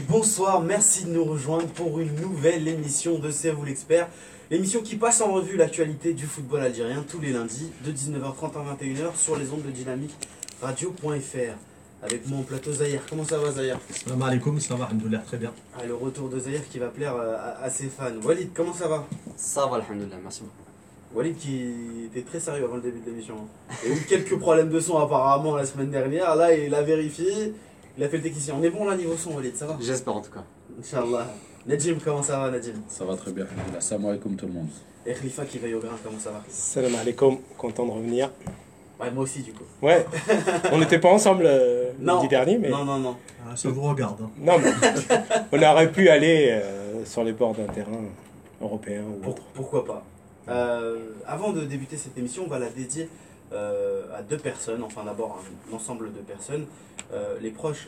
bonsoir, merci de nous rejoindre pour une nouvelle émission de C'est vous l'expert. L'émission qui passe en revue l'actualité du football algérien tous les lundis de 19h30 à 21h sur les ondes de Dynamique Radio.fr. Avec moi en plateau Zahir. Comment ça va Zahir? Salam alaikum, ça va, alhamdoulilah, très bien. Le retour de Zahir qui va plaire à ses fans. Walid, comment ça va? Ça va, alhamdoulilah, merci beaucoup. Walid qui était très sérieux avant le début de l'émission. Il y a eu quelques problèmes de son apparemment la semaine dernière. Là, il a vérifié. Il a fait le technicien. On est bon là niveau son, Walid, ça va? J'espère en tout cas. Inch'Allah. Najim, comment ça va, Najim? Ça va très bien, alhamdoulilah. Salam alaikum tout le monde. Et Khalifa qui veille au grain, comment ça va? Salam alaikum, content de revenir. Ouais, moi aussi, du coup. Ouais, on n'était pas ensemble lundi dernier, mais. Non. Ah, ça vous regarde. Hein. Non, mais on aurait pu aller sur les bords d'un terrain européen ou autre. Pourquoi pas? Avant de débuter cette émission, on va la dédier à deux personnes, enfin d'abord un ensemble de personnes, les proches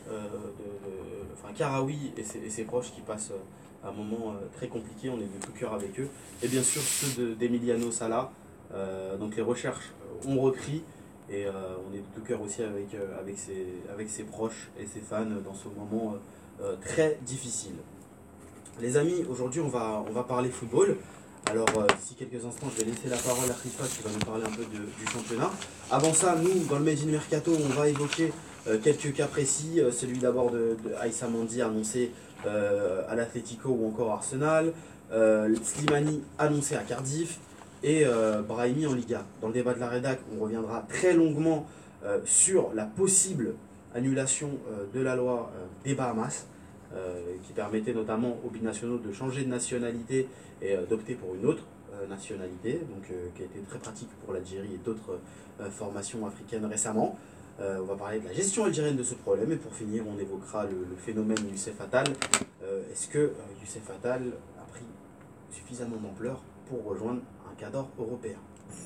Karaoui et ses proches qui passent un moment très compliqué, on est de tout cœur avec eux, et bien sûr ceux d'Emiliano Sala, donc les recherches ont repris, et on est de tout cœur aussi avec ses proches et ses fans dans ce moment très difficile. Les amis, aujourd'hui on va parler football. Alors, d'ici quelques instants, je vais laisser la parole à Khalifa qui va nous parler un peu du championnat. Avant ça, nous, dans le Made in Mercato, on va évoquer quelques cas précis. Celui d'abord de Aïssa Mandi annoncé à l'Atlético ou encore Arsenal. Slimani annoncé à Cardiff. Et Brahimi en Liga. Dans le débat de la rédac, on reviendra très longuement sur la possible annulation de la loi des Bahamas. Qui permettait notamment aux binationaux de changer de nationalité et d'opter pour une autre nationalité, donc qui a été très pratique pour l'Algérie et d'autres formations africaines récemment. On va parler de la gestion algérienne de ce problème et pour finir on évoquera le phénomène Youssef Attal. Est-ce que Youssef Attal a pris suffisamment d'ampleur pour rejoindre un cadre européen?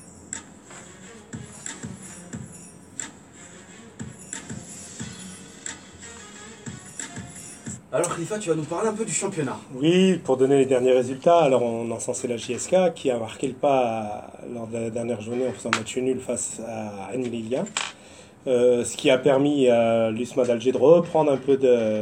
Alors Khalifa, tu vas nous parler un peu du championnat. Oui, pour donner les derniers résultats, alors on encensait la JSK qui a marqué le pas lors de la dernière journée en faisant match nul face à Melilla. Ce qui a permis à l'USMA d'Alger de reprendre un peu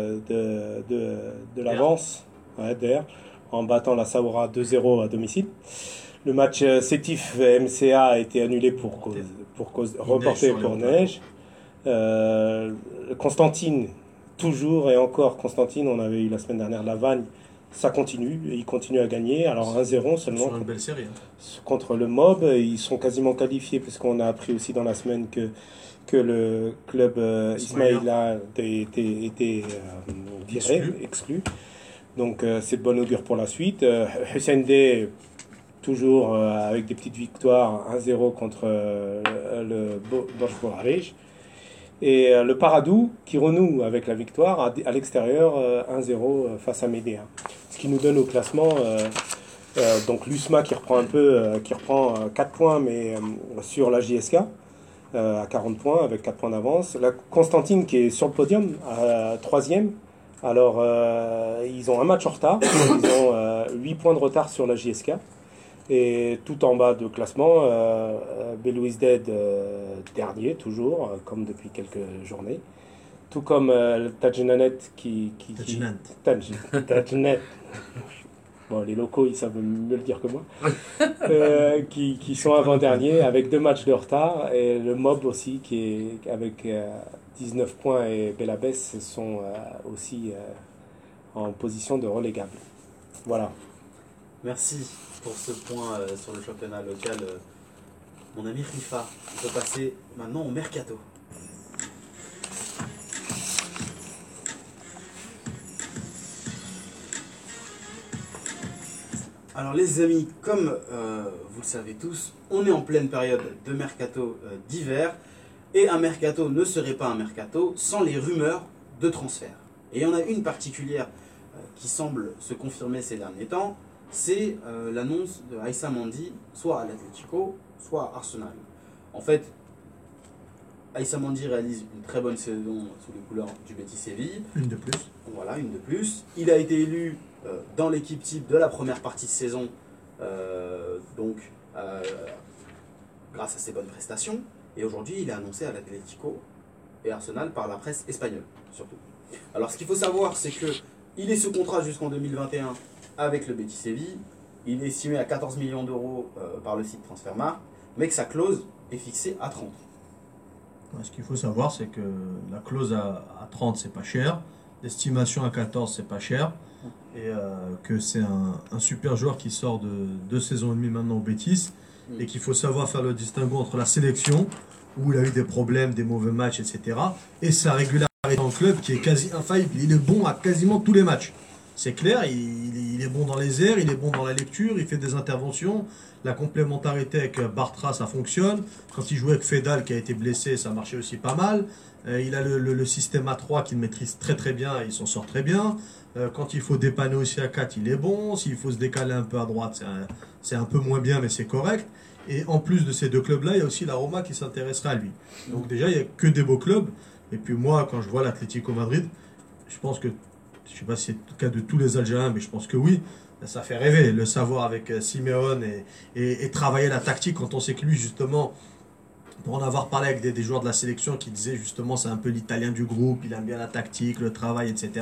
de l'avance d'air en battant la Saoura 2-0 à domicile. Le match Sétif MCA a été annulé pour cause reporté pour neige. Constantine, toujours et encore Constantine, on avait eu la semaine dernière Lavagne, ça continue, il continue à gagner, alors 1-0 seulement sur une belle série, contre le MOB, ils sont quasiment qualifiés parce qu'on a appris aussi dans la semaine que le club Ismaïl a été exclu. Donc c'est de bon augure pour la suite. Hussein Dey, toujours avec des petites victoires, 1-0 contre le Borj Arish. Et le Paradou qui renoue avec la victoire à l'extérieur 1-0 face à Médéa. Ce qui nous donne au classement donc l'USMA qui reprend 4 points mais sur la JSK à 40 points avec 4 points d'avance. La Constantine qui est sur le podium à 3e. Alors ils ont un match en retard, ils ont 8 points de retard sur la JSK. Et tout en bas de classement, Belouiz Dead dernier, toujours, comme depuis quelques journées. Tout comme Tajnanet Tajnet. Bon, les locaux, ils savent mieux le dire que moi. Qui sont avant-derniers avec 2 matchs de retard. Et le MOB aussi, qui est avec 19 points et Belabès, sont aussi en position de relégable. Voilà. Merci pour ce point sur le championnat local. Mon ami Khalifa, on peut passer maintenant au mercato. Alors les amis, comme vous le savez tous, on est en pleine période de mercato d'hiver. Et un mercato ne serait pas un mercato sans les rumeurs de transfert. Et il y en a une particulière qui semble se confirmer ces derniers temps. C'est l'annonce de Aïssa Mandi, soit à l'Atlético, soit à Arsenal. En fait, Aïssa Mandi réalise une très bonne saison sous les couleurs du Betis Séville. Une de plus. Voilà, une de plus. Il a été élu dans l'équipe type de la première partie de saison, grâce à ses bonnes prestations. Et aujourd'hui, il est annoncé à l'Atlético et Arsenal par la presse espagnole, surtout. Alors, ce qu'il faut savoir, c'est que Il est sous contrat jusqu'en 2021 avec le Betis Séville. Il est estimé à 14 millions d'euros par le site Transfermarkt, mais que sa clause est fixée à 30. Ce qu'il faut savoir, c'est que la clause à 30, c'est pas cher. L'estimation à 14, c'est pas cher. Et que c'est un super joueur qui sort de 2 saisons et demie maintenant au Betis. Et qu'il faut savoir faire le distinguo entre la sélection, où il a eu des problèmes, des mauvais matchs, etc. Et sa régularité dans le club qui est quasi infaillible. Il est bon à quasiment tous les matchs. C'est clair, il est bon dans les airs, il est bon dans la lecture, il fait des interventions. La complémentarité avec Bartra, ça fonctionne. Quand il jouait avec Fedal, qui a été blessé, ça marchait aussi pas mal. Il a le système A3 qu'il maîtrise très très bien, il s'en sort très bien. Quand il faut dépanner aussi à 4, il est bon. S'il faut se décaler un peu à droite, c'est un peu moins bien, mais c'est correct. Et en plus de ces deux clubs-là, il y a aussi la Roma qui s'intéresserait à lui. Donc déjà, il n'y a que des beaux clubs. Et puis moi, quand je vois l'Atlético Madrid, je pense que, je ne sais pas si c'est le cas de tous les Algériens, mais je pense que oui, ça fait rêver. Le savoir avec Simeone et travailler la tactique quand on sait que lui, justement, pour en avoir parlé avec des joueurs de la sélection qui disaient justement c'est un peu l'italien du groupe, il aime bien la tactique, le travail, etc.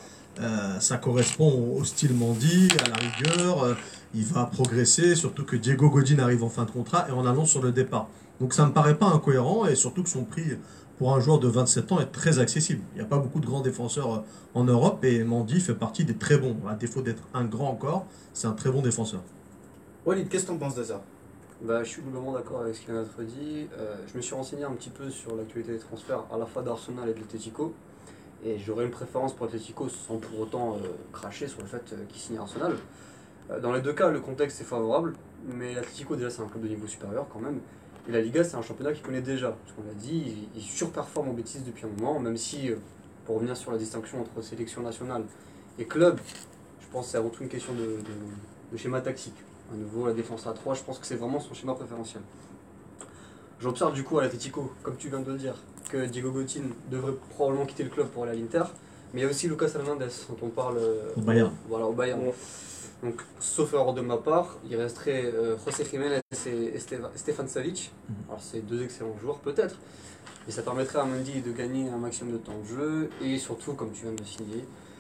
Ça correspond au style Mandi, à la rigueur. Il va progresser, surtout que Diego Godin arrive en fin de contrat et on annonce sur le départ. Donc ça ne me paraît pas incohérent et surtout que son prix pour un joueur de 27 ans est très accessible. Il n'y a pas beaucoup de grands défenseurs en Europe et Mandi fait partie des très bons. À défaut d'être un grand encore, c'est un très bon défenseur. Walid, qu'est-ce que tu en penses de ça? Bah, je suis globalement d'accord avec ce qu'il vient d'être dit. Je me suis renseigné un petit peu sur l'actualité des transferts à la fois d'Arsenal et de l'Atlético. Et j'aurais une préférence pour l'Atlético sans pour autant cracher sur le fait qu'il signe Arsenal. Dans les deux cas, le contexte est favorable, mais l'Atlético déjà c'est un club de niveau supérieur quand même. Et la Liga c'est un championnat qu'il connaît déjà. Parce qu'on l'a dit, il surperforme en bêtise depuis un moment, même si, pour revenir sur la distinction entre sélection nationale et club, je pense que c'est avant tout une question de schéma tactique. À nouveau, la défense à 3, je pense que c'est vraiment son schéma préférentiel. J'observe du coup à l'Atlético, comme tu viens de le dire, que Diego Godin devrait probablement quitter le club pour aller à l'Inter, mais il y a aussi Lucas Hernandez dont on parle Au Bayern. Voilà, au Bayern. Donc, sauf erreur de ma part, il resterait José Jiménez et Stefan Savic. Alors, c'est deux excellents joueurs peut-être, mais ça permettrait à Mendy de gagner un maximum de temps de jeu et surtout, comme tu viens de le signaler,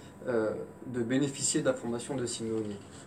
de bénéficier de la formation de Simeone.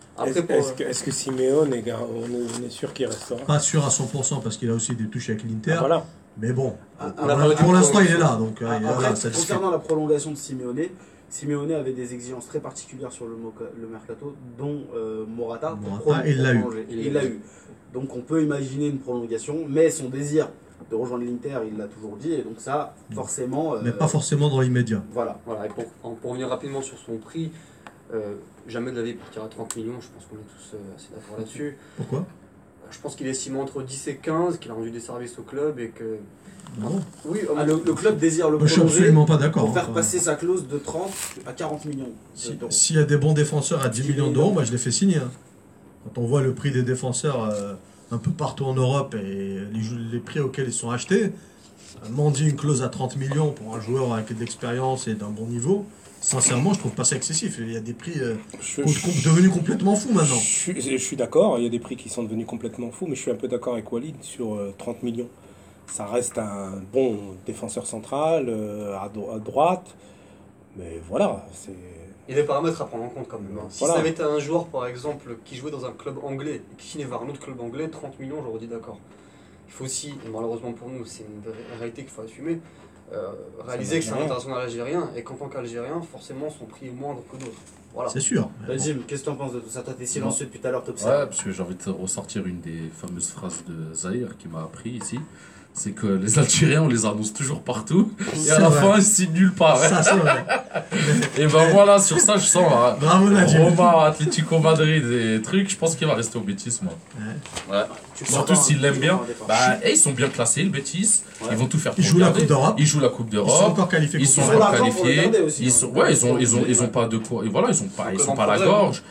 Est-ce que Simeone, on est sûr qu'il restera? Pas sûr à 100% parce qu'il a aussi des touches avec l'Inter. Voilà. Mais bon, Voilà, pour l'instant il est là. Donc, Après, ça concernant la prolongation de Simeone avait des exigences très particulières sur le mercato, dont Morata. Et il l'a eu. Il l'a eu. Donc on peut imaginer une prolongation, mais son désir de rejoindre l'Inter, il l'a toujours dit, et donc ça, forcément... mais pas forcément dans l'immédiat. Voilà. Et pour revenir rapidement sur son prix, jamais de la vie partira à 30 millions, je pense qu'on est tous assez d'accord là-dessus. Pourquoi? Je pense qu'il est estimé entre 10 et 15, qu'il a rendu des services au club et que... Non. Oui, Le club désire le Je suis prolonger absolument pas d'accord. pour faire passer sa clause de 30 à 40 millions d'euros. S'il y a des bons défenseurs à 10 millions d'euros, moi je les fais signer. Hein. Quand on voit le prix des défenseurs un peu partout en Europe et les prix auxquels ils sont achetés, Mendy une clause à 30 millions pour un joueur avec de l'expérience et d'un bon niveau, sincèrement je trouve pas ça excessif. Il y a des prix devenus complètement fous maintenant. Je suis d'accord, il y a des prix qui sont devenus complètement fous, mais je suis un peu d'accord avec Walid sur 30 millions. Ça reste un bon défenseur central à droite, mais voilà, c'est... Il y a des paramètres à prendre en compte quand même. Si ça avait été un joueur par exemple qui jouait dans un club anglais et qui signait vers un autre club anglais, 30 millions j'aurais dit d'accord. Il faut aussi, et malheureusement pour nous c'est une réalité qu'il faut assumer, réaliser que c'est un international algérien et qu'en tant qu'Algérien forcément son prix est moindre que d'autres. Voilà. C'est sûr. Jim, qu'est-ce que tu en penses de tout ça? Toi t'es silencieux depuis tout à l'heure, Ouais, t'observes. parce que j'ai envie de ressortir une des fameuses phrases de Zahir qui m'a appris ici. C'est que les Algériens, on les annonce toujours partout. Et à la fin, ils signent nulle part. Ça, c'est vrai. Et ben voilà, sur ça, je sens Bravo, Nadim. Roma, Atlético Madrid et trucs. Je pense qu'il va rester au Betis, moi. Ouais. Surtout s'ils l'aiment bien. Ils sont bien classés, le Betis. Ouais. Ils vont tout faire pour Ils jouent la garder. Coupe d'Europe. Ils jouent la Coupe Ils sont d'Europe. encore qualifiés. Ils sont Ils ont encore l'argent pour le qualifiés. garder aussi, Ils ont pas de quoi. Et voilà, ils sont pas à la gorge.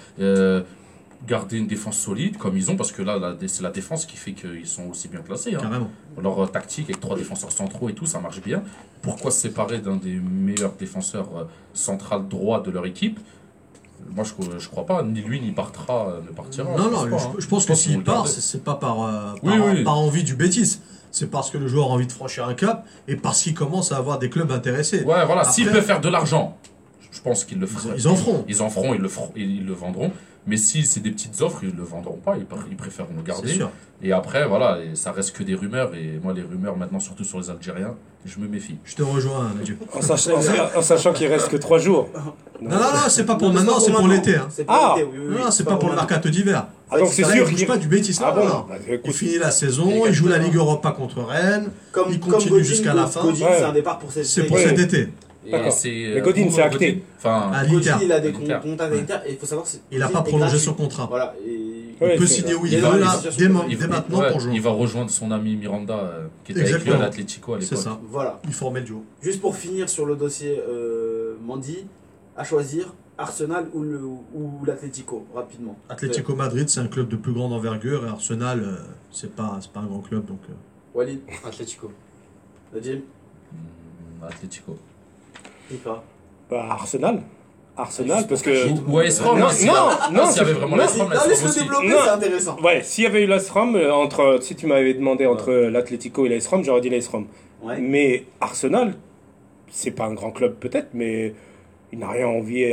Garder une défense solide comme ils ont, parce que là, c'est la défense qui fait qu'ils sont aussi bien classés. Hein. Carrément. Leur tactique avec 3 défenseurs centraux et tout, ça marche bien. Pourquoi se séparer d'un des meilleurs défenseurs central droit de leur équipe? Moi, je crois pas. Ni lui, ni Bartra ne partira. Je pense que s'il part, c'est pas par envie du Betis. C'est parce que le joueur a envie de franchir un cap et parce qu'il commence à avoir des clubs intéressés. Ouais, voilà. Après, s'il peut faire de l'argent, je pense qu'ils le feront. Ils en feront. Ils en feront, ils le vendront. Mais si c'est des petites offres, ils ne le vendront pas, ils préféreront le garder. C'est sûr. Et après, voilà, et ça reste que des rumeurs. Et moi, les rumeurs, maintenant, surtout sur les Algériens, je me méfie. Je te rejoins, Nadju. En sachant qu'il reste que 3 jours. Non, c'est pas pour maintenant, c'est pour l'été. Hein. C'est pour Ah. l'été, oui. Non, c'est pas pour le mercato d'hiver. Ah, donc c'est Ça, sûr il bouge qu'il... pas du Betis là. Ah bon, non. bah, Il écoute, finit la saison, il joue la Ligue Europa contre Rennes. Comme Il continue jusqu'à la fin. Godin, Ouais. c'est un départ pour cette C'est pour Ouais. cet été. Et D'accord. c'est, Mais Godin, pour c'est acté. Enfin, À Godin, l'Inter. il a des L'Inter. contacts avec l'Inter et il faut savoir que Il n'a Godin pas est prolongé gratuit. son contrat. Voilà. Ouais, Il peut c'est signer vrai. où Il il y a veut des là, situations dès maintenant ouais, pour jouer. il va rejoindre son ami Miranda, qui était avec lui à Exactement. l'Atlético à C'est l'époque. ça. Voilà. Il formait le duo. Juste pour finir sur le dossier Mandy, à choisir Arsenal ou l'Atlético, rapidement. Atlético Madrid, c'est un club de plus grande envergure et Arsenal, c'est pas un grand club. Donc, Walid, Atlético. Nadim, Atlético. Ifa. Bah, Arsenal, parce que... Ou AS Rome. Non, hein, s'il y c'est- avait vraiment non, l'AS Rome, l'AS Rome Laisse-le aussi. développer, Non. c'est intéressant. Ouais, s'il y avait eu l'AS Rome, si tu m'avais demandé entre l'Atlético et l'AS Rome, j'aurais dit l'AS Rome. Ouais. Mais Arsenal, c'est pas un grand club peut-être, mais il n'a rien envié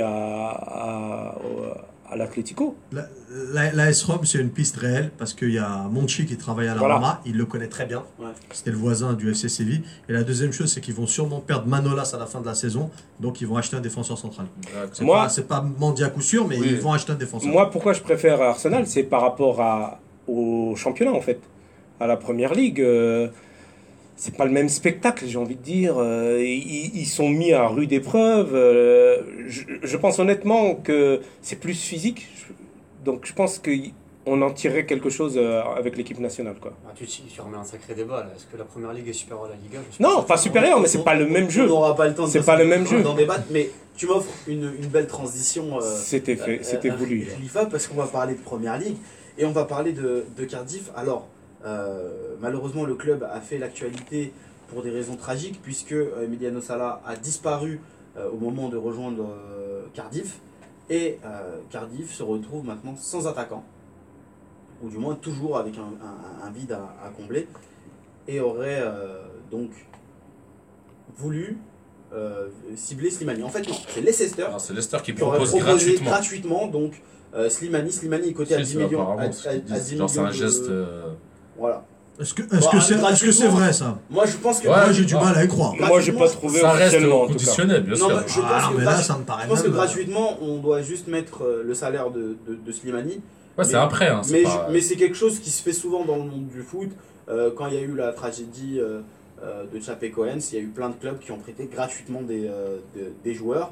à l'Atlético. l'AS Rome, c'est une piste réelle parce qu'il y a Monchi qui travaille à la Voilà. Roma, il le connaît très bien. Ouais. C'était le voisin du FC Séville. Et la deuxième chose, c'est qu'ils vont sûrement perdre Manolas à la fin de la saison, donc ils vont acheter un défenseur central. C'est Moi- pas, c'est pas Mendy à coup sûr, mais Oui. ils vont acheter un défenseur. Moi, pourquoi je préfère Arsenal, c'est par rapport au championnat en fait, à la Première Ligue. C'est pas le même spectacle, j'ai envie de dire. Ils sont mis à rude épreuve. Je pense honnêtement que c'est plus physique. Donc je pense qu'on en tirerait quelque chose avec l'équipe nationale, quoi. Ah, tu remets un sacré débat là. Est-ce que la première ligue est supérieure à la Liga? Je suis Non, sûr pas que supérieur, mais c'est pas le même On jeu. n'aura pas le temps de C'est dire pas ça, le même jeu. d'en débattre, mais tu m'offres une belle transition. C'était fait, c'était voulu. Khalifa, parce qu'on va parler de Première Ligue et on va parler de Cardiff. Alors, malheureusement, le club a fait l'actualité pour des raisons tragiques, puisque Emiliano Sala a disparu au moment de rejoindre Cardiff. Et Cardiff se retrouve maintenant sans attaquant, ou du moins toujours avec un vide à combler, et aurait donc voulu cibler Slimani. En fait, non, c'est Leicester Ah, c'est Leicester qui qui aurait propose proposé gratuitement. gratuitement donc Slimani est coté à Si, 10 c'est millions. apparemment À ce qu'ils 10 disent. Genre, c'est un millions de- geste. Voilà. Est-ce que Bah, c'est gratuitement. vrai ça? Moi, je pense que. Ouais, Moi, j'ai du ah. mal à y croire. Moi, j'ai pas trouvé Ça reste officiellement, en tout cas. conditionnel, bien Non, sûr. mais je pense Ah, que mais là, gratu- ça me paraît je pense que même, gratuitement, on doit juste mettre le salaire de Slimani. Ouais, c'est mais- un prêt. Hein, c'est Mais, pas- mais c'est quelque chose qui se fait souvent dans le monde du foot. Quand il y a eu la tragédie de Chapecoense, il y a eu plein de clubs qui ont prêté gratuitement des joueurs.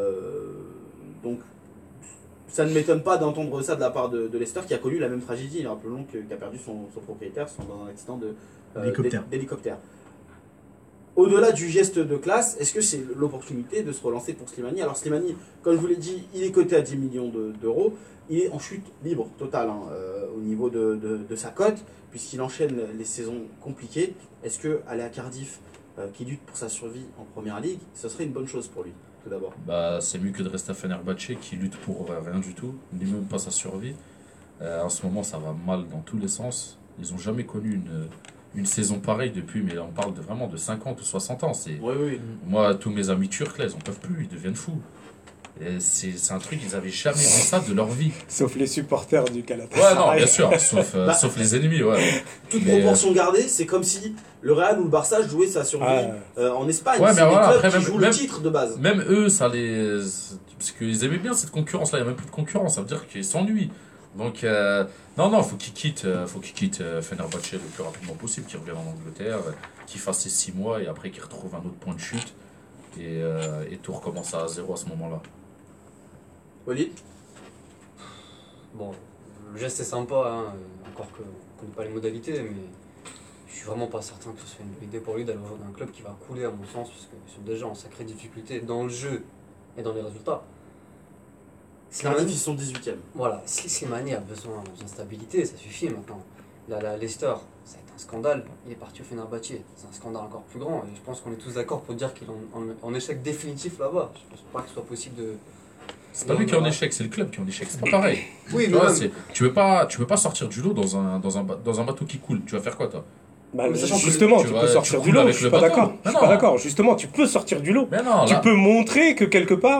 Donc, ça ne m'étonne pas d'entendre ça de la part de Leicester, qui a connu la même tragédie. Rappelons qui a perdu son propriétaire dans un accident d'hélicoptère. Au-delà du geste de classe, est-ce que c'est l'opportunité de se relancer pour Slimani? Alors Slimani, comme je vous l'ai dit, il est coté à 10 millions d'euros. Il est en chute libre totale au niveau de sa cote, puisqu'il enchaîne les saisons compliquées. Est-ce que aller à Cardiff, qui lutte pour sa survie en Première Ligue, ce serait une bonne chose pour lui, tout d'abord? Bah, c'est mieux que de rester à Fenerbahçe qui lutte pour rien du tout, ni même pas sa survie. En ce moment, ça va mal dans tous les sens. Ils n'ont jamais connu une saison pareille depuis, mais là, on parle vraiment de 50 ou 60 ans. Oui, oui. Moi, tous mes amis turcs, là, ils en peuvent plus, ils deviennent fous. Et c'est un truc, ils n'avaient jamais vu ça de leur vie. Sauf les supporters du Galatasaray. Ouais, non, bien sûr, sauf les ennemis, ouais. Toute Mais, proportion gardée, c'est comme si le Real ou le Barça jouaient sa survie en Espagne. Ouais, c'est mais des voilà, clubs après, qui jouent le titre de base. Même eux, ça les. Parce qu'ils aimaient bien cette concurrence-là, il n'y a même plus de concurrence, ça veut dire qu'ils s'ennuient. Donc, non, faut qu'ils quittent Fenerbahçe le plus rapidement possible, qu'ils reviennent en Angleterre, qu'ils fassent ces 6 mois et après qu'ils retrouvent un autre point de chute. Et tout recommence à zéro à ce moment-là. Walid? Bon, le geste est sympa, hein, encore qu'on ne connaît pas les modalités, mais je suis vraiment pas certain que ce soit une bonne idée pour lui d'aller rejoindre un club qui va couler, à mon sens, parce qu'ils sont déjà en sacrée difficulté dans le jeu et dans les résultats. Cardiff, ils sont 18e. Voilà, si Slimani a besoin de stabilité, ça suffit maintenant. La Leicester, ça a été un scandale, il est parti au Fenerbahçe, c'est un scandale encore plus grand, et je pense qu'on est tous d'accord pour dire qu'il est en échec définitif là-bas. Je pense pas qu'il soit possible de... C'est pas lui qui est en échec, c'est le club qui est en échec, c'est pas pareil. Oui, Tu mais vois, même- tu veux pas sortir du lot dans un bateau qui coule. Tu vas faire quoi, toi? Bah, Mais sachant que justement, tu tu vas- peux tu sortir du coules lot, avec je suis le pas bateau. d'accord. Mais Je suis non. pas d'accord. Justement, tu peux sortir du lot. Mais non, Tu là, peux montrer que quelque part,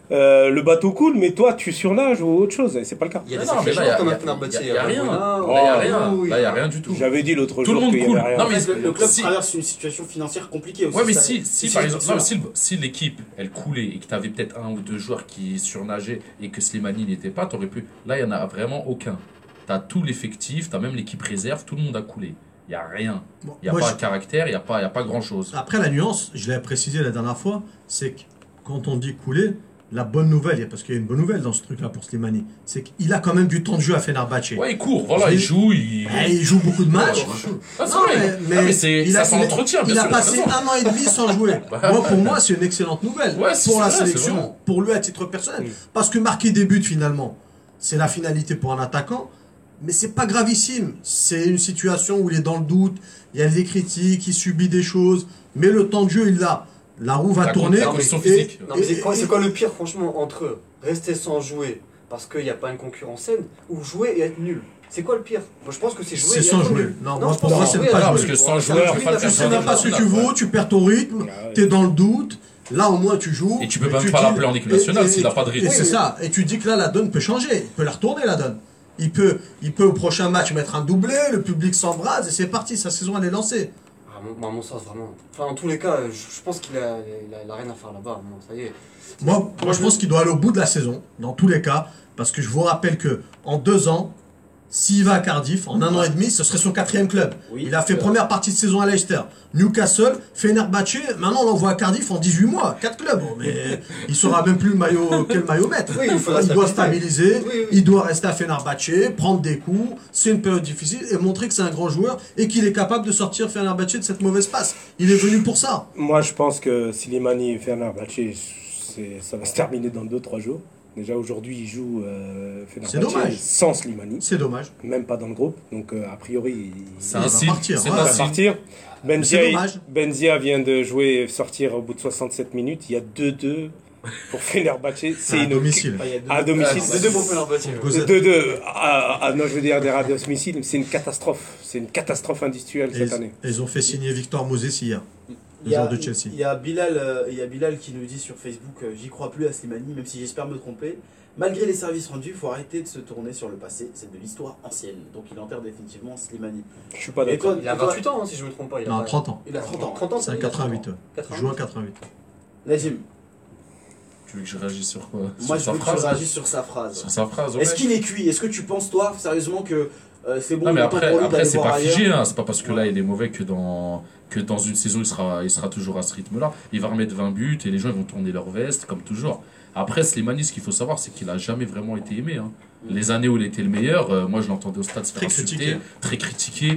le bateau coule, mais toi, tu surnages ou autre chose. Et c'est pas le cas. Il y a des Non, mais sacrés là, joueurs comme y a Fenerbahçe, rien. Là, il n'y Bouna, a rien. oui. Là, il n'y a rien du tout. J'avais dit l'autre Tout le jour monde qu'il y coule. avait rien. Non, En mais fait, le club si- traverse une situation financière compliquée aussi. Ouais, mais ça- si c'est par exemple, cela. si l'équipe elle coulait et que tu avais peut-être un ou deux joueurs qui surnageaient et que Slimani n'y était pas, t'aurais pu. Là, il n'y en a vraiment aucun. Tu as tout l'effectif, tu as même l'équipe réserve, tout le monde a coulé. Il n'y a rien. Bon, Il n'y a moi, pas je- de caractère, il n'y a pas grand-chose. Après, la nuance, je l'avais précisé la dernière fois, c'est que quand on dit couler, la bonne nouvelle, parce qu'il y a une bonne nouvelle dans ce truc-là pour Slimani, c'est qu'il a quand même du temps de jeu à Fenerbahçe. Ouais, il court, voilà, Je il l'ai- joue, il. Il joue beaucoup de matchs. Ah, c'est Non, vrai. Ah, mais c'est, il ça a- s'entretient, bien Il sûr. a passé raison. 1 an et demi sans jouer. Moi, pour moi, c'est une excellente nouvelle. Ouais, c'est pour la vrai, c'est sélection, vrai. pour lui à titre personnel. Parce que marquer des buts, finalement, c'est la finalité pour un attaquant. Mais c'est pas gravissime. C'est une situation où il est dans le doute. Il y a des critiques, il subit des choses. Mais le temps de jeu, il l'a. La roue va tourner. La condition et- physique. Non, mais c'est quoi le pire, franchement, entre rester sans jouer parce qu'il n'y a pas une concurrence saine ou jouer et être nul? C'est quoi le pire? Moi, je pense que c'est jouer C'est et sans être jouer. nul. Non, moi, je pour pense moi, que c'est jouer, pas alors, jouer. Parce que sans c'est jouer, un tu jouer, peux pas le la faire Tu sais sans même pas ce que tu national. vaux, tu perds ton rythme, Ouais. t'es dans le doute. Là, au moins, tu joues. Et tu peux et même tu pas dis- l'appeler en équipe nationale et- s'il a pas de Et rythme. c'est ça. Et tu dis que là, la donne peut changer. Il peut la retourner, la donne. Il peut au prochain match mettre un doublé, le public s'embrase et c'est parti. Sa saison, elle est lancée. À mon sens, vraiment. Enfin, en tous les cas, je pense qu'il a rien à faire là-bas. Bon, ça y est. Moi, je pense qu'il doit aller au bout de la saison, dans tous les cas. Parce que je vous rappelle que en 2 ans, s'il va à Cardiff, en 1 an et demi, ce serait son 4e club. Oui, Il a fait c'est première partie de saison à Leicester, Newcastle, Fenerbahçe. Maintenant, on l'envoie à Cardiff en 18 mois. 4 clubs. Bon, mais il saura même plus quel maillot mettre. Oui, il faut la Il doit stabilité. stabiliser, Oui, oui. il doit rester à Fenerbahçe, prendre des coups. C'est une période difficile et montrer que c'est un grand joueur et qu'il est capable de sortir Fenerbahçe de cette mauvaise passe. Il est venu pour ça. Moi, je pense que Slimani et Fenerbahçe, ça va se terminer dans 2-3 jours. Déjà, aujourd'hui, ils jouent C'est dommage. Fenerbahçe sans Slimani, C'est dommage. même pas dans le groupe. Donc, a priori, C'est Il un va signe. partir, C'est ouais. un il va signe. partir. c'est dommage. Benzia vient de jouer, sortir au bout de 67 minutes. Il y a 2-2 pour Fenerbahçe. C'est À une domicile. Enfin, il y a deux- À domicile. C'est deux pour Fenerbahçe. Gozet. 2-2. Non, je veux dire, à domicile, c'est une catastrophe. C'est une catastrophe industrielle Et cette année. ils ont fait signer Victor Moses hier, Il le y a- joueur de Chelsea. Il y a Bilal qui nous dit sur Facebook j'y crois plus à Slimani, même si j'espère me tromper. Malgré les services rendus, il faut arrêter de se tourner sur le passé, c'est de l'histoire ancienne. Donc il enterre définitivement Slimani. Je suis pas Et d'accord. toi, Il a 28 ans, hein, si je me trompe pas. Il a Non, pas- 30 ans. Il a 30 ans. 30 ans, C'est un il a 88. 88. Joue en 88. Najim, Tu veux que je réagisse sur quoi? moi Sur je sa veux que tu phrase? réagisses sur sa phrase. Sur sa phrase, ouais. Est-ce qu'il est cuit? Est-ce que tu penses, toi, sérieusement, que c'est bon Non, mais le temps après, pour lui après d'aller c'est voir pas ailleurs figé, hein. C'est pas parce que là il est mauvais que dans une saison il sera toujours à ce rythme-là. Il va remettre 20 buts et les gens ils vont tourner leur veste, comme toujours. Après, Slimani, ce qu'il faut savoir, c'est qu'il a jamais vraiment été aimé. Hein. Les années où il était le meilleur, moi je l'entendais au stade se faire Très insulter, critiqué. très critiqué.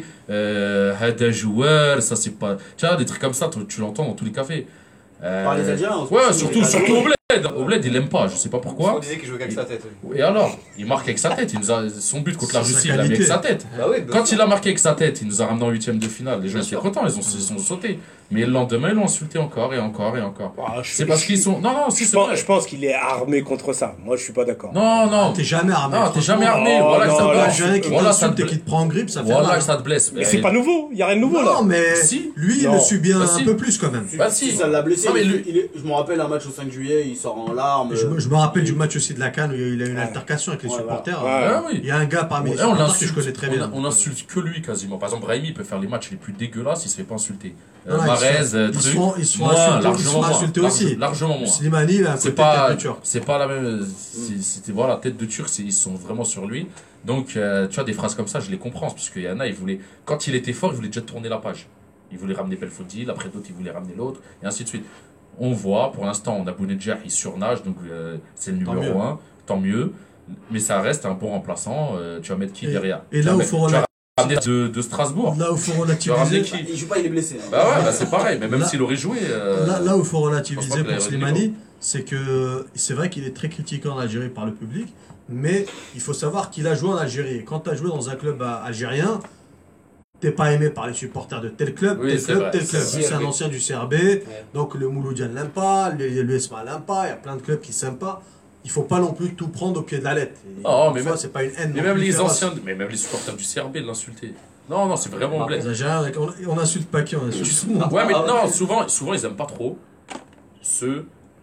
Hada joueur, ça c'est pas. Tu vois, des trucs comme ça, tu l'entends dans tous les cafés. Par les Algériens Ouais, aussi, surtout au Bled. Au Bled, il l'aime pas, je sais pas On pourquoi. disait qu'il jouait qu'avec sa tête. Et alors, il marque avec sa tête. Son but contre la C'est sa Russie, il l'a mis avec qualité. sa tête. Bah oui, Quand il a marqué avec sa tête, il nous a ramené en 8ème de finale. Les gens Bien étaient sûr. contents, ils sont sautés. Mais le lendemain, ils l'ont insulté encore et encore et encore. Ah, C'est parce qu'ils sont. Non, si, c'est vrai. Je pense qu'il est armé contre ça. Moi, je suis pas d'accord. Non. T'es jamais armé. Non, t'es jamais franchement. armé. Oh, Voilà que non, ça te là, blesse. Algérien qui Voilà, ça t'insulte te et qui te prend en grippe, ça fait Voilà mal. que ça te blesse. Mais c'est pas nouveau. Il y a rien de nouveau là. Non, mais Si. lui, il Non. le subit Bah, un si. peu plus quand même. Bah, si. Ça l'a blessé. Non, mais Je me rappelle un match au 5 juillet, il sort en larmes. Je me rappelle du match aussi de la CAN où il a eu une Ouais. altercation avec les Ouais, supporters. Ouais. Ah oui. Il y a un gars parmi les Ouais, on supporters que l'insulte. je connais très bien. On insulte que lui quasiment. Par exemple, Brahimi, il peut faire les matchs les plus dégueulasses, il se fait pas insulter. Non, non, Marez, ils se truc. font Moi, insulter, largement moins. aussi. Largement moins. Slimani, il a un C'est côté pas, tête de turc. c'est pas la même. C'était voilà, tête de turc, ils sont vraiment sur lui. Donc, tu vois, des phrases comme ça, je les comprends. Parce qu'il y en a, quand il était fort, il voulait déjà tourner la page. Il voulait ramener Belfodil, après d'autres, il voulait ramener l'autre, et ainsi de suite. On voit, pour l'instant, on a Bounedjah, il surnage, donc c'est le numéro mieux. 1, tant mieux. Mais ça reste un bon remplaçant. Tu vas mettre qui derrière? Et Tu là vas où mettre- faut tu vas ramener de Strasbourg. Là où il faut Tu vas ramener relativiser. qui? Il joue pas, il est blessé. hein. Bah ouais, bah c'est pareil, mais même Là- s'il aurait joué. Là où il faut je pense relativiser pas qu'il pour ait Slimani, c'est que c'est vrai qu'il est très critiqué en Algérie par le public, mais il faut savoir qu'il a joué en Algérie. Et quand tu as joué dans un club algérien, t'es pas aimé par les supporters de tel club, Oui, tel c'est club, vrai. tel club. C'est C'est un CRB. ancien du CRB, donc le Mouloudian l'aime pas, l'USMA l'aime pas, il y a plein de clubs qui s'aiment pas. Il faut pas non plus tout prendre au pied de la lettre. Et Oh, mais parfois, même- c'est pas une haine. Mais non même plus les féroce. anciens, mais même les supporters du CRB l'insultaient. Non, c'est vraiment bled. Les Algériens, on insulte pas qui, on insulte tout le monde. Ouais, mais non, souvent ils aiment pas trop ceux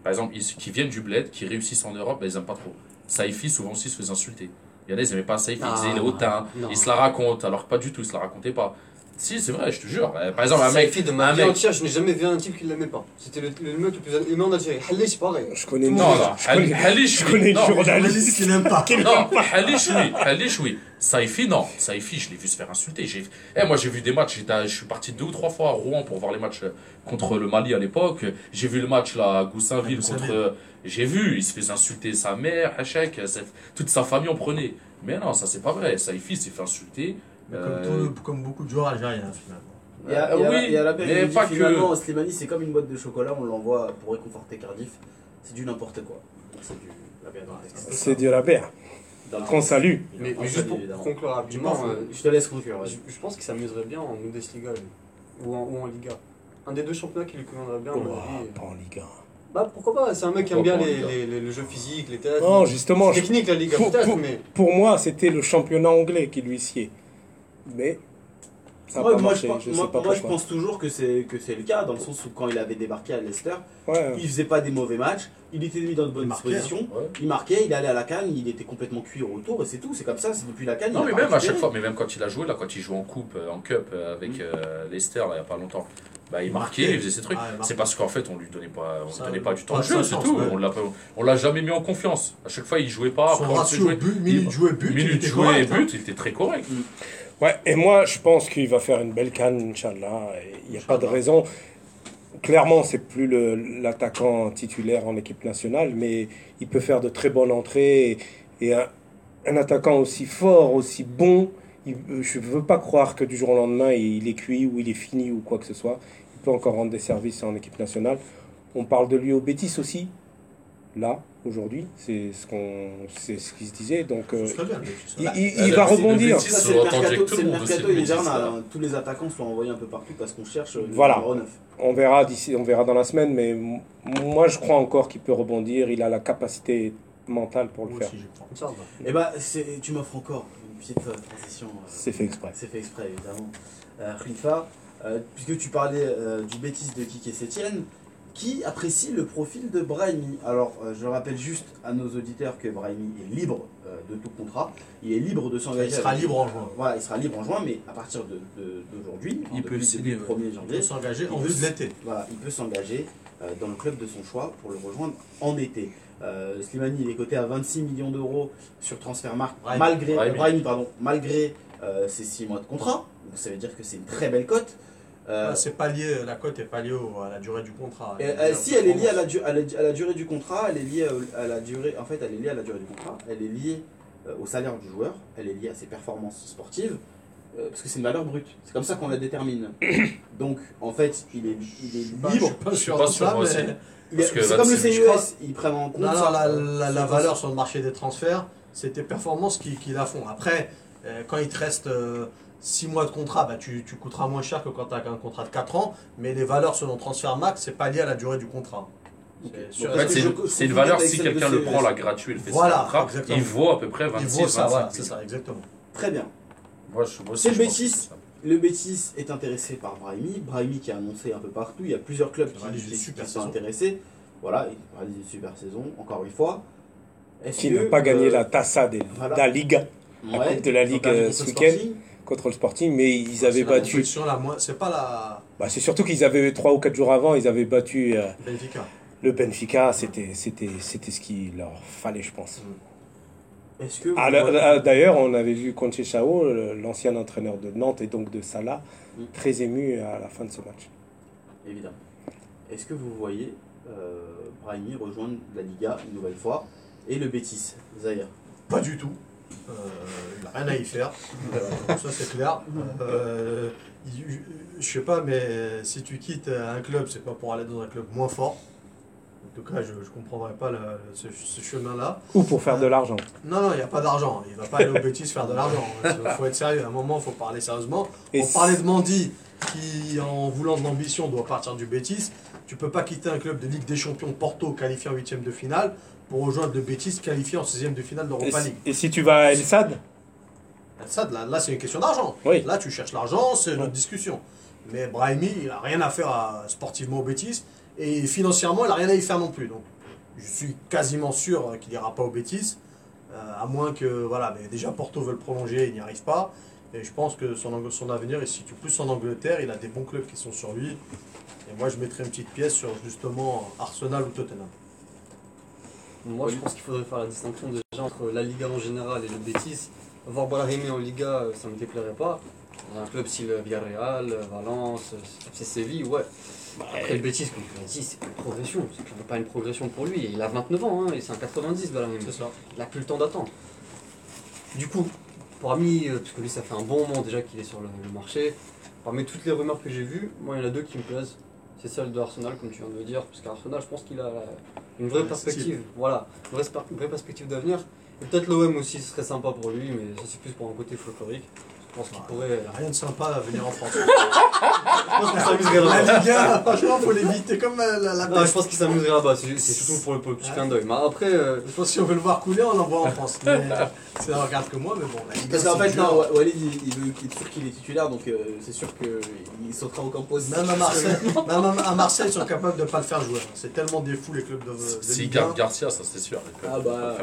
par exemple, qui viennent du bled, qui réussissent en Europe, ils n'aiment pas trop. Saifi, souvent aussi, se faisait insulter. Il y en a, ils n'aimaient pas Saifi, ils disaient il est hautain, ils se la racontent, alors que pas du tout, ils se la racontaient pas. Si, c'est vrai, je te jure. Par exemple, un mec. De ma vie entière, je n'ai jamais vu un type qui ne l'aimait pas. C'était le mec le plus aimé en Algérie. Halish, pareil. Je connais Non, Halish, je connais une non. journaliste qui n'aime pas. Non, Halish, oui. Saifi, non. Saifi, je l'ai vu se faire insulter. Moi, j'ai vu des matchs. Je suis parti 2 ou 3 fois à Rouen pour voir les matchs contre le Mali à l'époque. J'ai vu le match là, à Goussainville contre. J'ai vu, il se faisait insulter sa mère, Hachek, toute sa famille en prenait. Mais non, ça, c'est pas vrai. Saifi s'est fait insulter. Comme beaucoup de joueurs algériens, finalement. Il y a la période mais où pas finalement, Slimani, c'est comme une boîte de chocolat, on l'envoie pour réconforter Cardiff. C'est du n'importe quoi. C'est du rabais. Qu'on salue. Mais juste pour conclure rapidement, je te laisse conclure. Je pense qu'il s'amuserait bien en Bundesliga ou en Liga. Un des deux championnats qui lui conviendrait bien. Pas en Liga. Bah pourquoi pas, c'est un mec qui aime bien le jeu physique, les têtes. Non, justement. Technique la Liga peut-être, mais. Pour moi, c'était le championnat anglais qui lui sied. Mais. Moi, je pense toujours que c'est le cas, dans le sens où quand il avait débarqué à Leicester, il faisait pas des mauvais matchs, il était mis dans de bonnes dispositions, il marquait, il allait à la CAN, il était complètement cuit au retour et c'est tout, c'est comme ça, c'est depuis la CAN. Non, mais même à chaque fois, mais même quand il a joué, là, quand il joue en coupe, en cup avec Leicester, là, il n'y a pas longtemps, bah, il marquait, il faisait ses trucs. C'est parce qu'en fait, on lui donnait pas du temps de jeu, c'est tout. On l'a jamais mis en confiance. À chaque fois, il jouait pas. Son ratio minute joué but, il était très correct. Ouais, et moi, je pense qu'il va faire une belle canne, Inch'Allah. Il n'y a pas de raison. Clairement, c'est plus l'attaquant titulaire en équipe nationale, mais il peut faire de très bonnes entrées. Et un attaquant aussi fort, aussi bon, je ne veux pas croire que du jour au lendemain, il est cuit ou il est fini ou quoi que ce soit. Il peut encore rendre des services en équipe nationale. On parle de lui au Betis aussi, là. Aujourd'hui, c'est ce qui se disait, donc il va rebondir. C'est le mercato hivernal, tous les attaquants sont envoyés un peu partout parce qu'on cherche le numéro 9. On verra dans la semaine, mais moi je crois encore qu'il peut rebondir, il a la capacité mentale pour le faire. Et bah, tu m'offres encore une petite transition. C'est fait exprès. C'est fait exprès, évidemment. Khalifa, puisque tu parlais du bêtise de Kike Sétienne, qui apprécie le profil de Brahimi. Alors, je rappelle juste à nos auditeurs que Brahimi est libre de tout contrat. Il est libre de s'engager. Il sera libre en juin. Voilà, il sera libre en juin, mais à partir d'aujourd'hui, il peut le 1er janvier, il peut s'engager en vue de l'été. Voilà, il peut s'engager dans le club de son choix pour le rejoindre en été. Slimani, il est coté à 26 millions d'euros sur Transfermarkt, malgré ses 6 mois de contrat. Donc ça veut dire que c'est une très belle cote. C'est pas lié, la cote n'est pas liée à la durée du contrat. Si elle est liée à la durée du contrat, elle est liée à la durée. En fait, elle est liée à la durée du contrat. Elle est liée au salaire du joueur. Elle est liée à ses performances sportives, parce que c'est une valeur brute. C'est comme ça qu'on la détermine. Donc, en fait, il est libre. Je suis pas sûr de ça, mais c'est comme le CES. Ils prennent en compte. La valeur sur le marché des transferts, c'est tes performances qui la font. Après, quand il te reste 6 mois de contrat, bah tu coûteras moins cher que quand tu as un contrat de 4 ans, mais les valeurs selon Transfermarkt, c'est pas lié à la durée du contrat. C'est une valeur si quelqu'un le prend là gratuit, il fait son contrat, il vaut à peu près 26 000. Voilà, c'est ça, exactement. Très bien. C'est le Betis. Le Betis est intéressé par Brahimi. Brahimi qui a annoncé un peu partout. Il y a plusieurs clubs qui sont intéressés. Voilà, il réalise une super saison, encore une fois. Qui n'a pas gagné la Tassa de la Liga, la Coupe de la Ligue ce week-end contre le Sporting, mais ils avaient battu. C'est pas la. Bah, c'est surtout qu'ils avaient 3 ou 4 jours avant, ils avaient battu Benfica. Le Benfica. C'était ce qu'il leur fallait, je pense. Est-ce que d'ailleurs, on avait vu Conceição, l'ancien entraîneur de Nantes et donc de Salah, très ému à la fin de ce match. Évidemment. Est-ce que vous voyez Brahimi rejoindre la Liga une nouvelle fois et le Betis, Zahir? Pas du tout. Il n'a rien à y faire. Ça, c'est clair. Je sais pas, mais si tu quittes un club, c'est pas pour aller dans un club moins fort. En tout cas, je ne comprendrais pas ce chemin-là. Ou pour faire de l'argent. Non, il n'y a pas d'argent. Il ne va pas aller au Betis faire de l'argent. Il faut être sérieux. À un moment, il faut parler sérieusement. On parlait de Mandy, qui, en voulant de l'ambition, doit partir du Betis. Tu ne peux pas quitter un club de Ligue des Champions, Porto, qualifié en 8e de finale, pour rejoindre le Betis, qualifié en 16e de finale d'Europa League. Et si tu vas à El Sad? El Sad, là c'est une question d'argent. Oui. Là, tu cherches l'argent, c'est une autre discussion. Mais Brahimi, il n'a rien à faire sportivement au Betis. Et financièrement, il n'a rien à y faire non plus. Donc, je suis quasiment sûr qu'il n'ira pas au Betis. À moins que, voilà, mais déjà Porto veut le prolonger, il n'y arrive pas. Et je pense que son avenir, il se situe plus en Angleterre. Il a des bons clubs qui sont sur lui. Et moi, je mettrais une petite pièce sur justement Arsenal ou Tottenham. Moi, je pense qu'il faudrait faire la distinction déjà entre la Liga en général et le Betis. Voir Brahimi en Liga, ça ne me déplairait pas. Dans un club style Villarreal, Valence, FC Séville, ouais. Après le Betis, comme tu l'as dit, c'est pas une progression. C'est clairement pas une progression pour lui. Et il a 29 ans, hein, et c'est un 90, Brahimi. C'est ça. Il n'a plus le temps d'attendre. Du coup, parmi, parce que lui, ça fait un bon moment déjà qu'il est sur le marché, parmi toutes les rumeurs que j'ai vues, moi, il y en a deux qui me plaisent. C'est celle de Arsenal, comme tu viens de le dire, parce qu'Arsenal, je pense qu'il a une vraie perspective. Voilà, une vraie perspective d'avenir. Et peut-être l'OM aussi, ce serait sympa pour lui, mais ça, c'est plus pour un côté folklorique. Je pense qu'il pourrait. Il n'y a rien de sympa à venir en France. Je pense qu'il s'amuserait là-bas. La Liga, franchement, faut l'éviter comme la Non, je pense qu'il s'amuserait là-bas, c'est surtout pour le petit clin d'œil. Mais après, Je pense que si on veut le voir couler, on l'envoie en France. Mais c'est un regarde que moi, mais bon, la Liga, Parce qu'en c'est fait, dur. non, Walid il est sûr qu'il est titulaire, donc c'est sûr qu'il sautera au Campos. Même à Marseille, à Marseille, ils sont capables de ne pas le faire jouer. C'est tellement des fous les clubs de S'il Ligue garde 1. Garcia, ça c'est sûr. Ah bah.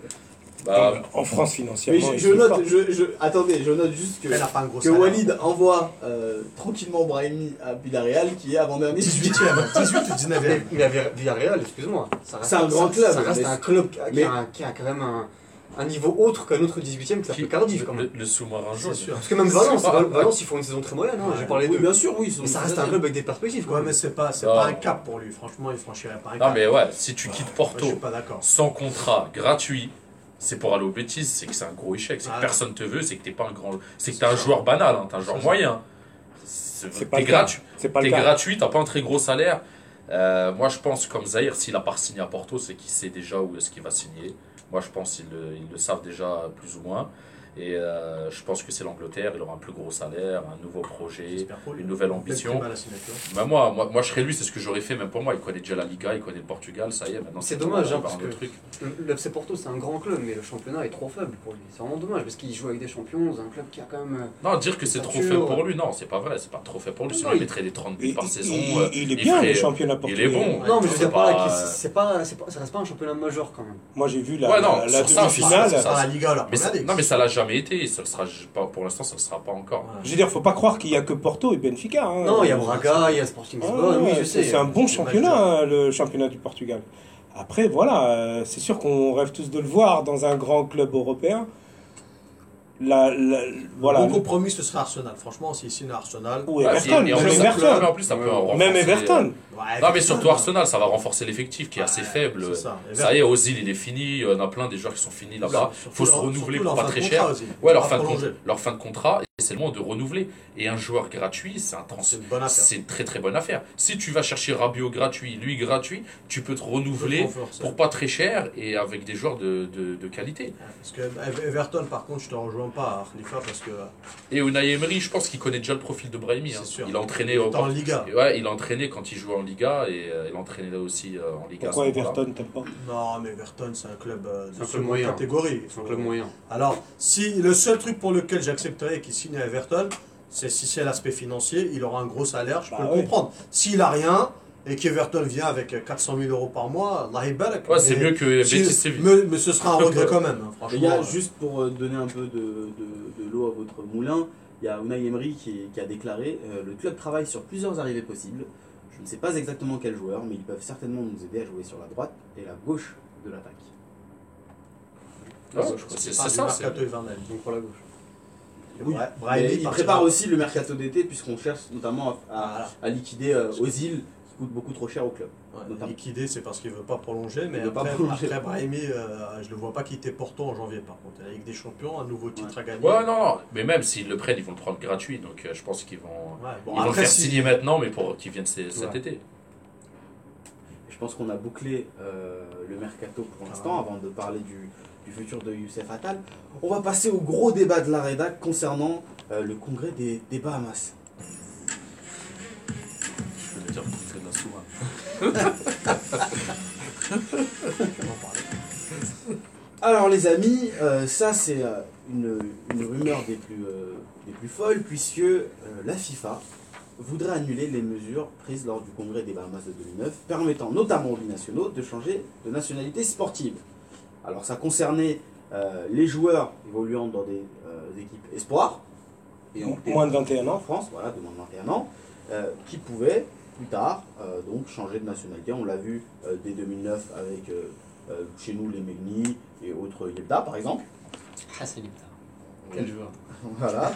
En France, Mais financièrement. je note, attendez, je note juste Elle n'a pas un gros que salaire. Walid envoie tranquillement Brahimi à Villarreal qui est avant-dernier. 18e, 18 ou 19e. mais à Villarreal, excuse-moi, ça reste C'est un grand club, Ça reste mais un club mais- qui a quand même un niveau autre qu'un autre 18ème qui s'appelle Cardiff quand même. Le sous-marin C'est jaune. sûr. Parce que même Valence, ils font une saison très moyenne, hein, j'ai parlé Oui, d'eux. bien sûr, oui. ils sont Mais ça reste un club avec des perspectives. Ouais, mais c'est pas Non. un cap pour lui. Franchement, il franchirait pas un cap. Non mais ouais, si tu quittes Moi, je Porto suis pas d'accord. sans contrat, gratuit, c'est pour aller au Betis, c'est que c'est un gros échec. C'est que Ah. personne te veut, c'est que t'es pas un grand. C'est que t'es un joueur banal, hein, t'es un joueur moyen. C'est pas T'es le cas. gratuit. C'est pas le T'es cas. gratuit, t'as pas un très gros salaire. Moi je pense comme Zahir, s'il a pas signé à Porto, c'est qu'il sait déjà où est-ce qu'il va signer. Moi je pense qu'ils le savent déjà plus ou moins. Et je pense que c'est l'Angleterre, il aura un plus gros salaire, un nouveau projet, J'espère pour lui. une nouvelle Belle ambition. prime à la signature. Bah moi je serais lui, c'est ce que j'aurais fait même pour moi. Il connaît déjà la Liga, il connaît le Portugal, ça y est, maintenant C'est tout, dommage, on hein, va parce voir que le truc. le FC Porto c'est un grand club, mais le championnat est trop faible pour lui. C'est vraiment dommage parce qu'il joue avec des champions, c'est un club qui a quand même. Non, dire que c'est trop Stature, fait pour lui, non, c'est pas vrai, c'est pas trop fait pour lui. Sinon, Non, il il- mettrait des 30 buts Il, par saison. il est bien, ferait- le championnat portugais. il est bon. Non, mais je veux c'est dire par là, pas- ça reste pas un championnat majeur quand même. Moi, j'ai vu Ouais, non, la sur ça, demi-finale. sur ça, Dans la Liga, la Mais ça- première ligue. non, mais ça l'a jamais été. Ça le sera pas, pour l'instant, ça le sera pas encore. Voilà. Je veux dire, faut pas croire qu'il y a que Porto et Benfica. Hein. Non, il y a Braga, il y a Sporting Ah, Lisbonne, oui, ouais, je sais. c'est un bon C'est championnat, match hein, le championnat du Portugal. Après, voilà, c'est sûr qu'on rêve tous de le voir dans un grand club européen. Voilà. Bon compromis, ce serait Arsenal. Franchement, s'il signe à Arsenal. Ou Ouais, Everton, et en même plus, ça peut- Everton. mais en plus, ça peut renforcer- Même Everton. Ouais, Non, mais surtout Arsenal, ça va renforcer l'effectif qui est assez faible. C'est ça. Ça y est, Ozil, il est fini. Il y en a plein des joueurs qui sont finis là-bas. Faut se renouveler pour pas très cher. Ouais, leur fin de contrat, et c'est le moment de renouveler. Et un joueur gratuit, c'est un C'est transfert. une bonne affaire. C'est une très très bonne affaire. Si tu vas chercher Rabiot gratuit, lui gratuit, tu peux te renouveler pour pas très cher et avec des joueurs de qualité. Parce que Everton, par contre, je te rejoins pas, Khalifa, parce que Et Unai Emery, je pense qu'il connaît déjà le profil de Brahimi. C'est Hein. sûr. Il a entraîné Il est en Liga. Ouais, il a entraîné quand il jouait en Liga et il entraînait aussi en Liga. Pourquoi à ce moment-là. Everton, t'aimes pas? non, mais Everton, c'est un club C'est de un club seconde moyen. catégorie. C'est un club moyen. Alors, si le seul truc pour lequel j'accepterais qu'il signe à Everton, c'est si c'est l'aspect financier, il aura un gros salaire, je peux Bah le oui. comprendre. S'il a rien et qu'Everton vient avec 400 000 euros par mois, Allah Barak. Ouais, c'est Mais- mieux que si- Betis Séville. mais ce sera un regret quand même, hein, franchement. Les gars, juste pour donner un peu de l'eau à votre moulin, il y a Unai Emery qui a déclaré le club travaille sur plusieurs arrivées possibles. Je ne sais pas exactement quels joueurs, mais ils peuvent certainement nous aider à jouer sur la droite et la gauche de l'attaque. Ouais, C'est c'est pas ça. du c'est- mercato hivernal. Donc pour la gauche. Oui, Brahimi mais il partira- prépare aussi le mercato d'été, puisqu'on cherche notamment Voilà. à liquider Ozil, qui coûte beaucoup trop cher au club. Ouais, notamment. liquidé, c'est parce qu'il ne veut pas prolonger, mais Il veut pas après, prolonger. après Brahimi, je ne le vois pas quitter Porto en janvier par contre. La Ligue des Champions, un nouveau titre à gagner. Ouais, non, mais même s'ils le prennent, ils vont le prendre gratuit. Donc je pense qu'ils vont, Ouais, bon, ils vont le après, faire si- signer maintenant, mais pour qu'il vienne cet Ouais. été. Je pense qu'on a bouclé le mercato pour l'instant, avant de parler du futur de Youssef Attal. On va passer au gros débat de la rédac concernant le congrès des Bahamas. Je veux dire qu'il fait de la sous. Alors les amis, ça c'est une rumeur des plus folles, puisque la FIFA voudrait annuler les mesures prises lors du congrès des Bahamas de 2009, permettant notamment aux binationaux de changer de nationalité sportive. Alors ça concernait les joueurs évoluant dans des équipes espoirs, et Moins de 21 ans. en France, voilà, de moins de 21 ans, qui pouvaient plus tard donc changer de nationalité. On l'a vu dès 2009 avec chez nous les Megni et autres Yebda par exemple. Hassan Ibta. Quel joueur. Voilà.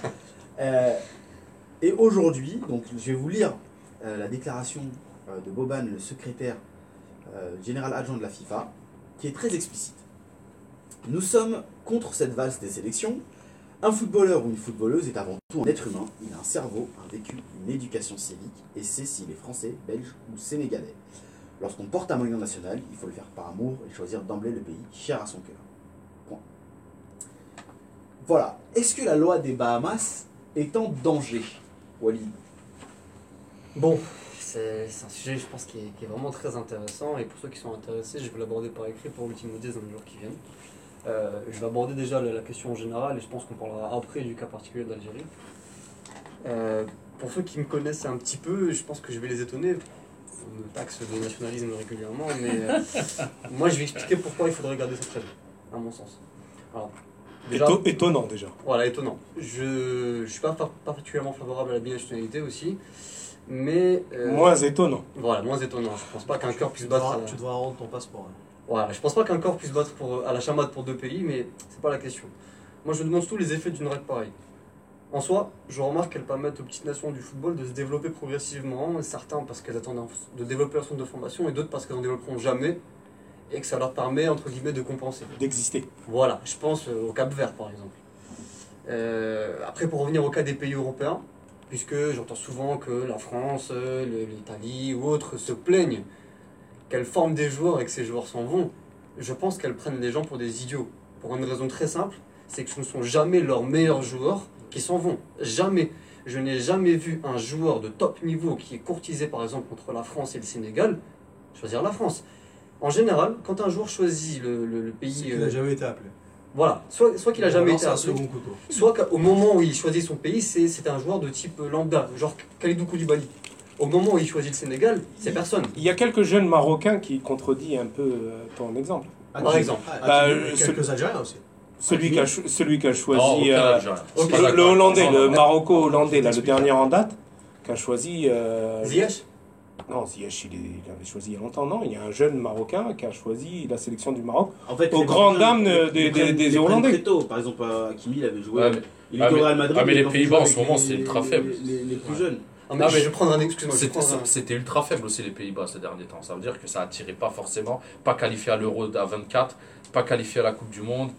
Et aujourd'hui, donc je vais vous lire la déclaration de Boban, le secrétaire général adjoint de la FIFA, qui est très explicite. Nous sommes contre cette valse des sélections. Un footballeur ou une footballeuse est avant tout un être humain. Il a un cerveau, un vécu, une éducation civique, et sait s'il est français, belge ou sénégalais. Lorsqu'on porte un maillot national, il faut le faire par amour et choisir d'emblée le pays cher à son cœur. Point. Voilà. Est-ce que la loi des Bahamas est en danger, Walid? Bon, c'est un sujet, je pense, qui est vraiment très intéressant. Et pour ceux qui sont intéressés, je vais l'aborder par écrit pour Ultimodes dans les jours qui viennent. Je vais aborder déjà la question en général et je pense qu'on parlera après du cas particulier de l'Algérie. Pour ceux qui me connaissent un petit peu, je pense que je vais les étonner. On me taxe de nationalisme régulièrement, mais moi je vais expliquer pourquoi il faudrait garder cette règle, à mon sens. Alors, déjà, Étonnant déjà. voilà, étonnant. Je ne suis pas particulièrement favorable à la binationalité aussi, mais... Moins étonnant. Voilà, moins étonnant. Je pense pas qu'un corps puisse battre... Tu dois rendre ton passeport. Hein. Voilà, je pense pas qu'un corps puisse battre à la chamade pour deux pays, mais c'est pas la question. Moi je me demande surtout les effets d'une règle pareille. En soi, je remarque qu'elle permet aux petites nations du football de se développer progressivement, certains parce qu'elles attendent de développer leur centre de formation et d'autres parce qu'elles n'en développeront jamais et que ça leur permet entre guillemets de compenser. D'exister. Voilà, je pense au Cap-Vert par exemple. Après pour revenir au cas des pays européens, puisque j'entends souvent que la France, l'Italie ou autres se plaignent qu'elles forment des joueurs et que ces joueurs s'en vont, je pense qu'elles prennent les gens pour des idiots. Pour une raison très simple, c'est que ce ne sont jamais leurs meilleurs joueurs qui s'en vont. Jamais. Je n'ai jamais vu un joueur de top niveau qui est courtisé par exemple contre la France et le Sénégal choisir la France. En général, quand un joueur choisit le pays... C'est qu'il n'a jamais été appelé. Voilà, soit qu'il n'a jamais été appelé, second couteau. soit qu'au moment où il choisit son pays, c'est un joueur de type lambda, genre Khalidou Koulibaly. Au moment où il choisit le Sénégal, c'est personne. Il y a quelques jeunes Marocains qui contredisent un peu ton exemple. Par exemple. Quelques Algériens aussi. Celui qui a choisi Non, aucun Algérien. Je suis pas le d'accord. Hollandais, Non, le non, Maroco-Hollandais, là, le dernier en date, qui a choisi... Ziyech. Non, Ziyech, il avait choisi il y a longtemps, non. Il y a un jeune Marocain qui a choisi la sélection du Maroc. En fait, Aux grandes dames des Hollandais. Très tôt. Par exemple, Hakimi, il avait joué. Ouais, mais- Il était au Real Madrid. mais les il a Pays-Bas, en joué ce moment, avec c'est ultra faible. Les plus jeunes. Ah, mais je vais prendre un excuse-moi. je vais prendre un- C'était ultra faible aussi les Pays-Bas ces derniers temps. Ça veut dire que ça attirait pas forcément, pas qualifié à l'Euro à 24, pas qualifié à la Coupe du Monde.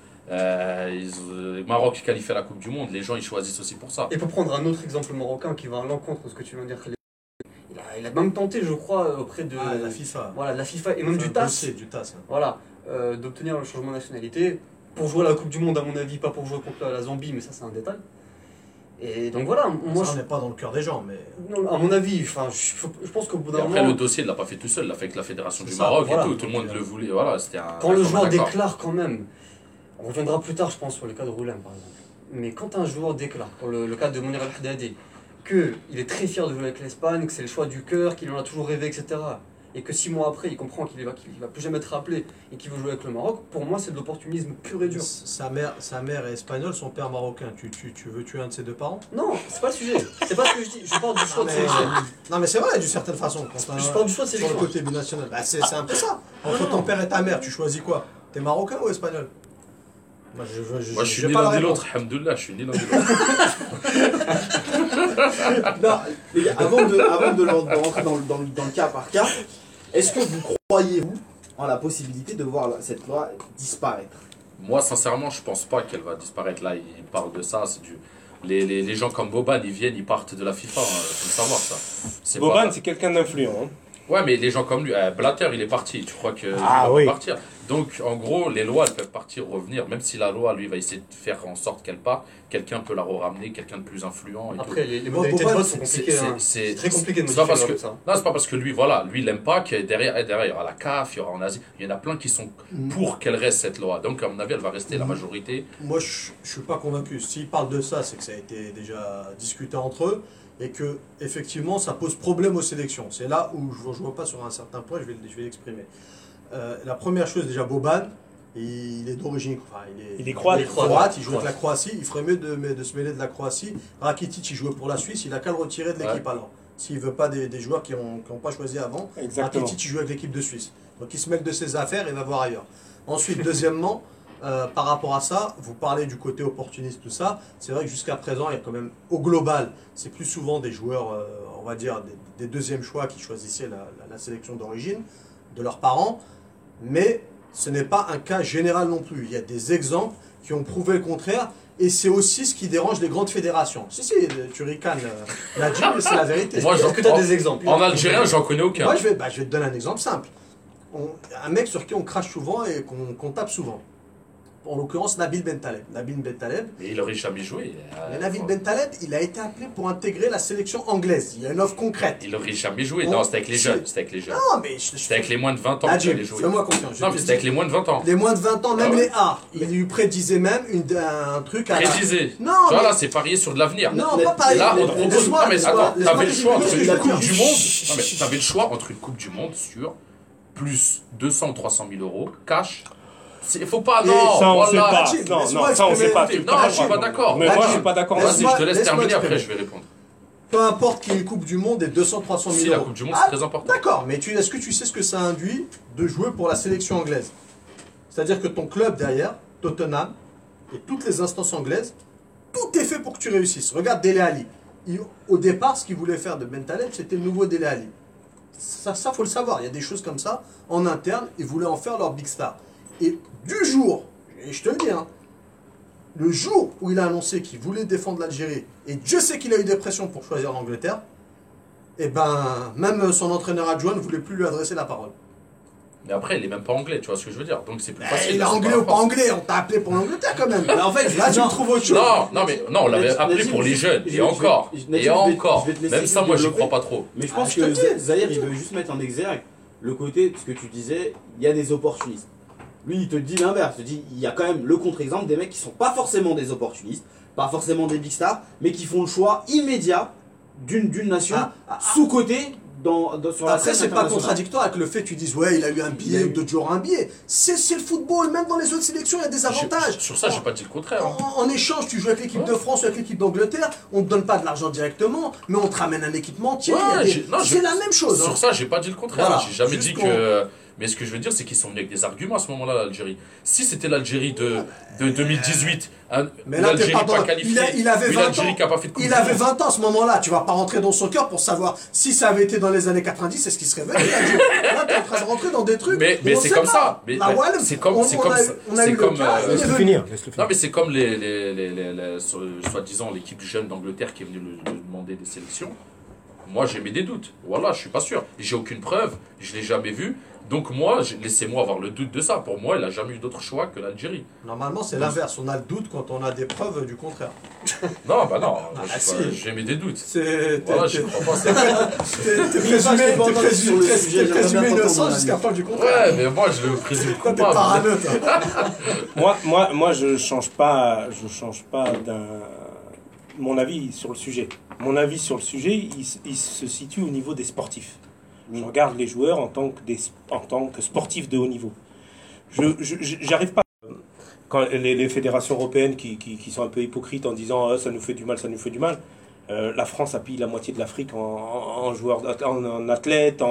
Maroc qualifié à la Coupe du Monde, les gens ils choisissent aussi pour ça. Et pour prendre un autre exemple marocain qui va à l'encontre de ce que tu viens de dire, il a même tenté, je crois, auprès de La FIFA. voilà, de la FIFA et même du Enfin, TAS, dossier du TAS. hein. voilà, d'obtenir le changement de nationalité pour jouer à la Coupe du Monde, à mon avis, pas pour jouer contre la Zambie, mais ça c'est un détail. Et donc voilà, moi, Ça, on n'est pas dans le cœur des gens, mais non, à mon avis, enfin, je pense qu'au bout Et d'un après moment, le dossier il l'a pas fait tout seul, il l'a fait avec la fédération C'est du ça, Maroc voilà. et tout le monde le voulait. Voilà, c'était un. quand le un joueur accord. déclare quand même, on reviendra plus tard, je pense, sur le cas de Roulem, par exemple. Mais quand un joueur déclare, pour le cas de Mounir El-Haddadi, qu'il est très fier de jouer avec l'Espagne, que c'est le choix du cœur, qu'il en a toujours rêvé, etc., et que 6 mois après, il comprend qu'il va plus jamais être rappelé et qu'il veut jouer avec le Maroc, pour moi, c'est de l'opportunisme pur et dur. sa mère est espagnole, son père marocain. Tu veux tuer un de ses deux parents? Non, c'est pas le sujet. C'est pas ce que je dis. Je parle du choix de mais, sélection. non mais c'est vrai d'une certaine façon. Je parle du choix de Sur le sélection. côté binational. Bah, c'est un peu ça. Entre Non. ton père et ta mère, tu choisis quoi? T'es marocain ou espagnol? Moi Moi je suis j'ai ni pas la l'un ni réponse. l'autre, alhamdoulilah, je suis ni l'un ni l'autre. Non, les gars, avant de rentrer dans le cas par cas, est-ce que vous croyez, vous, en la possibilité de voir cette loi disparaître? Moi sincèrement je pense pas qu'elle va disparaître là, il parle de ça, c'est du. Les gens comme Boban ils viennent, ils partent de la FIFA, faut le savoir ça. C'est Boban, pas- c'est quelqu'un d'influent. Hein. Ouais mais les gens comme lui, Blatter il est parti, tu crois que Ah il va oui. partir. Donc, en gros, les lois, elles peuvent partir, revenir, même si la loi, lui, va essayer de faire en sorte qu'elle parte, quelqu'un peut la ramener, quelqu'un de plus influent. Et Après, tout. les modalités de vote sont compliquées. C'est très compliqué de c'est pas modifier parce que ça. non, c'est pas parce que lui, voilà, lui, il l'aime pas que derrière, il y aura la CAF, il y aura en Asie, il y en a plein qui sont pour qu'elle reste cette loi. Donc, à mon avis, elle va rester la majorité. Moi, je suis pas convaincu. S'ils parlent de ça, c'est que ça a été déjà discuté entre eux et que effectivement, ça pose problème aux sélections. C'est là où je ne vois pas sur un certain point, je vais l'exprimer. La première chose, déjà, Boban, il est d'origine, enfin, il est croate. Il joue avec la Croatie, il ferait mieux de se mêler de la Croatie. Rakitic, il jouait pour la Suisse, il a qu'à le retirer de l'équipe alors. S'il ne veut pas des joueurs qui n'ont pas choisi avant, Exactement. Rakitic, il joue avec l'équipe de Suisse. Donc il se mêle de ses affaires et va voir ailleurs. Ensuite, deuxièmement, par rapport à ça, vous parlez du côté opportuniste, tout ça. C'est vrai que jusqu'à présent, il y a quand même, au global, c'est plus souvent des joueurs, on va dire, des deuxièmes choix qui choisissaient la sélection d'origine de leurs parents. Mais ce n'est pas un cas général non plus. Il y a des exemples qui ont prouvé le contraire. Et c'est aussi ce qui dérange les grandes fédérations. Si, tu ricanes, Nadji, mais c'est la vérité. Moi, Est-ce que tu as des exemples? En Algérien, j'en connais aucun. Moi, je vais te donner un exemple simple. Un mec sur qui on crache souvent et qu'on tape souvent. En l'occurrence, Nabil Bentaleb. Nabil Bentaleb. Mais il aurait jamais joué. Mais Nabil Bentaleb, il a été appelé pour intégrer la sélection anglaise. Il y a une offre concrète. Il aurait jamais joué. Non, c'était avec les jeunes. C'était avec les jeunes. Non, mais C'était avec les moins de 20 ans Nadji, qu'il allait jouer. fais-moi confiance. Non, mais c'était avec les moins de 20 ans. Les moins de 20 ans, même Ah ouais. les A. Il lui prédisait même un truc à la... Précisé. Non, Tu vois, mais- là, c'est parier sur de l'avenir. Non, pas pareil. Là, Laisse-moi- non, mais laisse-moi- attends, laisse-moi t'avais le choix entre t'expliquer une ce que je Coupe veux du dire. Monde. Non, mais t'avais le choix entre une Coupe du Monde sur plus 200 ou 300 000 euros cash. Il faut pas, non, Ça, on sait voilà. pas. Nadji, Non, laisse-moi ça, on sait pas. exprimer. Non, je suis pas d'accord. Mais moi, Nadji, je suis pas d'accord. Vas-y, laisse-moi- je te laisse laisse-moi terminer, après exprimer. je vais répondre. Peu importe qu'il y ait une Coupe du Monde et 200-300 000 Si, euros. la Coupe du Monde, c'est très important. D'accord, mais est-ce que tu sais ce que ça induit de jouer pour la sélection anglaise? C'est-à-dire que ton club derrière, Tottenham, et toutes les instances anglaises, tout est fait pour que tu réussisses. Regarde Dele Alli. Au départ, ce qu'il voulait faire de Bentaleb, c'était le nouveau Dele Alli. Ça, faut le savoir. Il y a des choses comme ça en interne. Ils voulaient en faire leur big star. Et du jour, et je te le dis, hein, le jour où il a annoncé qu'il voulait défendre l'Algérie, et Dieu sait qu'il a eu des pressions pour choisir l'Angleterre, et ben, même son entraîneur adjoint ne voulait plus lui adresser la parole. Mais après, il est même pas anglais, tu vois ce que je veux dire. Donc c'est plus facile. Il est c'est anglais la ou pas France. anglais, on t'a appelé pour l'Angleterre quand même. Mais en fait, Là, tu non. me trouves autre chose. Non, mais non, on l'avait appelé Najim, pour les jeunes. je Et vais- encore. Najim, Et je vais- encore. je vais te laisser Même ça, moi, j'y développer. crois pas trop. Mais je pense je te que dis, Zahir, il veut juste mettre en exergue le côté, ce que tu disais, il y a des opportunistes. Lui, il te dit l'inverse. Il te dit, il y a quand même le contre-exemple des mecs qui sont pas forcément des opportunistes, pas forcément des big stars, mais qui font le choix immédiat d'une nation sous-cotée sur la Après, scène c'est pas internationale. contradictoire avec le fait que tu dises, ouais, il a eu un billet, ou d'autres joueurs un billet. C'est le football, même dans les autres sélections, il y a des avantages. Sur ça, j'ai pas dit le contraire. hein. En échange, tu joues avec l'équipe de France ou avec l'équipe d'Angleterre, on te donne pas de l'argent directement, mais on te ramène un équipementier. Ouais, il y a j'ai- non, c'est la même chose. Sur hein. ça, j'ai pas dit le contraire. Voilà. J'ai jamais Juste dit qu'on- que. Mais ce que je veux dire, c'est qu'ils sont venus avec des arguments à ce moment-là, l'Algérie. Si c'était l'Algérie de 2018, Mais là, t'es l'Algérie pas pas dans- qualifiée, il avait une 20 Algérie ans. qui a pas fait de Coupe Il du avait Monde. 20 ans à ce moment-là. Tu vas pas rentrer dans son cœur pour savoir si ça avait été dans les années 90, c'est ce qui serait venu. Là, t'es en train de rentrer dans des trucs. Mais on c'est sait comme pas. ça. Mais La Wallem, c'est comme on c'est a- comme on a c'est eu le comme cas, il est Laisse-le venu. finir. non mais c'est comme soi-disant l'équipe jeune d'Angleterre qui est venue lui demander des sélections. Moi j'ai mis des doutes. Voilà, je suis pas sûr. J'ai aucune preuve. Je l'ai jamais vu. Donc moi, laissez-moi avoir le doute de ça. Pour moi, il a jamais eu d'autre choix que l'Algérie. Normalement, c'est l'inverse. On a le doute quand on a des preuves du contraire. Non, bah non. si. J'ai mis des doutes. C'est. Voilà, je crois pas. T'es présumé innocent jusqu'à preuve du contraire. Ouais, mais moi je le présume Toi, t'es coupable. parano, toi. Moi, je change pas mon avis sur le sujet. Mon avis sur le sujet, il se situe au niveau des sportifs. Je regarde les joueurs en tant que sportifs de haut niveau. J'arrive pas. Quand les fédérations européennes qui sont un peu hypocrites en disant ça nous fait du mal, ça nous fait du mal. La France a pillé la moitié de l'Afrique en joueurs, en athlètes,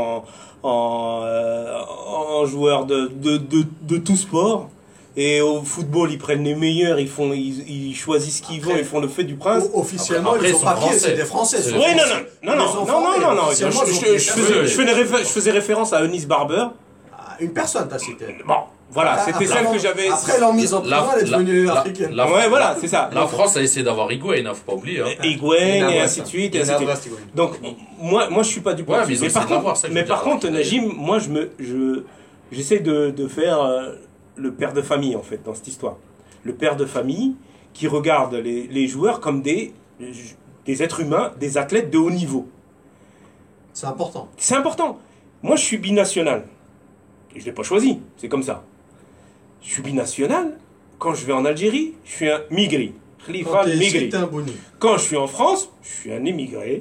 en joueurs de tout sport. Et au football, ils prennent les meilleurs, ils choisissent ce qu'ils veulent, ils font le fait du prince. Officiellement, Après, ils ils sont sont papiers, français. c'est des Français. C'est c'est des des Oui, Français. non. Les enfants, officiellement, ils ont- Je faisais référence à Eunice Barber. Une personne, t'as cité. Bon, voilà, Après, c'était celle que j'avais. Après leur mise en prison, elle est devenue africaine. Ouais, voilà, c'est ça. La France a essayé d'avoir Higuain, hein, faut pas oublier. Hein. Higuain et ainsi de suite. Et ainsi de suite. Donc, moi, je suis pas du point Ouais, de mais vue. ils ont essayé d'avoir ça, je veux dire. Par contre, Najim, moi, j'essaie de faire le père de famille, en fait, dans cette histoire. Le père de famille qui regarde les joueurs comme des êtres humains, des athlètes de haut niveau. C'est important. C'est important. Moi, je suis binational. Et je ne l'ai pas choisi, c'est comme ça. Je suis binational. Quand je vais en Algérie, je suis un migré. Khalifa migré. Quand je suis en France, je suis un émigré.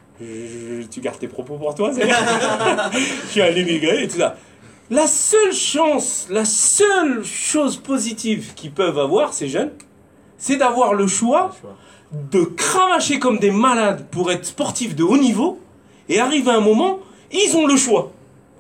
Tu gardes tes propos pour toi, c'est je suis un émigré et tout ça. La seule chance, la seule chose positive qu'ils peuvent avoir, ces jeunes, c'est d'avoir le choix de cravacher comme des malades pour être sportifs de haut niveau, et arrive à un moment, ils ont le choix.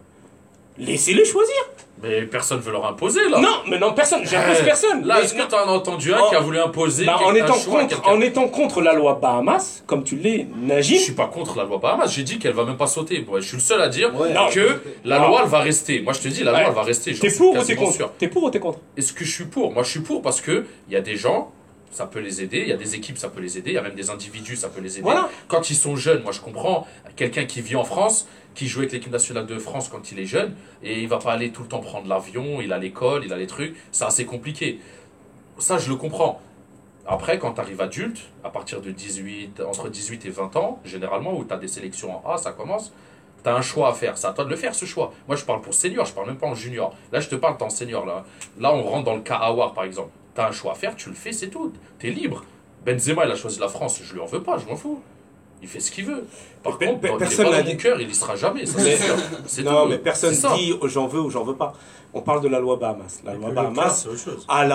Laissez-les choisir. Mais personne ne veut leur imposer, là. Non, mais non, personne. J'impose personne. Là, est-ce que tu en as entendu un qui a voulu imposer en étant contre la loi Bahamas, comme tu l'es, Najib. Je suis pas contre la loi Bahamas. J'ai dit qu'elle va même pas sauter. Bon, je suis le seul à dire que la loi, elle va rester. Moi, je te dis, la loi, elle va rester. T'es pour ou t'es contre? T'es pour ou t'es contre? Est-ce que je suis pour? Moi, je suis pour parce que il y a des gens, ça peut les aider. Il y a des équipes, ça peut les aider. Il y a même des individus, ça peut les aider. Voilà. Quand ils sont jeunes, moi, je comprends. Quelqu'un qui vit en France, qui joue avec l'équipe nationale de France quand il est jeune, et il va pas aller tout le temps prendre l'avion, il a l'école, il a les trucs, c'est assez compliqué. Ça, je le comprends. Après, quand tu arrives adulte, à partir de entre 18 et 20 ans, généralement, où tu as des sélections en A, ça commence, tu as un choix à faire. C'est à toi de le faire, ce choix. Moi, je parle pour senior, je parle même pas en junior. Là, je te parle en senior. Là, on rentre dans le cas Awar, par exemple. Tu as un choix à faire, tu le fais, c'est tout. Tu es libre. Benzema, il a choisi la France, je lui en veux pas, je m'en fous. Il fait ce qu'il veut. Par contre, personne il est pas dans mon cœur, il y sera jamais. Ça, c'est non, tout. mais personne dit j'en veux ou j'en veux pas. On parle de la loi Bahamas. La loi Bahamas, elle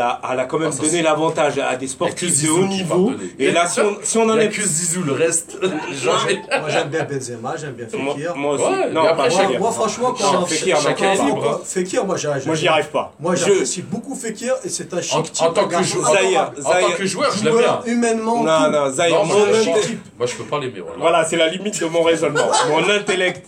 a quand même donné l'avantage à des sportifs de haut niveau. Et là, si on en est... que Zizou, le reste. Moi, j'aime bien Benzema, j'aime bien Fekir. Moi aussi. Ouais, non, après, moi, franchement, quand chacun est libre. Fekir, moi, j'y arrive pas. Moi, j'apprécie beaucoup Fekir et c'est un chic type. En tant que joueur, je l'aime bien. Humainement. Non, Zahir, moi, je peux pas l'aimer. Voilà, c'est la limite de mon raisonnement. Mon intellect,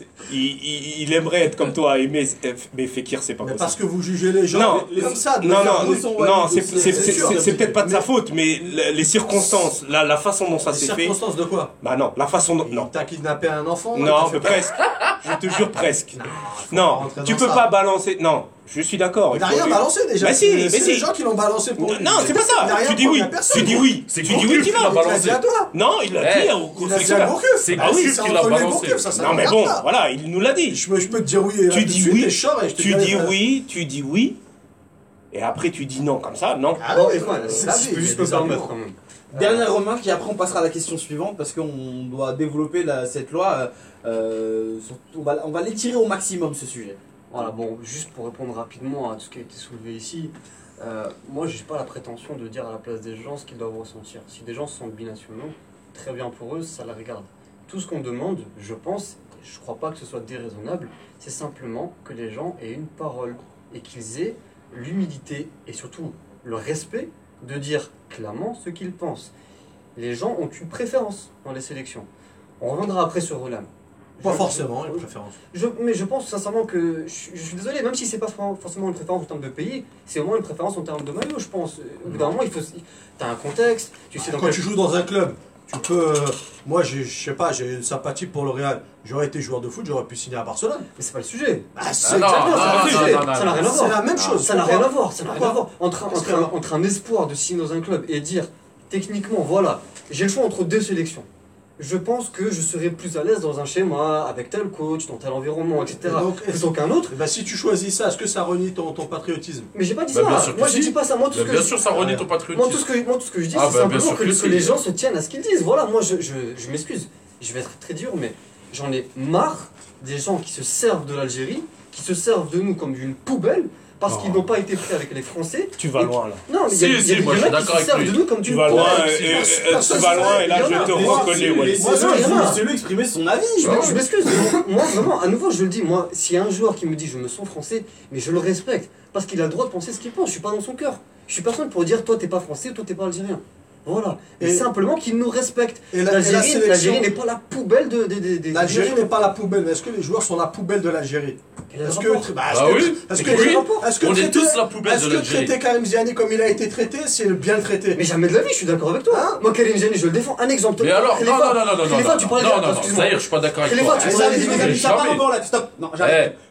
il aimerait être comme toi, aimer, mais Fekir, c'est pas possible. Parce que vous jugez les gens comme ça. Non, c'est peut-être pas de sa faute, mais les circonstances, la façon dont ça s'est fait. Les circonstances de quoi? Bah non, la façon dont. Non. T'as kidnappé un enfant? Non, mais presque. Je te jure presque. Non, tu peux pas balancer. Non, je suis d'accord. Il n'a rien balancé déjà. Mais si, c'est les gens qui l'ont balancé pour lui. Non, c'est pas ça. Tu dis oui. Tu dis oui. C'est tu dis oui, tu vas. Il l'a dit à toi. Non, il l'a dit Il l'a dit à Gourcuff. C'est Gourcuff qui l'a balancé. Non, mais bon, voilà, il nous l'a dit. Je peux te dire oui. Tu dis oui. Tu dis oui. Et après, tu dis non, comme ça, non. Ah oui, si je peux juste me permettre quand même. Dernière remarque et après on passera à la question suivante parce qu'on doit développer cette loi. On va l'étirer au maximum ce sujet. Voilà, bon, juste pour répondre rapidement à tout ce qui a été soulevé ici, moi j'ai pas la prétention de dire à la place des gens ce qu'ils doivent ressentir. Si des gens se sentent binationaux, très bien pour eux, ça la regarde. Tout ce qu'on demande, je pense, je crois pas que ce soit déraisonnable, c'est simplement que les gens aient une parole et qu'ils aient l'humilité et surtout le respect de dire clairement ce qu'ils pensent. Les gens ont une préférence dans les sélections. On reviendra après sur Roland. Pas forcément une préférence. Mais je pense sincèrement que, je suis désolé, même si c'est pas forcément une préférence en termes de pays, c'est au moins une préférence en termes de maillot, je pense. Au bout d'un moment, t'as un contexte, tu sais dans quand tu joues dans un club, tu peux... moi, je sais pas, j'ai une sympathie pour le Real. J'aurais été joueur de foot, j'aurais pu signer à Barcelone. Mais c'est pas le sujet. C'est exactement ça n'a rien à voir. C'est la même chose. Ça n'a rien à voir. Ça n'a rien à voir. Entre un espoir de signer dans un club et dire, techniquement, voilà, j'ai le choix entre deux sélections. Je pense que je serais plus à l'aise dans un schéma, avec tel coach, dans tel environnement, etc. Plutôt qu'un autre. Bah, si tu choisis ça, est-ce que ça renie ton patriotisme? Mais j'ai pas dit ça. Moi, je dis pas ça. Moi, tout ce que bien sûr, ça renie ton patriotisme. Moi, tout ce que je dis, c'est simplement que les gens se tiennent à ce qu'ils disent. Voilà, moi, je m'excuse. Je vais être très dur, mais j'en ai marre des gens qui se servent de l'Algérie, qui se servent de nous comme d'une poubelle. Parce qu'ils n'ont pas été pris avec les Français. Tu vas loin là. Non, mais il y a des gens qui se servent de nous comme tu vas loin. Tu vas loin et là je te reconnais. Je lui exprimer son avis. Je m'excuse. Moi vraiment, à nouveau je le dis. Moi, s'il y a un joueur qui me dit je me sens français, mais je le respecte parce qu'il a le droit de penser ce qu'il pense. Je suis pas dans son cœur. Je suis personne pour dire toi t'es pas français, toi t'es pas algérien. Voilà. Et simplement qu'il nous respecte. L'Algérie n'est pas la poubelle des l'Algérie n'est pas la poubelle, mais est-ce que les joueurs sont la poubelle de l'Algérie? Est-ce qu'on est tous la poubelle de l'Algérie? Est-ce que traiter Karim Ziani comme il a été traité, c'est bien le traiter? Mais jamais de la vie, je suis d'accord avec toi. Moi, Karim Ziani, je le défends. Un exemple. Mais alors, non, tu parlais Zahir, je suis pas d'accord avec toi. Ça part bon là, stop. Non, j'arrête.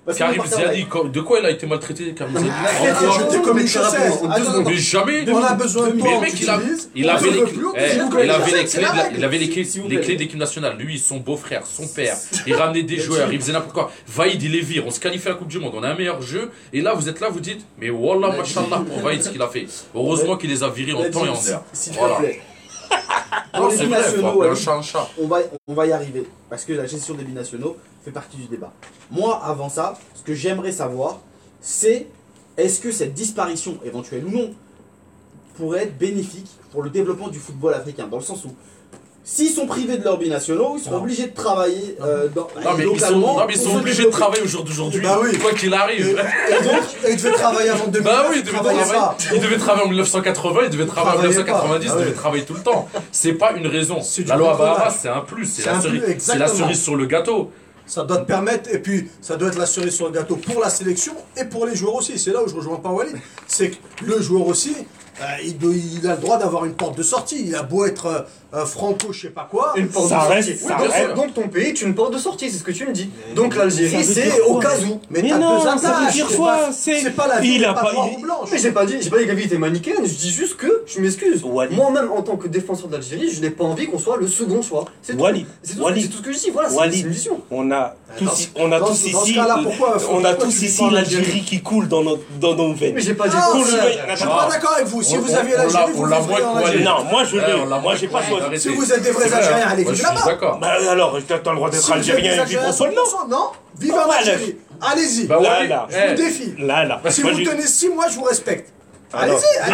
Parce Karim qu'on va Ziani, de quoi il a été maltraité, Karim Ziani? Jeté comme une chaussette. Mais jamais. On a besoin de Mais toi, le on mec, t'utilise. il avait les on te veut plus, on te dit, il avait les c'est clés, la règle. il avait les S'il vous plaît. clés d'équipe nationale. Lui, son beau-frère, son père, il ramenait des joueurs, il faisait n'importe quoi. Vaïd, il les vire. On se qualifie à la Coupe du Monde, on a un meilleur jeu. Et là, vous êtes là, vous dites, mais wallah, machallah, pour Vaïd, ce qu'il a fait. Heureusement qu'il les a virés en temps et en heure. S'il te Voilà. plaît. Dans Non, les c'est vrai, faut binationaux, appeler un Walid, chat un chat. on va y arriver. Parce que la gestion des binationaux fait partie du débat. Moi, avant ça, ce que j'aimerais savoir, c'est est-ce que cette disparition, éventuelle ou non, pourrait être bénéfique pour le développement du football africain? Dans le sens où, s'ils sont privés de leurs binationaux, ils seront obligés de travailler Non, mais ils sont obligés de travailler au jour d'aujourd'hui. Bah oui. Quoi qu'il arrive. Et donc, ils devaient travailler avant 2000. Bah oui, il devait travailler en 1980, il devait travailler en 1990, il devait travailler tout le temps. C'est pas une raison. C'est du La loi bricolage. Bahamas, c'est un plus, c'est C'est la un cerise, plus, c'est la exactement. cerise sur le gâteau. Ça doit te permettre, et puis ça doit être la cerise sur le gâteau pour la sélection et pour les joueurs aussi. C'est là où je rejoins pas Walid. C'est que le joueur aussi, il a le droit d'avoir une porte de sortie. Il a beau être franco, je sais pas quoi. Une porte Ça de reste- sortie. ça Oui, reste- donc ton pays est une porte de sortie, c'est ce que tu me dis. Donc l'Algérie, ça veut c'est dire au quoi cas où. Mais Mais t'as non, deux ça veut attaches. dire c'est quoi? pas- C'est pas la vie, il a pas pas- noir il- ou blanche. Mais j'ai pas dit que la vie était manichéenne, je dis juste que, je m'excuse, Walid. moi-même en tant que défenseur d'Algérie, je n'ai pas envie qu'on soit le second choix. C'est tout. Walid. C'est tout, Walid. c'est tout ce que je dis, voilà, c'est Walid. une vision. On a Dans tous, ce- on a dans tous ce- dans ce ici, cas-là, pourquoi on a tu tous lui ici parles l'Algérie qui coule dans nos veines. Mais j'ai pas dit Ah, qu'on je le- suis pas d'accord avec vous. Si vous aviez on l'a- l'Algérie, vous on l'a vivriez moins en que Algérie. Non, moi je Ouais, on l'ai. l'a Moi j'ai pas choisi. arrêté. Si vous êtes des vrais C'est vrai. Algériens, allez Moi, vivre je suis là-bas. d'accord. Bah alors, t'as le droit d'être Si vous êtes des algérien et vivre au Algériens, pôle Nord. 100%, non, vive en Bah, Algérie. Allez-y. Bah, Là, ouais, là. Je vous défie. Là. Si Moi, vous j'ai- tenez 6 mois, je vous respecte. Ah, non. Allez-y,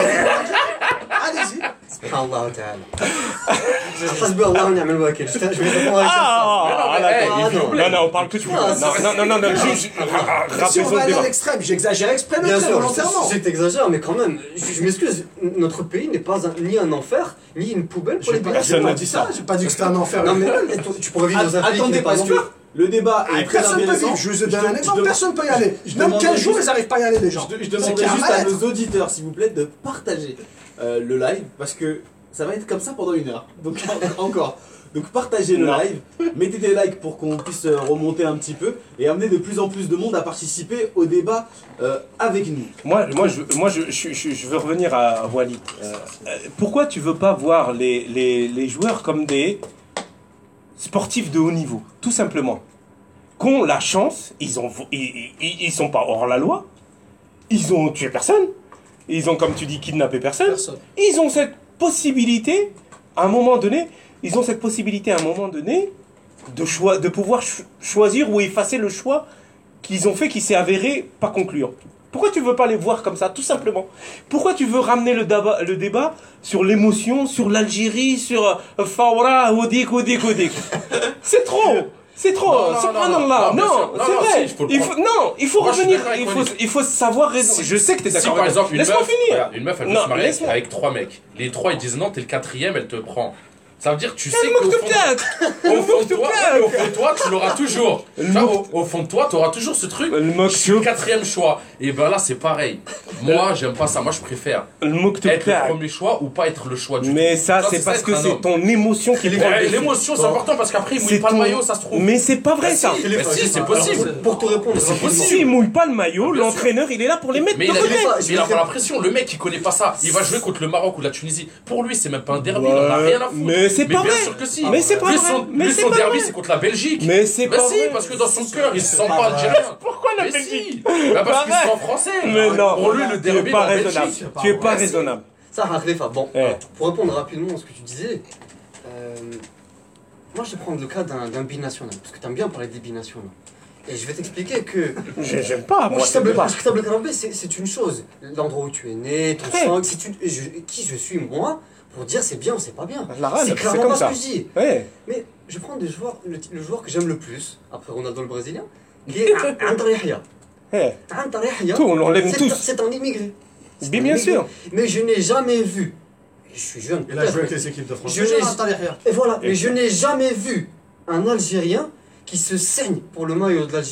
allez-y. Allah ta'ala. Hasbi Allah wa ni'mal wakil. Je vais répondre avec ça. Ah, Mais non, mais, là, il faut- non, on parle que de football. Non, juste, Si on rappelons va le aller à débat. l'extrême, j'exagère exprès, Bien sûr, volontairement. je sais que t'exagères, mais quand même, je m'excuse, notre pays n'est pas ni un enfer, ni une poubelle pour les pays. Personne J'ai n'a pas dit dit ça, j'ai pas dit que c'était un enfer. Non mais tu pourrais vivre dans un pays qui Attendez, n'est pas parce un que enfer. le débat est très Personne peut intéressant. vivre, je vous ai donné un exemple, je personne peut y aller. Même demanderais 15 jours, juste- ils n'arrivent pas à y aller, les gens. Je C'est demanderais qu'il y a un juste à mal-être. nos auditeurs, s'il vous plaît, de partager le live parce que ça va être comme ça pendant 1 heure. Donc encore. Donc partagez le Non. live, mettez des likes pour qu'on puisse remonter un petit peu et amener de plus en plus de monde à participer au débat avec nous. Je veux revenir à Walid. Pourquoi tu veux pas voir les joueurs comme des sportifs de haut niveau, tout simplement, qu'ont la chance, ils sont pas hors la loi, ils ont tué personne, ils ont, comme tu dis, kidnappé personne, Personne. ils ont cette possibilité, à un moment donné, de pouvoir choisir ou effacer le choix qu'ils ont fait qui s'est avéré pas concluant. Pourquoi tu veux pas les voir comme ça, tout simplement? Pourquoi tu veux ramener le débat sur l'émotion, sur l'Algérie, sur Fawra, Odik? C'est trop. C'est trop. Non, Subhanallah. bien sûr. Non, c'est Non, vrai. si, il faut le Il faut Moi, je suis revenir. d'accord avec Walid. Il faut savoir raison. Je sais que t'es Si d'accord par avec moi. exemple Laisse-moi finir. regarde, une meuf elle veut Non, se marier laisse-moi. avec 3 mecs, les 3 ils disent non, t'es le 4e, elle te prend. Ça veut dire que tu sais Le qu'au moque de fond, plaque. au fond de toi, ouais, au fond de toi, tu l'auras toujours. Tu vois, au fond de toi, tu auras toujours ce truc. Le moque Je suis le 4e choix. Et ben là, c'est pareil. Moi, j'aime pas ça. Moi, je préfère Le moque de être le plaque. premier choix ou pas être le choix du tout. Mais ça, Ça, c'est c'est parce ça, que être un c'est homme. ton émotion qui prend le dessus. L'émotion, c'est important parce qu'après, il C'est mouille pas le ton- maillot, ça se trouve. Mais c'est pas vrai ça. Mais si, c'est possible. Pour te répondre, C'est possible. S'il mouille pas le maillot, Bien sûr. l'entraîneur il est là pour les mettre Mais de il a, côté. il a pas la pression. Le mec, il connaît pas ça. Il va jouer contre le Maroc ou la Tunisie. Pour lui, c'est même pas un derby. Il en a rien à foutre. Mais c'est pas bien vrai. sûr que si. Mais c'est pas Lui, vrai. son- Mais lui, c'est son pas derby, vrai. c'est contre la Belgique. Mais c'est Bah pas si, vrai. parce que dans son cœur, il se sent pas pas vrai. algérien. Pourquoi la Mais Belgique si. Bah parce qu'il se sent français. Mais non. Pour lui, le Tu es derby, pas la raisonnable. Belgique. Tu es pas Mais si. raisonnable. Ça, Khalifa, bon, Eh. pour répondre rapidement à ce que tu disais, moi je vais prendre le cas d'un binational, parce que tu aimes bien parler des binationaux. Et je vais t'expliquer que J'aime pas, moi, Table j'aime pas. Karabé, c'est une chose. L'endroit où tu es né, ton Ouais. sang, qui je suis moi pour dire c'est bien ou c'est pas bien. La râle, C'est c'est clairement comme pas ce ça. que je dis. Ouais. Mais je prends des joueurs, le joueur que j'aime le plus, après Ronaldo le Brésilien, qui est Antar Yahya. Eh. Antar Yahya, Tout, on l'aime tous. c'est un immigré. C'est un Bien immigré. sûr. Mais je n'ai jamais vu, je suis jeune, Il a joué avec les équipes de France. Je l'ai- et voilà, mais je n'ai jamais vu un Algérien qui se saigne pour le maillot de l'Algérie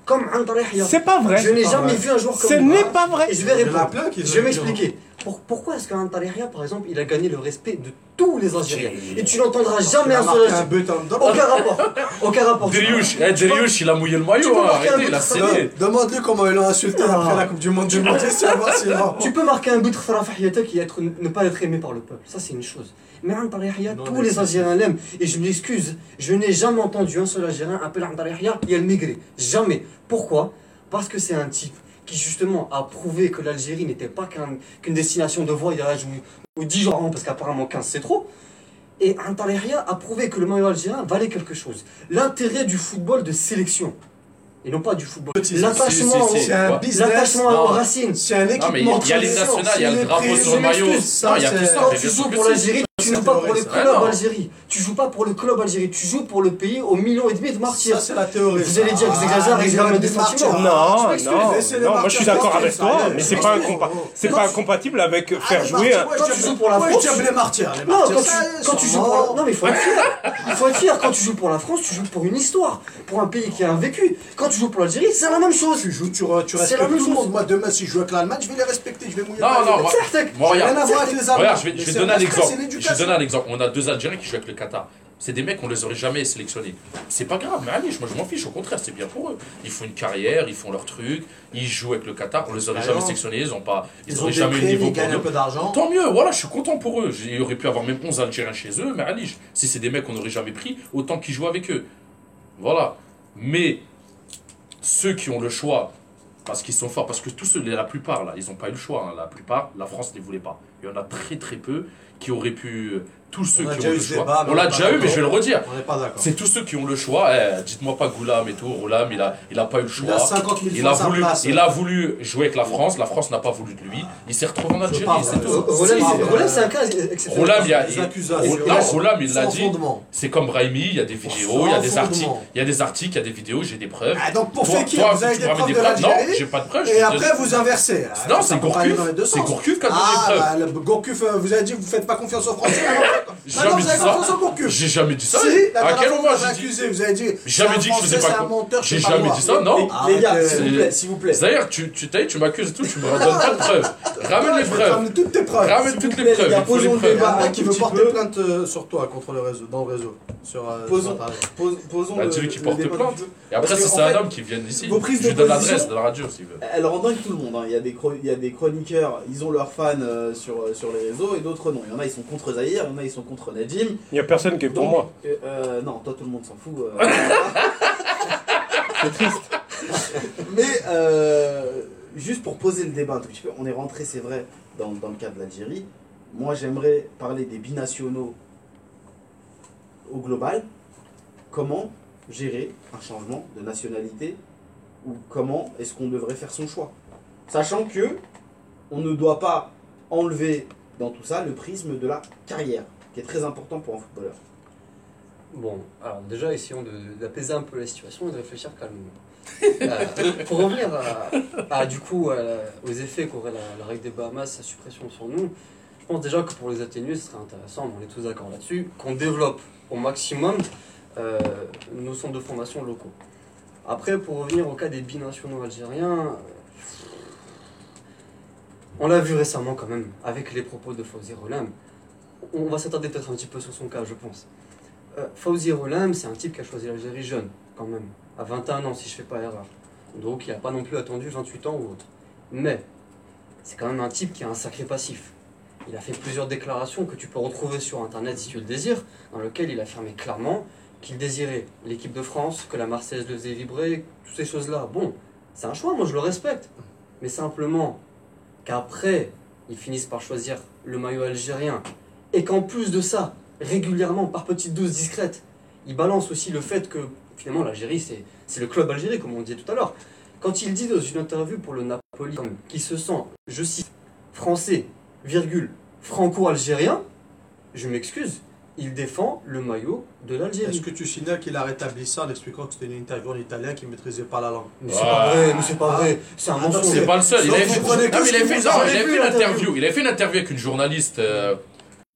comme Antar Yahya. C'est pas vrai. Je n'ai jamais vu un joueur comme Ce lui. n'est pas vrai. Et je vais Il y en a répondre. plein qui Je vais m'expliquer. Pourquoi est-ce qu'Antar Yahya, par exemple, il a gagné le respect de tous les Algériens? Et tu n'entendras jamais un seul un Algérien. but en Aucun rapport. Aucun rapport. Deriouche, il a mouillé le tu maillot, peux hein, marquer un arrêtez, but il a de saigné. Demande-lui comment il a insulté après la Coupe du Monde 2010, tu vas voir si Tu peux marquer un but Farah Fahyata qui est ne pas être aimé par le peuple. Ça, c'est une chose. Mais Antar Yahya, Non, tous mais les c'est- Algériens l'aiment. Et je m'excuse, je n'ai jamais entendu un seul Algérien appeler Antar Yahya El Migré. Jamais. Pourquoi? Parce que c'est un type qui, justement, a prouvé que l'Algérie n'était pas qu'une destination de voyage ou 10 jours, parce qu'apparemment 15 c'est trop. Et Antar Yahya a prouvé que le maillot algérien valait quelque chose. L'intérêt du football de sélection. Et non pas du football. L'attachement si, si. C'est un Ouais. business. l'attachement Non. aux racines. C'est un Non, mais il y a équipement. l'hymne national, il y a le drapeau sur le je maillot. m'excuse, Non, il y a tout ça. Quand mais tu bien sûr joues que pour si. l'Algérie, tu C'est joues pas pour théorie, le ça. club Ah non. Algérie. Tu joues pas pour le club Algérie. Tu joues pour le pays aux millions et demi de martyrs. Ça, c'est la théorie. Vous allez dire que j'exagère et que je ramène des sentiments. Non, m'excuse, non, laissez les non, moi je suis martyrs d'accord tranquilles, avec ça, toi, allez, mais c'est c'est pas, bon. c'est pas incompatible avec faire jouer un... Quand tu joues pour la France, les martyrs. Les non, martyrs, quand tu joues pour la... Non mais il faut être fier. Il faut être fier. Quand tu joues pour la France, tu joues pour une histoire, pour un pays qui a un vécu. Quand tu joues pour l'Algérie, c'est la même chose. Tu joues, tu C'est la respectes même tout le chose. monde. Moi, demain, si je joue avec l'Allemagne, je vais les respecter, je vais mouiller. Non, non, moi, Certes. moi, Rien regarde. à voir avec les Allemands. Regarde, je vais Mais te c'est donner un respect, exemple. c'est Je vais te l'éducation. donner un exemple. On a 2 Algériens qui jouent avec le Qatar. C'est des mecs, on les aurait jamais sélectionnés. C'est pas grave, mais allez, moi je m'en fiche, au contraire, c'est bien pour eux. Ils font une carrière, ils font leur truc, ils jouent avec le Qatar, on les aurait jamais sélectionnés, ils Ils ont auraient des jamais eu le primes, niveau ils pour gagnent un nous. peu d'argent. Tant mieux, voilà, je suis content pour eux. Il aurait pu avoir même 11 Algériens chez eux, mais allez, si c'est des mecs qu'on n'aurait jamais pris, autant qu'ils jouent avec eux. Voilà. Mais ceux qui ont le choix, parce qu'ils sont forts, parce que tous ceux, la plupart là, ils n'ont pas eu le choix, hein, la plupart, la France ne les voulait pas. Il y en a très très peu qui auraient pu, tous ceux On a qui déjà ont eu le ce choix. débat, mais On on l'a est déjà pas eu, mais je vais le d'accord. redire. On n'est pas d'accord. C'est tous ceux qui ont le choix. Dites-moi pas Goulam et tout. Goulam, il a pas eu le choix. Il a 50 000 Il a, fois sa voulu, place. il a voulu jouer avec la France n'a pas voulu de lui. Il s'est retrouvé en Algérie, pas c'est vrai. tout. Roland, c'est un cas exceptionnel. Roland, il y a. Les accusations. Non, Roland, il l'a Sans dit. fondement. C'est comme Brahimi, il y a des vidéos, il y a des articles, il y a des articles, il y a des vidéos, j'ai des preuves. Ah, donc pour Toi, Fekir, vous avez tu des me ramènes preuves de Non, l'Algérie. j'ai pas de preuves. Et après, vous inversez. Non, Ça c'est peut pas aller dans les Gourcuff. deux C'est sens. Gourcuff qui a donné les Ah, preuves. bah, le Gourcuff, vous avez dit que vous faites pas confiance aux Français. J'ai Maintenant, jamais vous dit avez ça. confiance au Gourcuff. J'ai jamais dit ça. Si, la À dernière quel fois, moment vous avez j'ai dit accusé, vous avez dit. J'ai jamais dit que je faisais pas C'est un menteur, J'ai c'est pas jamais moi. dit ça, non. Les gars, Arrêtez. s'il vous plaît. D'ailleurs, tu m'accuses et tout, tu me redonnes pas de preuves. Ramène les Je vais te preuves. ramener toutes tes preuves. Ramène S'il toutes vous les plaît, preuves. les gars, Il faut les posons le preuves. débat. Un mec qui un veut petit porter peu. plainte sur toi contre le réseau, dans le réseau. Sur Posons, Internet. posons Bah, le- dis-lui qu'il le porte débat plainte. un peu. Et après, Parce si que, c'est en un fait, homme qui vient ici, vos prises je lui de donne position- l'adresse de la radio s'il veut. Elle rend dingue tout le monde. Hein. Il y a des chroniqueurs, ils ont leurs fans sur les réseaux et d'autres non. Il y en a, ils sont contre Zahir, il y en a, ils sont contre Najim. Il n'y a personne qui est pour Donc, moi. non, toi, tout le monde s'en fout. C'est triste. Mais juste pour poser le débat un tout petit peu, on est rentré, c'est vrai, dans le cas de l'Algérie. Moi, j'aimerais parler des binationaux au global. Comment gérer un changement de nationalité ou comment est-ce qu'on devrait faire son choix, sachant que on ne doit pas enlever dans tout ça le prisme de la carrière, qui est très important pour un footballeur. Bon, alors déjà, essayons d'apaiser un peu la situation et de réfléchir calmement. Pour revenir du coup, aux effets qu'aurait la règle des Bahamas, sa suppression sur nous, je pense déjà que pour les atténuer, ce serait intéressant, on est tous d'accord là-dessus, qu'on développe au maximum nos centres de formation locaux. Après, pour revenir au cas des binationaux algériens, on l'a vu récemment quand même, avec les propos de Fawzi Rolam. On va s'attarder peut-être un petit peu sur son cas, je pense. Fawzi Rolam, c'est un type qui a choisi l'Algérie jeune, quand même, à 21 ans si je ne fais pas erreur. Donc il n'a pas non plus attendu 28 ans ou autre. Mais c'est quand même un type qui a un sacré passif. Il a fait plusieurs déclarations que tu peux retrouver sur Internet si tu le désires, dans lesquelles il affirmait clairement qu'il désirait l'équipe de France, que la Marseillaise le faisait vibrer, toutes ces choses-là. Bon, c'est un choix, moi je le respecte. Mais simplement qu'après, ils finissent par choisir le maillot algérien, et qu'en plus de ça, régulièrement, par petites doses discrètes, ils balancent aussi le fait que, finalement, l'Algérie, c'est le club algérien, comme on disait tout à l'heure. Quand il dit dans une interview pour le Napoli, qu'il se sent, je cite, français, virgule, franco-algérien, je m'excuse, il défend le maillot de l'Algérie. Est-ce que tu signales qu'il a rétabli ça en expliquant que c'était une interview en italien qu'il ne maîtrisait pas la langue? Mais c'est pas vrai, mais c'est pas vrai, c'est un mensonge. C'est pas le seul. Il Donc, avait vous fait, prenez que non, mais ce il avait que fait, vous non, avez il avait vu, fait une l'interview. interview. Il avait fait une interview avec une journaliste.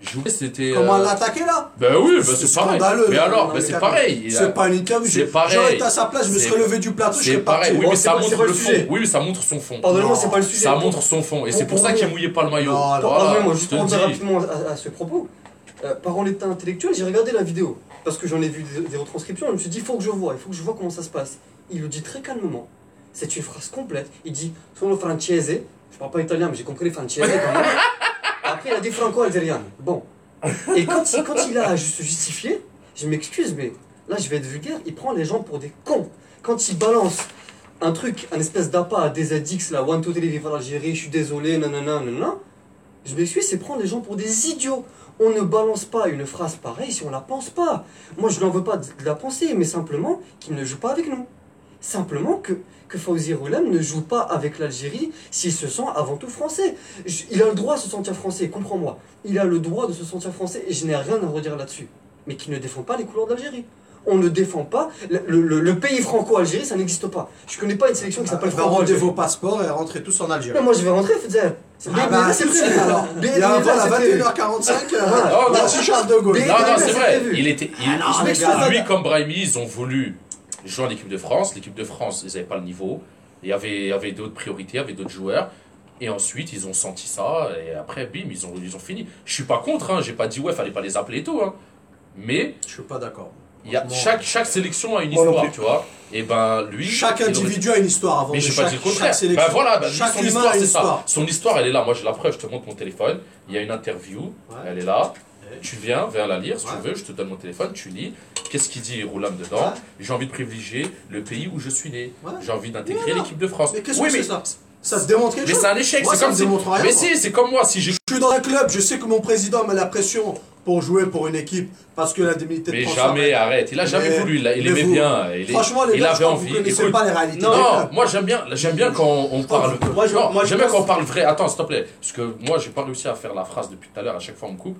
jouer, c'était. Comment l'attaquer là? Ben oui, ben C'est c'est pareil. scandaleux, Mais là, alors, dans ben les c'est cas. pareil. C'est pas une interview. C'est pareil. J'aurais été à sa place, je me C'est- serais levé du plateau, je C'est serais pareil. parti. Oui, mais ça c'est montre pas le le fond. sujet. Oui, mais ça montre son fond. Pardonnez-moi, Non. c'est pas le sujet. Ça montre son fond. Et c'est pour ça qu'il mouillait pas le maillot. Non, non. Voilà, Pardonnez-moi, je juste te pour le dire dis. rapidement à ce propos, par honnêteté intellectuelle, j'ai regardé la vidéo. Parce que j'en ai vu des retranscriptions, je me suis dit, il faut que je vois comment ça se passe. Il le dit très calmement. C'est une phrase complète. Il dit, sono francese. Je parle pas italien, mais j'ai compris les francese quand même. Après, il a dit franco-algérien. Bon. Et quand il a à se justifier, je m'excuse, mais là, je vais être vulgaire, il prend les gens pour des cons. Quand il balance un truc, un espèce d'appât à des ADX, là, one, two, three, vive l'Algérie, je suis désolé, nanana, nanana, je m'excuse, c'est prendre les gens pour des idiots. On ne balance pas une phrase pareille si on la pense pas. Moi, je n'en veux pas de la penser, mais simplement qu'il ne joue pas avec nous. Simplement que Fawzi Roulem ne joue pas avec l'Algérie s'il se sent avant tout français. Il a le droit de se sentir français, comprends-moi. Il a le droit de se sentir français et je n'ai rien à redire là-dessus. Mais qu'il ne défend pas les couleurs d'Algérie. On ne défend pas. Le pays franco-algérie, ça n'existe pas. Je connais pas une sélection qui s'appelle Rendez franco-algérie. vos passeports et rentrez tous en Algérie. Non, moi, je vais rentrer, Fedzer. Ah bah, c'est prévu alors. Il y a un vol à 21h45, non, merci Charles de Gaulle. Mais- Non, non, c'est c'est vrai. prévu. Il était. non, mais Lui, comme Brahimi, ils ont voulu jouer en équipe de France. L'équipe de France, ils n'avaient pas le niveau. Il y avait d'autres priorités, il y avait d'autres joueurs. Et ensuite, ils ont senti ça. Et après, bim, ils ont fini. Je suis pas contre, hein. J'ai pas dit, ouais, fallait pas les appeler et tout. Hein. Mais Je suis pas d'accord. il y a, Franchement, chaque sélection a une Moi non histoire, plus. tu vois. Et ben, lui. chaque il aurait- individu a une histoire avant Mais de je n'ai pas dit chaque, le contraire. chaque sélection. Ben voilà, ben lui, Chaque son humain histoire, a une c'est ça. histoire. Son histoire, elle est là. Moi, j'ai la preuve, je te montre mon téléphone. Il y a une interview, Ouais. elle est là. Ouais. Tu viens la lire si Ouais. tu veux, je te donne mon téléphone, tu lis. Qu'est-ce qu'il dit Roulam dedans? Ouais. J'ai envie de privilégier le pays où je suis né. Ouais. J'ai envie d'intégrer Voilà. l'équipe de France. Mais qu'est-ce Oui, que mais c'est ça? Ça se démontre quelque mais chose. c'est un échec, Moi, c'est ça comme me si. démontre rien, Mais moi. si, c'est comme moi, si j'ai. Je suis dans un club, je sais que mon président met la pression pour jouer pour une équipe parce que l'indemnité de Mais transfert. jamais, arrête. Il a jamais Mais- voulu, il mais aimait vous- bien. Franchement, les il gars, je avait crois que vous envie. connaissez Écoute, pas les réalités des non, clubs. moi j'aime bien quand on parle. Moi, je- Non, moi, je j'aime bien pense- quand on parle vrai. Attends, s'il te plaît, parce que moi j'ai pas réussi à faire la phrase depuis tout à l'heure. À chaque fois on me coupe.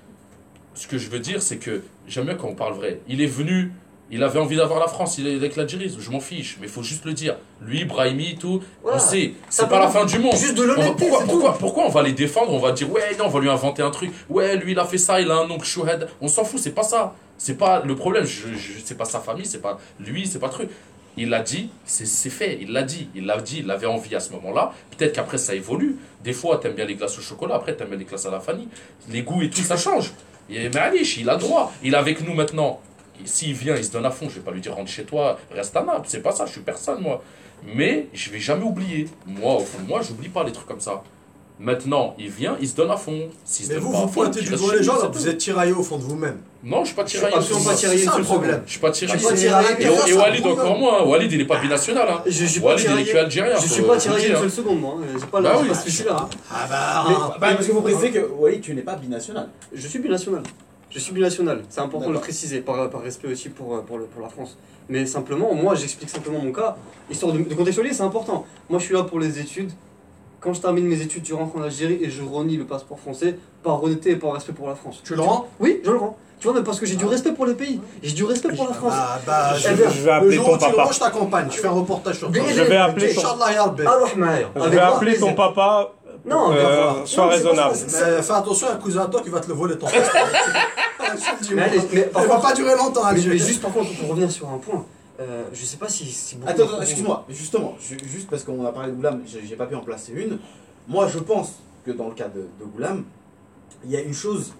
Ce que je veux dire, c'est que j'aime bien quand on parle vrai. Il est venu, il avait envie d'avoir la France, il est avec l'Algérie. Je m'en fiche, mais il faut juste le dire. Lui, Brahimi, tout, Voilà. on sait. C'est Ça pas peut- la fin du monde. Juste de l'honnêteté, c'est tout. Pourquoi on va les défendre? On va dire ouais, non, on va lui inventer un truc. Ouais, lui il a fait ça, il a un oncle Chouhed. On s'en fout, c'est pas ça. C'est pas le problème. C'est pas sa famille, c'est pas lui, c'est pas truc. Il l'a dit, c'est fait, il l'a dit, il avait envie à ce moment-là. Peut-être qu'après ça évolue. Des fois, t'aimes bien les glaces au chocolat, après t'aimes bien les glaces à la vanille. Les goûts et tout, ça change. Et Malish, il a droit. Il est avec nous maintenant. S'il vient, il se donne à fond. Je vais pas lui dire rentre chez toi, reste à Naples. C'est pas ça, je suis personne, moi. Mais je vais jamais oublier. Moi, au fond de moi, j'oublie pas les trucs comme ça. Maintenant, il vient, il se donne à fond. S'il se Mais donne vous, pas à vous fond, pointez il du reste doigt chez les gens, lui, là, c'est vous tout. êtes tiraillé au fond de vous-même. Non, je suis pas Je suis tiraillé. absolument pas tiraillé C'est une ça le seule problème. seconde. Je suis pas tiraillé. Je suis pas tiraillé. Et Walid encore moins. Walid, il est pas binational. Hein. Je suis pas Walid, il est tiraillé. que algérien. Je suis faut- pas faut tiraillé le une dire. seule seconde, moi. J'ai pas Bah là, oui. j'ai pas ce souci-là. Ah bah. Parce que vous précisez que oui, tu n'es pas binational. Je suis binational. Je suis binational. C'est important de le D'accord. préciser, par respect aussi pour la France. Mais simplement, moi, j'explique simplement mon cas. Histoire de contextualiser, c'est important. Moi, je suis là pour les études. Quand je termine mes études, je rentre en Algérie et je renie le passeport français par honnêteté et par respect pour la France. Tu le rends? Oui, je le rends. Tu vois, mais parce que j'ai du respect pour le pays. J'ai du respect pour la France. Bah, Eh bien, Je vais le appeler jour ton où tu le papa. rends, je t'accompagne. Je fais un reportage sur toi. Mais- Je vais appeler ton, Inch'Allah, ya Rabbi. Alors, Maher, je avec vais grand appeler ton plaisir. papa. Non, mais Sois enfin, non, c'est pas raisonnable. ça, Mais fais attention, il y a un cousin à toi qui va te le voler ton passeport. Je te le dis, Mais moi. allez, mais par Ça va contre- pas durer longtemps, Mais Algérie. juste par contre, pour revenir sur un point, je sais pas si beaucoup Attends, d'entre vous- excuse-moi, justement, juste parce qu'on a parlé de Goulam, j'ai pas pu en placer une. Moi, je pense que dans le cas de Goulam, il y a une chose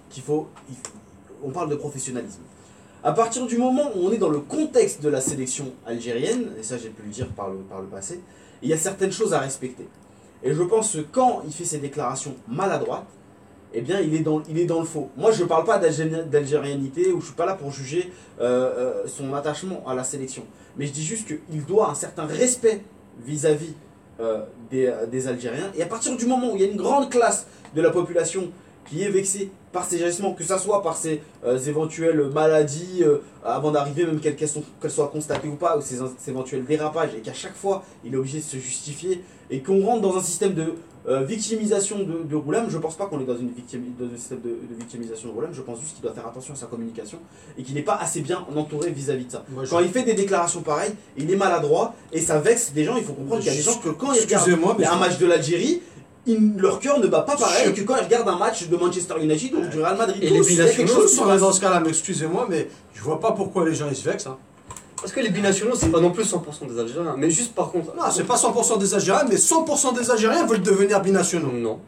on parle de professionnalisme. À partir du moment où on est dans le contexte de la sélection algérienne, et ça j'ai pu le dire par le passé, il y a certaines choses à respecter. Et je pense que quand il fait ses déclarations maladroites, eh bien il est dans le faux. Moi je ne parle pas d'algérianité, ou je ne suis pas là pour juger son attachement à la sélection. Mais je dis juste qu'il doit un certain respect vis-à-vis des Algériens. Et à partir du moment où il y a une grande classe de la population qui est vexée par ces agissements, que ce soit par ces éventuelles maladies, avant d'arriver même qu'elles soient constatées ou pas, ou ces éventuels dérapages, et qu'à chaque fois il est obligé de se justifier, et qu'on rentre dans un système de victimisation de Roulam. Je pense pas qu'on est dans un système de victimisation de Roulam, je pense juste qu'il doit faire attention à sa communication, et qu'il n'est pas assez bien entouré vis-à-vis de ça. Moi, je- Quand il fait des déclarations pareilles, il est maladroit, et ça vexe des gens. Il faut comprendre qu'il y a des gens que quand ils regardent Excusez-moi, mais un match de l'Algérie, leur cœur ne bat pas pareil que quand ils regardent un match de Manchester United ou du Real Madrid. Et les binationaux chose sont là dans ce cas-là, mais excusez-moi, mais je vois pas pourquoi les gens ils se vexent. Hein. Parce que les binationaux, c'est pas non plus 100% des Algériens. Mais juste par contre. Non, c'est pas 100% des Algériens, mais 100% des Algériens veulent devenir binationaux. Non.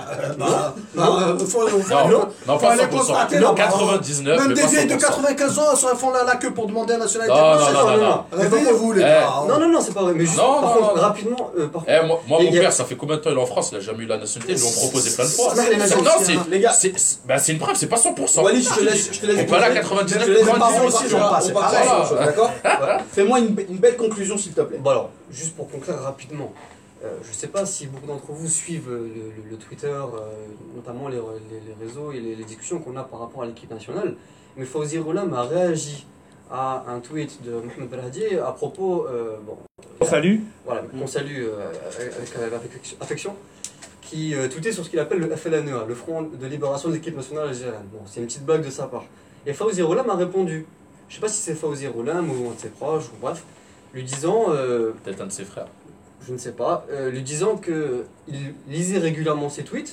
Faut pas aller 100%. constater, Non, là, 99, même mais des pas vieilles de 100%. 95 ans elles font la queue pour demander la nationalité Non, française. non. Réveillez-vous les Eh, gars. Non, c'est pas vrai. Mais juste Non, par non, contre, non. rapidement. Par Eh, moi, Et mon il y a- père, ça fait combien de temps il est en France? Il a jamais eu la nationalité. Ils lui ont proposé plein de fois. C'est les Non, Algériens. Les gars. c'est une preuve, c'est pas 100%. Wally, je te laisse. On peut aller à 99, Je te laisse 98 parler aussi, aussi, j'en passe, on c'est va pareil. passer à autre chose, d'accord Voilà. Fais-moi une belle conclusion, s'il te plaît. Bon alors, juste pour conclure rapidement, je sais pas si beaucoup d'entre vous suivent le Twitter, notamment les réseaux et les discussions qu'on a par rapport à l'équipe nationale, mais Fawzi Roulam a réagi à un tweet de Mohamed Belhadi à propos, Salut. voilà, qu'on salue avec affection, qui tweetait sur ce qu'il appelle le FLNEA, le Front de Libération de l'équipe nationale algérienne. Bon, c'est une petite blague de sa part. Et Fawzi Roulam a répondu, je sais pas si c'est Fawzi Roulam ou un de ses proches, ou bref, lui disant... Peut-être un de ses frères. je ne sais pas, lui disant qu'il lisait régulièrement ses tweets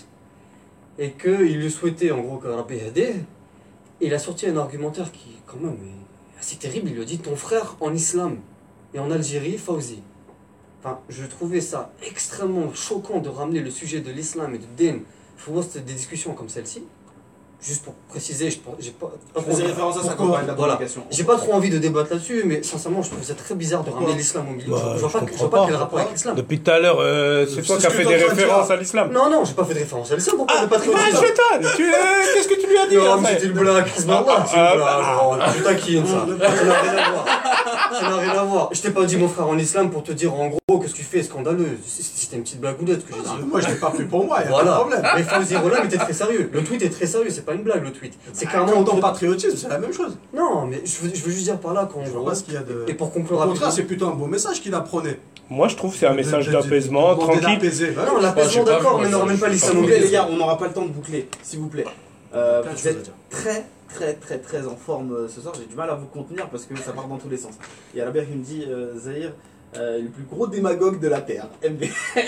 et qu'il lui souhaitait en gros que Rabbi Hadeh. Et il a sorti un argumentaire qui, quand même, est assez terrible. Il lui a dit ton frère en islam et en Algérie, Fawzi. Enfin, je trouvais ça extrêmement choquant de ramener le sujet de l'islam et de Din pour des discussions comme celle-ci. Juste pour préciser, j'ai pas. Je faisais référence à ça quand on Pourquoi parlait de la Voilà. communication. J'ai pas trop envie de débattre là-dessus, mais sincèrement, je trouve ça très bizarre de ramener l'islam au milieu. Bah, je vois pas quel rapport avec l'islam. Depuis tout à l'heure, c'est toi C'est qui as ce fait que des t'es en train de références dire. à l'islam. Non, j'ai pas fait de référence à l'islam. Pourquoi le patriotisme je t'étonne. Qu'est-ce que tu lui as dit Non, mais après c'était une blague, c'est pas moi, c'est une blague. Je taquine ça. Ça n'a rien à voir. Ça n'a rien à voir. Je t'ai pas dit mon frère en islam pour te dire en gros que ce que tu fais est scandaleux. C'était une petite blagounette que j'ai dit. Moi je l'ai pas pris pour moi, y a pas de Voilà. problème. Mais Fawzi Roulam était très sérieux. Le tweet est très sérieux, c'est pas une blague le tweet. C'est Quand carrément. on entend patriotisme, c'est la même chose. Non, mais je veux juste dire par là qu'en Je gros. vois pas ce qu'il y a de. Et pour conclure Au contraire, rapidement. c'est plutôt un beau message qu'il a prôné. Moi, je trouve que c'est un message d'apaisement, tranquille. Non, l'apaisement J'ai pas d'accord, vu, mais ne moi, ramène pas j'ai l'islam S'il au vous plaît, les milieu. gars, on n'aura pas le temps de boucler, s'il vous plaît. Plein de Vous choses à êtes dire. très en forme ce soir. J'ai du mal à vous contenir parce que ça part dans tous les sens. Il y a Albert qui me dit Zahir, le plus gros démagogue de la Terre. MB.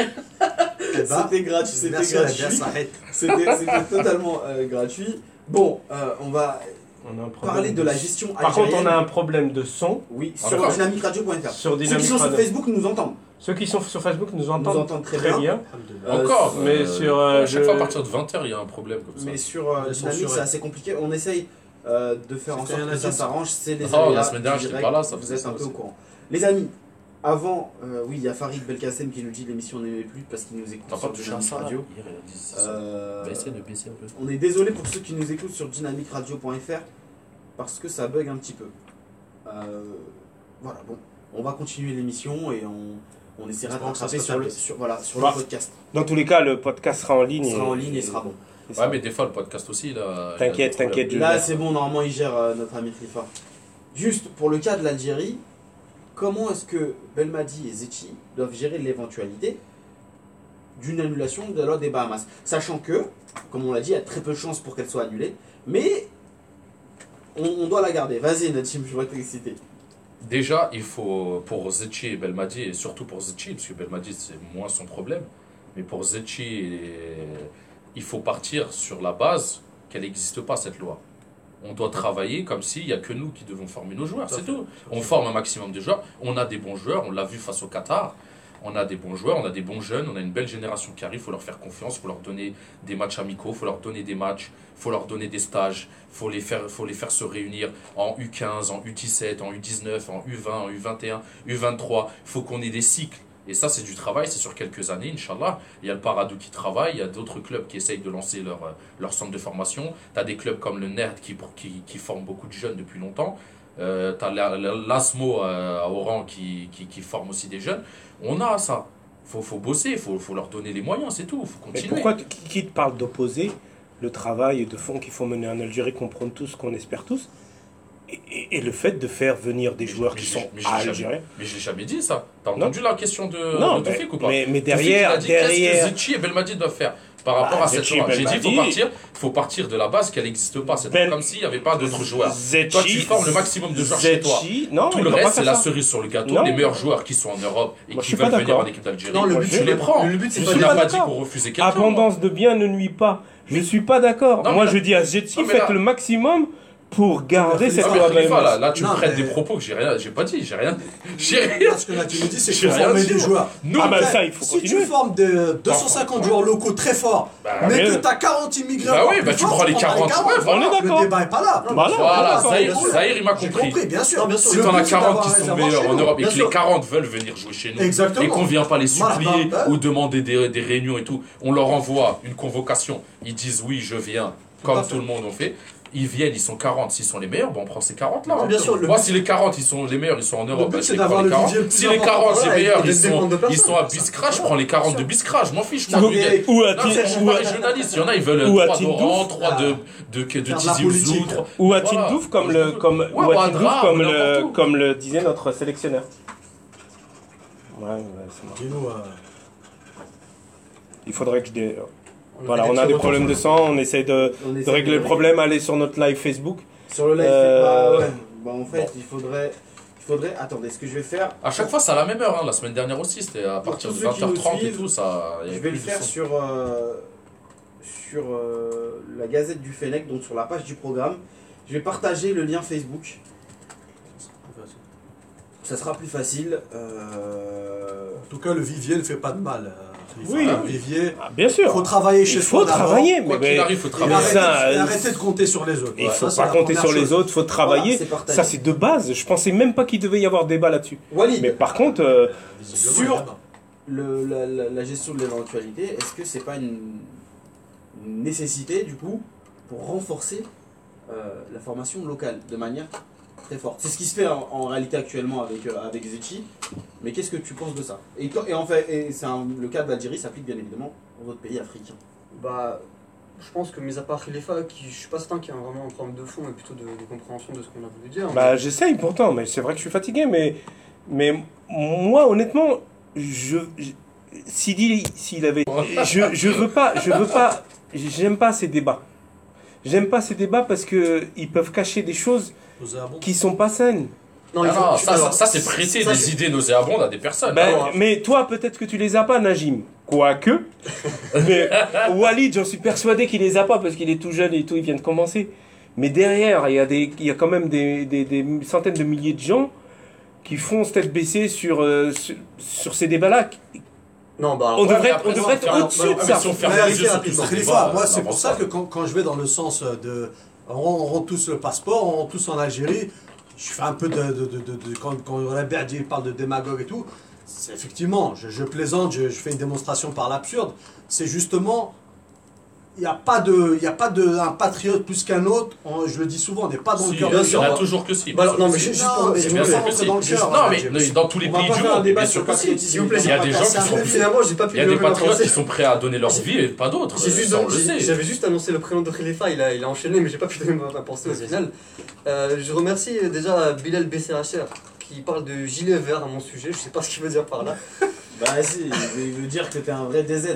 C'était gratuit. C'était Merci à la gratuit. BS, arrête. C'était totalement gratuit. Bon, on va On a un problème parler de la gestion Par contre, algérienne. on a un problème de son Oui, Ah, sur d'accord. dynamicradio.fr. sur Ceux qui Dynamic sont sur Radio. Facebook nous entendent. Ceux qui sont sur Facebook nous Nous entendent entendent très très bien. bien. Encore. mais sur, à chaque je- fois à partir de 20h, il y a un problème comme ça. Mais sur Ils sont Dynamic, censurés. c'est assez compliqué. On essaye de faire en C'est sorte rien que à ça dire. s'arrange. C'est les Ah, aléas la semaine dernière, du j'étais direct. pas là, ça Vous faisait êtes ça un peu aussi. au courant. Les amis, avant, oui, il y a Farid Belkacem qui nous dit l'émission n'aimait plus parce qu'il nous écoute T'as pas sur touché à Dynamic ça là Radio. Hier, il a dit c'est ça. Euh, On va essayer de baisser un peu. On est désolé pour ceux qui nous écoutent sur dynamicradio.fr parce que ça bug un petit peu. Voilà, bon, on va continuer l'émission et on essaiera de J'espère que ça rattraper se sur le, rétablit. sur Bah, le podcast. Dans tous les cas, le podcast sera en ligne. Il sera en ligne et sera bon. Ouais, mais des fois, le podcast aussi, là. T'inquiète, t'inquiète, Là, c'est bon, normalement, il gère notre ami Khalifa. Juste pour le cas de l'Algérie, comment est-ce que Belmadi et Zetchi doivent gérer l'éventualité d'une annulation de la loi des Bahamas? Sachant que, comme on l'a dit, il y a très peu de chances pour qu'elle soit annulée, mais on doit la garder. Vas-y, Nadim, je vois que t'es excité. Déjà, il faut, pour Zetchi et Belmadi, et surtout pour Zetchi, parce que Belmadi, c'est moins son problème, mais pour Zetchi, il faut partir sur la base qu'elle n'existe pas, cette loi. On doit travailler comme s'il n'y a que nous qui devons former nos joueurs, c'est tout. On forme un maximum de joueurs, on a des bons joueurs, on l'a vu face au Qatar, on a des bons joueurs, on a des bons jeunes, on a une belle génération qui arrive, il faut leur faire confiance, il faut leur donner des matchs amicaux, il faut leur donner des matchs, il faut leur donner des stages, il faut les faire se réunir en U15, en U17, en U19, en U20, en U21, U23, il faut qu'on ait des cycles. Et ça, c'est du travail, c'est sur quelques années, Inch'Allah. Il y a le Paradou qui travaille, il y a d'autres clubs qui essayent de lancer leur centre de formation. Tu as des clubs comme le NERD qui forment beaucoup de jeunes depuis longtemps. Tu as l'ASMO à Oran qui forme aussi des jeunes. On a ça. Faut bosser, faut leur donner les moyens, c'est tout. Faut Mais continuer. pourquoi qui te parle d'opposer le travail de fond qu'il faut mener en Algérie, qu'on prône tous, qu'on espère tous, et le fait de faire venir des joueurs qui sont algériens? Mais je l'ai jamais dit ça. T'as entendu la question de Non, Toufik ou pas? mais Toufik, il derrière, a dit, qu'est-ce que Zetchi et Belmadi doivent faire? par rapport à cette Zetchi loi. J'ai dit, Belmadi. il faut partir de la base qu'elle n'existe pas. C'est Ben- comme s'il n'y avait pas d'autres joueurs. Zetchi- Toi, tu formes le maximum de joueurs chez toi. Zetchi, non, Tout il le va pas reste, c'est faire la ça. cerise sur le gâteau. Non. Les meilleurs joueurs qui sont en Europe et Moi, je qui suis pas veulent venir d'accord. en équipe d'Algérie, Non, le but, tu c'est les pas- prends. le but, c'est Je pas suis On pas n'a pas dit d'accord. qu'on refusait quelqu'un. Abondance de biens ne nuit pas. Je suis pas d'accord. Non, Moi, mais là- je dis à Zetchi, Non, mais faites là- le maximum pour garder Non, cette Ah, mais loi mais Khalifa, BMS. là, tu Non, me prêtes mais- des propos que j'ai pas dit, j'ai rien. Là, ce que là, tu me dis, c'est qu'il J'ai faut rien former dit, des moi. joueurs. Nous, Ah bah Après, ça, il faut si tu continuer. formes de 250 joueurs locaux très forts, Bah, mais mais- que tu as 40 immigrés Bah encore oui, plus bah tu forts, prends les prends pas 40. Ouais, on est d'accord. Le débat est pas là. Voilà. Voilà, D'accord, Zahir, il m'a J'ai compris. compris, bien sûr. Non, bien sûr. Si Le t'en as but, c'est 40 d'avoir qui un sont réservoir meilleurs chez en nous, Europe et bien que les sûr. 40 veulent venir jouer chez nous Exactement. et qu'on vient pas les supplier Voilà, ou demander des réunions et tout, on leur envoie une convocation, ils disent oui je viens, comme à fait. tout le monde en fait, ils viennent, ils sont 40, s'ils sont les meilleurs, bon on prend ces 40 là. Non, bien sûr, le Moi but- si les 40 ils sont les meilleurs, ils sont en Europe, but, bah, je c'est les prends d'avoir les le 40. vivier le plus Si les important. 40 c'est Voilà, meilleurs, et de dépendre de ils sont à personne. Biskra, je prends les 40 de Biskra, je m'en fiche, je m'en Donc, fiche. Ou à Non, je suis pas régionaliste, il y en a ils veulent ou à 3 Tindouf. d'Oran, 3 de Faire de la Tizi politique. Ouzou, Ou à Voilà. Tindouf, Ouais, ou à Adra, n'importe où. comme le disait notre sélectionneur. Ouais, c'est marrant. Dis-nous, Il faudrait que je dé... Voilà, on a des problèmes de sang, on essaie de régler le problème, aller sur notre live Facebook. Sur le live, Euh, en fait, il faudrait. Attendez, ce que je vais faire, À chaque fois, c'est à la même heure. Hein. La semaine dernière aussi, c'était à Pour partir tous de ceux qui nous 20h30 et suivent, tout. Ça, il y je avait vais le plus de faire son. sur la Gazette du Fennec, donc sur la page du programme. Je vais partager le lien Facebook. Ça sera plus facile. en tout cas, le vivier ne fait pas de mal. Oui. Le vivier, Ah, bien sûr. il faut travailler chez Il soi faut d'abord. travailler, Quoi mais qu'il arrive, il faut Et travailler. Mais ça, arrêtez de compter sur les autres. il Ouais, faut ça, c'est pas la compter première sur les chose. autres, il faut travailler. Voilà, c'est partagé. Ça, c'est de base. Je pensais même pas qu'il devait y avoir débat là-dessus. Walid, Mais par contre, Visiblement, sur- il y en a. la gestion de l'éventualité, est-ce que c'est pas une nécessité du coup pour renforcer la formation locale de manière très forte? C'est ce qui se fait en réalité actuellement avec Zetchi, mais qu'est-ce que tu penses de ça? Et en fait, le cas de l'Algérie s'applique bien évidemment aux autres pays africains. Bah, je pense que mis à part Khalifa, je suis pas certain qu'il y a vraiment un problème de fond, mais plutôt de compréhension de ce qu'on a voulu dire. bah, j'essaye pourtant, mais c'est vrai que je suis fatigué. Mais moi, honnêtement, s'il avait, je veux pas, j'aime pas ces débats. J'aime pas ces débats parce que ils peuvent cacher des choses Nauséabond. qui sont pas saines. Non, il faut- Ah non, alors, ça c'est prêter ça, des c'est- idées nauséabondes à des personnes. Ben, Alors, mais toi, peut-être que tu les as pas, Najim. Quoique. Mais Walid, j'en suis persuadé qu'il les a pas parce qu'il est tout jeune et tout, il vient de commencer. Mais derrière, il y a quand même des centaines de milliers de gens qui font se tête baissée sur ces débats-là. Non, bah, alors, On ouais, devrait mais être, après, on devrait être alors, au-dessus alors, de Ah, ça. mais si on ferme Mais les yeux sur rapidement. tous ces Khalifa, débats, moi on c'est pour avance ça pas. que quand je vais dans le sens de on rend tous le passeport, on rend tous en Algérie, je fais un peu quand Berdi parle de démagogue et tout, c'est effectivement, je plaisante, je fais une démonstration par l'absurde, c'est justement, il n'y a pas un patriote plus qu'un autre, je le dis souvent, on n'est pas dans Si, le cœur il y de en a l'Europe. toujours que si. Bah, bien sûr non, que mais si. juste Non, pour- mais je je veux veux dire pas que rentrer si. dans le Juste- cœur. Non, hein, mais dans tous les On va pays pas du faire un monde, débat bien sur sûr que si. s'il vous plaît, Il y a des gens qui sont Finalement, j'ai pas pu Il y a des lever la patriotes pensée. qui sont prêts à donner leur vie et pas d'autres. Ça, on le sait. J'avais juste annoncé le prénom de Khalifa, il a enchaîné, mais j'ai pas pu donner ma pensée au final. Je remercie déjà Bilal BCHR qui parle de gilet vert à mon sujet, je sais pas ce qu'il veut dire par là. Bah si, il veut dire que t'es un vrai DZ.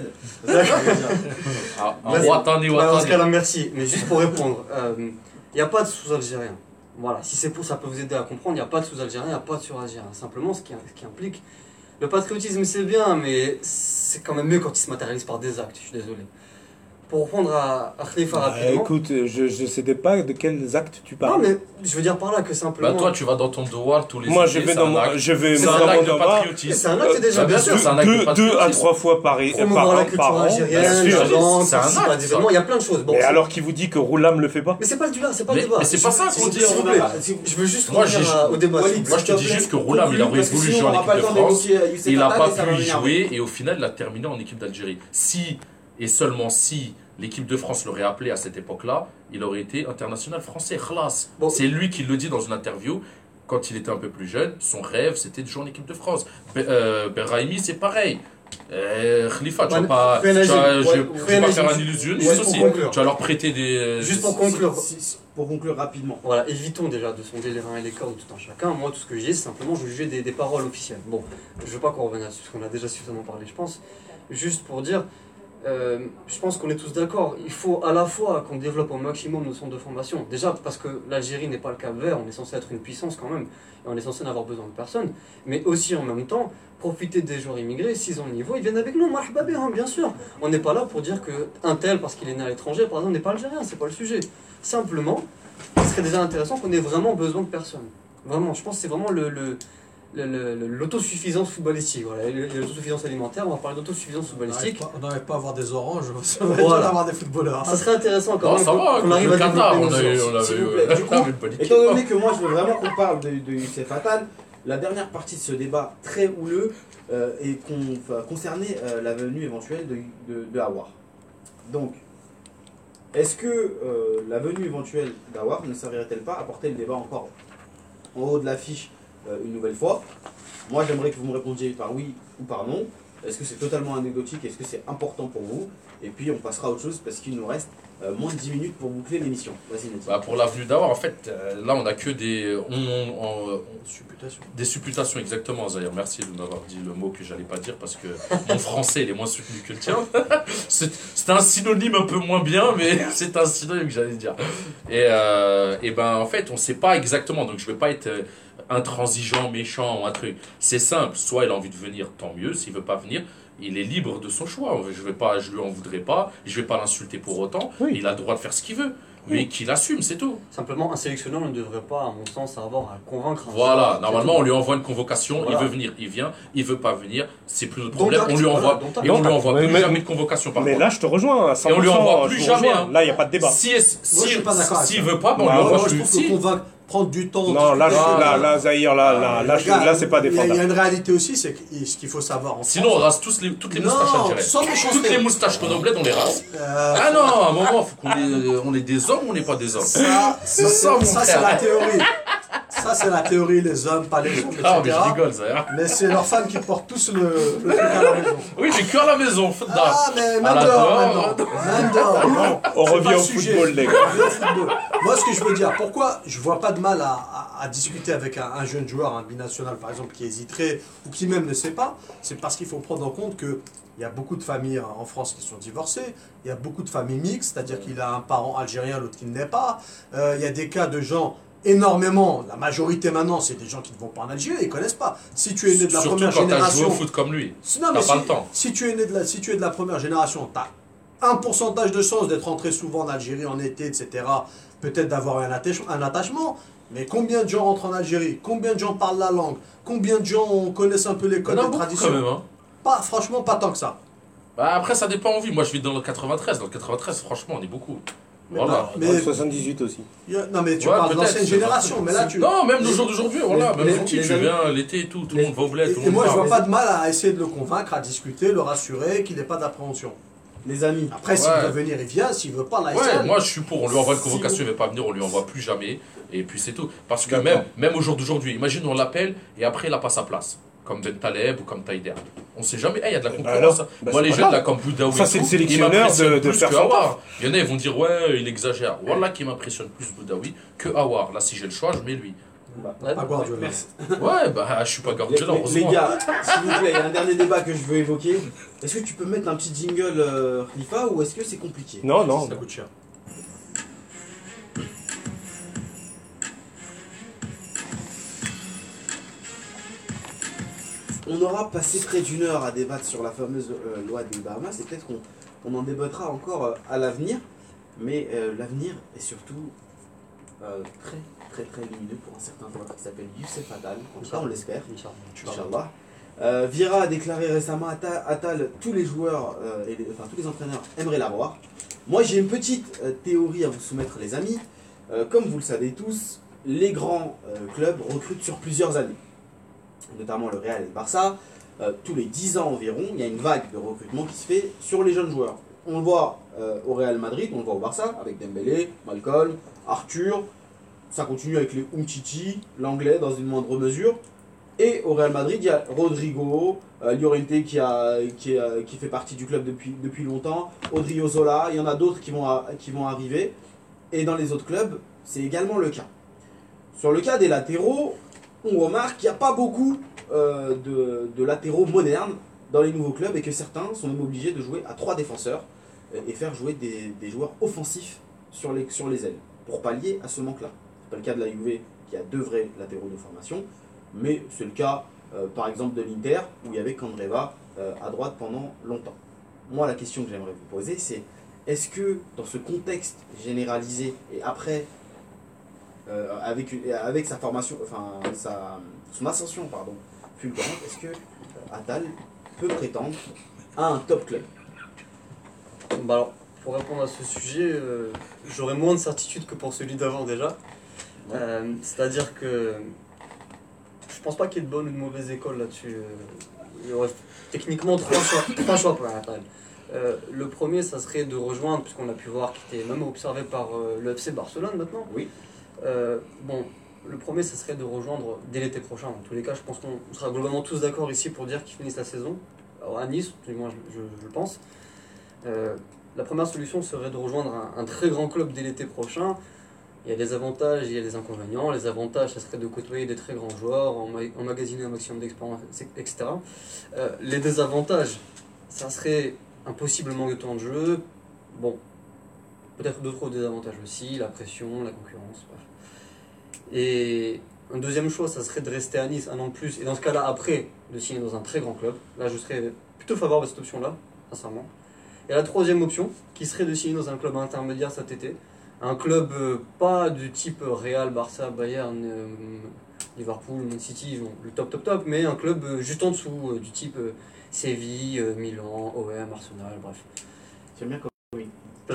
Ah, un Vas-y. Watani, Bah, dans ce Watani. cas-là, merci. Mais juste pour répondre, il n'y a pas de sous-algérien. Voilà, si c'est pour ça peut vous aider à comprendre, il n'y a pas de sous-algérien, il n'y a pas de sur-algérien. Simplement, ce qui implique. Le patriotisme, c'est bien, mais c'est quand même mieux quand il se matérialise par des actes, je suis désolé. Pour répondre à Khalifa rapidement. Écoute, je ne sais pas de quels actes tu Non, parles. mais je veux dire par là que simplement. Bah toi, tu vas dans ton devoir tous les Moi, idées, je vais c'est dans un mon, acte. je vais C'est dans un mon acte de devoir. patriotisme. C'est un acte déjà, Bah, bien sûr, c'est un acte de 2 à patriotisme. 3 fois par promouvoir la an. culture Par an. algérienne, Bien sûr, la langue, c'est un participer à acte, des ça. événements, il y a plein de choses. Bon, Et c'est- alors qu'il vous dit que Roulam le fait pas? Mais c'est pas le débat, c'est pas le Mais débat. c'est pas ça qu'on dit. S'il vous plaît, Si- je veux juste Moi, revenir j'ai- au débat. s'il vous Walid, plaît. Moi, je te dis juste que Roulam, il aurait voulu jouer en équipe de France. Il n'a pas pu y jouer et au final, il a terminé en équipe d'Algérie. Si, et seulement si, l'équipe de France l'aurait appelé à cette époque-là, il aurait été international français. Khlas. Bon. C'est lui qui le dit dans une interview. Quand il était un peu plus jeune, son rêve, c'était de jouer en équipe de France. Brahimi, c'est pareil. Khalifa, tu vas pas, je vais pas faire un illusionniste Juste pour aussi. conclure. Tu vas leur prêter des. Juste pour conclure. Pour conclure rapidement. Voilà, évitons déjà de sonder les reins et les corps de tout un chacun. Moi, tout ce que je dis, c'est simplement je jugeais des paroles officielles. Bon, je veux pas qu'on revienne à ce qu'on a déjà suffisamment parlé, je pense. Juste pour dire, je pense qu'on est tous d'accord. Il faut à la fois qu'on développe au maximum nos centres de formation. Déjà parce que l'Algérie n'est pas le Cap-Vert, on est censé être une puissance quand même, et on est censé n'avoir besoin de personne. Mais aussi en même temps, profiter des joueurs immigrés, s'ils ont le niveau, ils viennent avec nous, marhaba biham, bien sûr. On n'est pas là pour dire qu'un tel, parce qu'il est né à l'étranger, par exemple, n'est pas algérien, c'est pas le sujet. Simplement, il serait déjà intéressant qu'on ait vraiment besoin de personne. Vraiment, je pense que c'est vraiment l'autosuffisance footballistique, voilà. L'autosuffisance alimentaire, on va parler d'autosuffisance footballistique. On n'arrive pas à avoir des oranges, ça va Voilà. déjà avoir des footballeurs. Ça serait intéressant quand Non, même ça va, qu'on arrive le à Qatar, développer on nos avait sciences. S'il vous plaît. Du coup, une bonne équipe. Étant donné que moi je veux vraiment qu'on parle de Youssef Attal, la dernière partie de ce débat très houleux concernait la venue éventuelle de Aouar. Donc, est-ce que la venue éventuelle d'Aouar ne servirait-elle pas à porter le débat encore en haut de l'affiche une nouvelle fois? Moi j'aimerais que vous me répondiez par oui ou par non. Est-ce que c'est totalement anecdotique? Est-ce que c'est important pour vous? Et puis on passera à autre chose parce qu'il nous reste moins de 10 minutes pour boucler l'émission. Vas-y Nathan. Bah, pour l'avenue d'Aouar, en fait, là on a que des Supputation. des supputations, exactement, Zahir. Merci de m'avoir dit le mot que j'allais pas dire parce que mon français il est moins soutenu que le tien. C'est un synonyme un peu moins bien, mais c'est un synonyme que j'allais dire. Et ben en fait, on sait pas exactement, donc je vais pas être intransigeant, méchant ou un truc. C'est simple, soit il a envie de venir, tant mieux. S'il veut pas venir, il est libre de son choix. Je lui en voudrais pas, je vais pas l'insulter pour autant. Oui. Il a le droit de faire ce qu'il veut, mais qu'il assume, c'est tout. Simplement, un sélectionneur ne devrait pas, à mon sens, avoir à convaincre. un Voilà, joueur. normalement on lui envoie une convocation, Voilà. il veut venir, il vient, il veut pas venir, c'est plus notre Donc, problème, on lui envoie, voilà, donc, et on lui donc, envoie mais- plus mais- jamais de convocation par Mais contre. là, je te rejoins à 100%. Et on lui envoie plus je vous jamais, rejoins. hein. Là, il n'y a pas de débat. Si, Moi, je suis pas d'accord avec s'il ça. veut pas, ben, on Bah, lui envoie Moi, je plus. trouve que Si. convaincre, prendre du temps. Non, là, discuter, Zahir, là, c'est pas il y a défendable. une réalité aussi, c'est que ce qu'il faut savoir en Sinon on France. rase toutes les moustaches Non, algériennes. sans méchanceté. Toutes les moustaches qu'on a au bled, on les rase. Ah non, à un moment, faut on est des hommes ou on n'est pas des hommes. Ça, ça, mon c'est frère. la théorie. Ça, c'est la théorie, les hommes, pas les femmes, etc. Ah mais je rigole ça. Hein. Mais c'est leurs femmes qui portent tous le truc à la maison. Oui mais que à la maison, faites Ah, mais même À la dehors, dehors. même dehors. Non, On c'est revient pas le au sujet. football, les gars. On revient au football. Moi, ce que je veux dire, pourquoi je vois pas de mal à discuter avec un jeune joueur, un binational par exemple, qui hésiterait ou qui même ne sait pas, c'est parce qu'il faut prendre en compte que il y a beaucoup de familles en France qui sont divorcées, il y a beaucoup de familles mixtes, c'est-à-dire qu'il a un parent algérien, l'autre qui ne l'est pas. Il y a des cas de gens énormément, la majorité maintenant, c'est des gens qui ne vont pas en Algérie, ils ne connaissent pas. Si tu es né de la Surtout première quand t'as joué génération, au foot comme lui. non, mais T'as pas le temps. si tu es né si tu es de la première génération, tu as un pourcentage de chance d'être rentré souvent en Algérie en été, etc. Peut-être d'avoir un attachement. Mais combien de gens rentrent en Algérie? Combien de gens parlent la langue? Combien de gens connaissent un peu les Il y codes en a et beaucoup traditions? quand même. Hein. Pas, franchement, pas tant que ça. Bah, après ça dépend en vie. Moi je vis dans le 93. Dans le 93 franchement on est beaucoup. Voilà. Mais, Dans le 78 aussi. non, mais tu Ouais, parles de peut-être, l'ancienne c'est génération. vrai. Mais là, tu. Non, même le jour d'aujourd'hui, voilà, même les- gentil, les tu amis- viens l'été et tout le les- monde va au bled, tout le Et monde moi, je parle. vois pas de mal à essayer de le convaincre, à discuter, le rassurer, qu'il n'ait pas d'appréhension. Les amis, Après, s'il Ouais. veut venir, il vient. S'il veut pas, là, il Ouais, vient. moi je suis pour, on lui envoie une Si convocation, vous- il ne va pas venir, on lui envoie plus jamais, et puis c'est tout. Parce que D'accord. même au jour d'aujourd'hui, imagine on l'appelle et après il n'a pas sa place, comme Ben Taleb ou comme Taider. On sait jamais, il y a de la concurrence. alors, Moi bah, c'est les pas jeunes là grave. comme Boudaoui, Ça, et c'est tout, le sélectionneur ils m'impressionnent de plus faire que son Aouar. Il y en a, ils vont dire ouais, il exagère. Voilà qui m'impressionne plus Boudaoui que Aouar. Là si j'ai le choix, je mets lui. Ouais. Pas Guardiola. merci. Ouais, bah je suis pas Les, Guardiola, les heureusement. gars, s'il vous plaît, il y a un dernier débat que je veux évoquer. Est-ce que tu peux mettre un petit jingle Khalifa ou est-ce que c'est compliqué? Non, non. Ça coûte cher. On aura passé près d'une heure à débattre sur la fameuse loi des Bahamas et peut-être qu'on en débattra encore à l'avenir. Mais l'avenir est surtout très lumineux pour un certain joueur qui s'appelle Youssef Attal. En tout cas, on l'espère. Inch'Allah. Vira a déclaré récemment Attal, tous les joueurs, tous les entraîneurs aimeraient l'avoir. Moi, j'ai une petite théorie à vous soumettre, les amis. Comme vous le savez tous, les grands clubs recrutent sur plusieurs années, notamment le Real et le Barça. Tous les 10 ans environ, il y a une vague de recrutement qui se fait sur les jeunes joueurs. On le voit au Real Madrid, on le voit au Barça, avec Dembélé, Malcolm, Arthur. Ça continue avec les Umtiti, l'anglais dans une moindre mesure. Et au Real Madrid, il y a Rodrigo, Llorente qui fait partie du club depuis longtemps, Odriozola, il y en a d'autres qui vont arriver. Et dans les autres clubs, c'est également le cas. Sur le cas des latéraux, on remarque qu'il n'y a pas beaucoup de latéraux modernes dans les nouveaux clubs et que certains sont même obligés de jouer à 3 défenseurs et faire jouer des joueurs offensifs sur les ailes pour pallier à ce manque-là. C'est pas le cas de la Juve qui a 2 vrais latéraux de formation, mais c'est le cas par exemple de l'Inter où il y avait Candreva à droite pendant longtemps. Moi, la question que j'aimerais vous poser, c'est est-ce que dans ce contexte généralisé et après, avec sa formation, enfin son ascension fulgurante, est-ce que Attal peut prétendre à un top club? Bah alors, pour répondre à ce sujet, j'aurais moins de certitude que pour celui d'avant déjà. C'est-à-dire que je pense pas qu'il y ait de bonne ou de mauvaise école là-dessus. Il y aurait techniquement 3 choix pour Attal. Le premier, ça serait de rejoindre, puisqu'on a pu voir qu'il était même observé par le FC Barcelone maintenant. Oui. Bon, le premier, ça serait de rejoindre dès l'été prochain. En tous les cas, je pense qu'on sera globalement tous d'accord ici pour dire qu'ils finissent la saison. Alors, à Nice, du moins je le pense. La première solution serait de rejoindre un très grand club dès l'été prochain. Il y a des avantages, il y a des inconvénients. Les avantages, ça serait de côtoyer des très grands joueurs, emmagasiner un maximum d'expérience, etc. Les désavantages, ça serait un possible manque de temps de jeu. Bon, peut-être d'autres désavantages aussi, la pression, la concurrence, bref. Et un deuxième choix, ça serait de rester à Nice un an de plus. Et dans ce cas-là, après, de signer dans un très grand club. Là, je serais plutôt favorable à cette option-là, sincèrement. Et la troisième option, qui serait de signer dans un club intermédiaire cet été. Un club pas du type Real, Barça, Bayern, Liverpool, Man City, le top, mais un club juste en dessous, du type Séville, Milan, OM, Arsenal, bref. J'aime bien quand oui.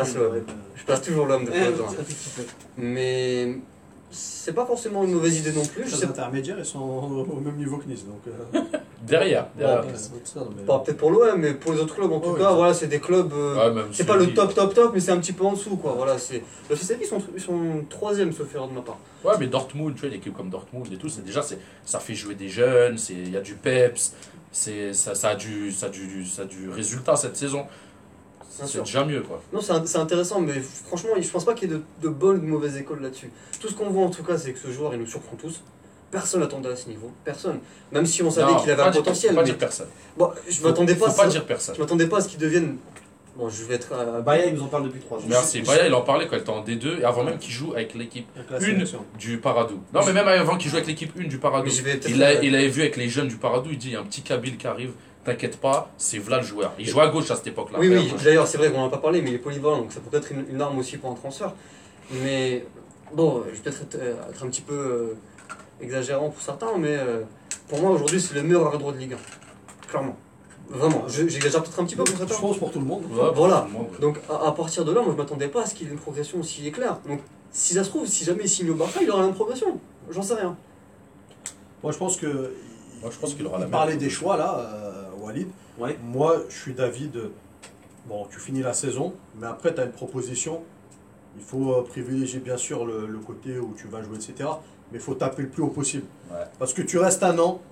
Je place toujours l'homme de Un fois. petit peu. Mais c'est pas forcément une mauvaise idée non plus. Je Les sais intermédiaires, ils sont au même niveau que Nice. Donc, Derrière. pas peut-être pour l'OM, mais pour les autres clubs en tout Ouais, cas, ouais. voilà, c'est des clubs. Même C'est pas le Séville. top, mais c'est un petit peu en dessous, quoi. Voilà, c'est. Le Séville, ils sont 3ème, sauf erreur de ma part. Ouais, mais Dortmund, tu vois, une équipe comme Dortmund et tout, ça fait jouer des jeunes, il y a du peps, ça a du résultat cette saison. Bien C'est sûr. déjà mieux, quoi. Non, c'est intéressant, mais franchement, je pense pas qu'il y ait de bonnes ou de mauvaises écoles là-dessus. Tout ce qu'on voit en tout cas, c'est que ce joueur, il nous surprend tous. Personne n'attendait à ce niveau, personne. Même si on savait Non, qu'il avait faut un pas dire- potentiel. Faut pas mais- dire personne. Bon, je m'attendais pas, Faut à pas ça. dire personne. Je m'attendais pas à ce qu'il devienne. Bon, je vais être. Baya, il nous en parle depuis 3 ans. Merci. Baya, il en parlait quand il était en D2 et avant même qu'il joue avec l'équipe avec la 1 sélection. du Paradou. Non, mais même avant qu'il joue avec l'équipe 1 du Paradou, Mais je vais être- il avait vu avec les jeunes du Paradou, il dit il y a un petit Kabyle qui arrive, t'inquiète pas, c'est Vla le joueur. Il jouait à gauche à cette époque-là. Oui, d'ailleurs, c'est vrai qu'on n'en a pas parlé, mais il est polyvalent, donc ça peut être une arme aussi pour un transfert. Mais bon, je vais peut-être être un petit peu exagérant pour certains, mais pour moi, aujourd'hui, c'est le meilleur arrière droit de Ligue 1. Clairement. Vraiment. J'exagère peut-être un petit peu pour Je certains. pense pour tout le monde. Ouais, Voilà. tout le monde. Donc à partir de là, moi je m'attendais pas à ce qu'il ait une progression aussi éclair. Donc si ça se trouve, si jamais il signe au Barça, il aura la même progression. J'en sais rien. Moi, je pense que. Moi, je pense qu'il aura la il même. parlait des choix là, Walid. Ouais. Moi, je suis d'avis de. Bon, tu finis la saison, mais après, tu as une proposition. Il faut privilégier bien sûr le côté où tu vas jouer, etc. Mais il faut taper le plus haut possible. Ouais. Parce que tu restes un an,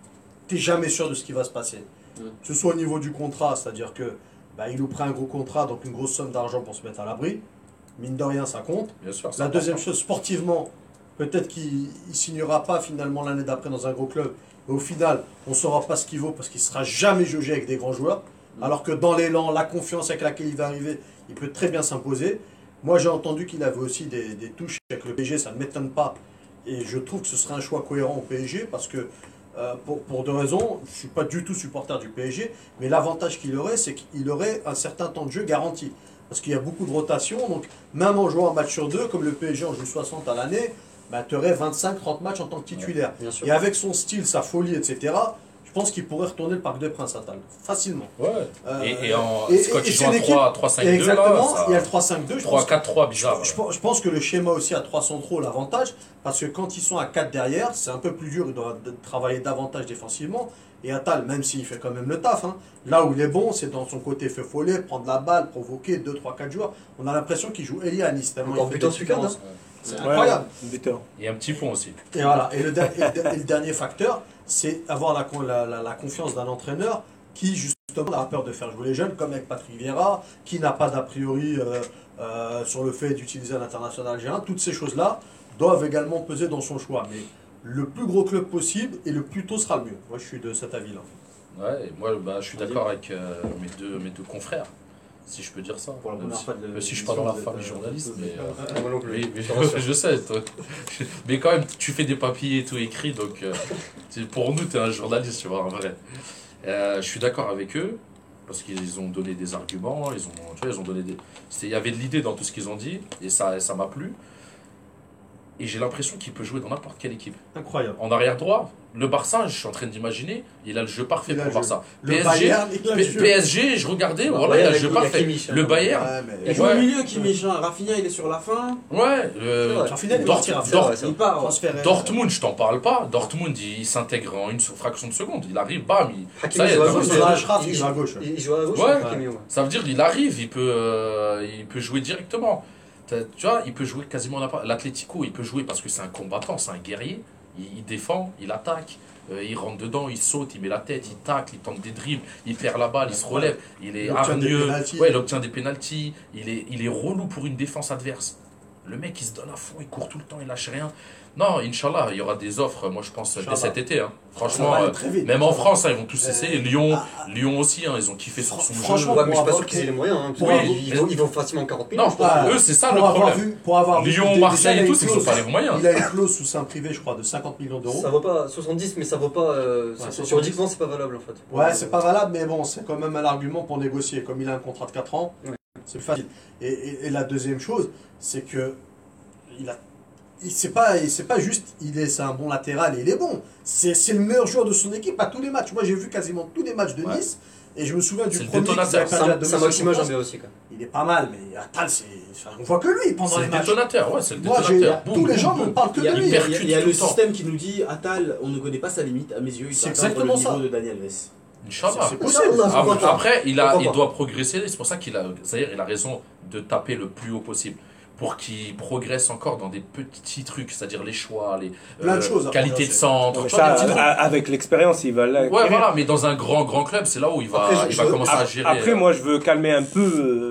tu n'es jamais sûr de ce qui va se passer. Que ce soit au niveau du contrat, c'est-à-dire que il nous prend un gros contrat, donc une grosse somme d'argent pour se mettre à l'abri. Mine de rien, ça compte. Bien sûr. La deuxième chose, sportivement, peut-être qu'il ne signera pas finalement l'année d'après dans un gros club. Mais au final, on ne saura pas ce qu'il vaut parce qu'il ne sera jamais jaugé avec des grands joueurs. Alors que dans l'élan, la confiance avec laquelle il va arriver, il peut très bien s'imposer. Moi, j'ai entendu qu'il avait aussi des touches avec le PSG, ça ne m'étonne pas. Et je trouve que ce serait un choix cohérent au PSG parce que, pour deux raisons, je ne suis pas du tout supporter du PSG, mais l'avantage qu'il aurait, c'est qu'il aurait un certain temps de jeu garanti. Parce qu'il y a beaucoup de rotation, donc même en jouant un match sur deux, comme le PSG en joue 60 à l'année, tu aurais 25-30 matchs en tant que titulaire. Bien sûr. Et avec son style, sa folie, etc., je pense qu'il pourrait retourner le Parc des Princes à Tal, facilement. Ouais. Euh, Et quand et ils c'est jouent en l'équipe- 3-5-2, là, Exactement, ça- il y a le 3-5-2. je pense 3-4-3, bizarre. je pense que le schéma aussi à 3 centraux l'avantage, parce que quand ils sont à 4 derrière, c'est un peu plus dur, il doit travailler davantage défensivement. Et Attal, même s'il fait quand même le taf, là où il est bon, c'est dans son côté feu follet, prendre la balle, provoquer 2, 3, 4 joueurs. On a l'impression qu'il joue Elie à Nice, tellement Encore il fait buteur des sur carte, différences. C'est Ouais, incroyable. buteur. Il y a un petit pont aussi. Et voilà. Et le dernier facteur, c'est avoir la confiance d'un entraîneur qui, justement, a peur de faire jouer les jeunes, comme avec Patrick Vieira, qui n'a pas d'a priori sur le fait d'utiliser un international G1. Toutes ces choses-là doivent également peser dans son choix. Mais le plus gros club possible et le plus tôt sera le mieux. Moi, je suis de cet avis-là. Ouais, et moi, je suis d'accord avec mes deux confrères, si je peux dire ça. Pour la première fois de Même si je suis pas dans la famille l'émission, journaliste, mais... Moi non plus. mais je sais, toi. Mais quand même, tu fais des papiers et tout écrit, donc pour nous, tu es un journaliste, tu vois, en vrai. Je suis d'accord avec eux, parce qu'ils ont donné des arguments, ils ont donné des... Il y avait de l'idée dans tout ce qu'ils ont dit, et ça m'a plu. Et j'ai l'impression qu'il peut jouer dans n'importe quelle équipe. Incroyable. En arrière droit, le Barça, je suis en train d'imaginer, il a le jeu parfait Il a pour le le jeu. Barça. Le Bayern, il a le jeu. PSG, je regardais, voilà, il a le jeu parfait. Le Bayern, Ouais, mais Il joue Ouais. au milieu, Kimmich. Rafinha, il est sur la fin. ouais, Rafinha, il Dort- partira. Dort- Il part. Transféré. Dortmund, je t'en parle pas. Dortmund, il s'intègre en une fraction de seconde. Il arrive, bam, Hakimi ça y est, joue à dans gauche. le Il joue à jeu. Ashraf, il joue à gauche. Il joue à gauche, Ouais. Hakimi, ouais. Ça veut dire il arrive, il peut jouer directement. Tu vois, il peut jouer quasiment n'importe. L'Atlético, il peut jouer parce que c'est un combattant, c'est un guerrier. Il défend, il attaque, il rentre dedans, il saute, il met la tête, il tacle, il tente des dribbles, il perd la balle, il se relève, il est Il obtient des hargneux, pénaltys. ouais, il obtient des pénaltys, il est relou pour une défense adverse. Le mec, il se donne à fond, il court tout le temps, il lâche rien. Non, Inch'Allah, il y aura des offres, moi je pense, dès Inch'Allah. cet été. Hein. Ça Franchement, va aller très vite. même en France, hein, ils vont tous essayer. Lyon, ah, Lyon aussi, hein, ils ont kiffé sur son jeu. franchement, Ouais, mais je suis pas pour sûr qu'ils aient les moyens. Hein, pour parce avoir- qu'ils vont facilement 40 000. Non, je pense. Ah, eux, c'est ça le Pour avoir problème. vu, pour avoir vu Lyon, déjà, Marseille il a et une tous, ils n'ont clause- pas les moyens. Il a une clause sous sein privé, je crois, de 50 millions d'euros. Ça vaut pas 70, mais ça vaut pas. Ouais, Juridiquement, c'est pas valable en fait. Ouais, c'est pas valable, mais bon, c'est quand même un argument pour négocier. Comme il a un contrat de 4 ans, Ouais. c'est facile. Et la deuxième chose, c'est que c'est pas juste, c'est un bon latéral et il est bon. C'est le meilleur joueur de son équipe à tous les matchs. Moi, j'ai vu quasiment tous les matchs de Ouais. Nice. Et je me souviens du C'est le premier qu'ils détonateur. avaient perdu à domicile Ça Maxima, contre j'en ai Lens. aussi. Quoi. Il est pas mal, mais Attal, on voit que lui pendant C'est les le matchs. détonateur, ouais, c'est le Moi, détonateur. tous les gens ne parlent que Il y a, de il lui. y a- percute il y a tout le le temps. système qui nous dit Attal, on ne connaît pas sa limite. À mes yeux, il C'est peut atteindre exactement le niveau ça. de Daniel Alves. Inch'Allah. C'est possible. Pourquoi pas Après, il Pourquoi pas doit progresser, c'est pour ça c'est-à-dire, il a raison de taper le plus haut possible. Pour qu'il progresse encore dans des petits trucs, c'est-à-dire les choix, les Plein de choses à qualité de progresser. centre. Mais tu vois, ça, des petits trucs. avec l'expérience, il va là. Ouais, voilà, mais dans un grand club, c'est là où il va, Après, il va commencer à gérer. Après, moi, je veux calmer un peu.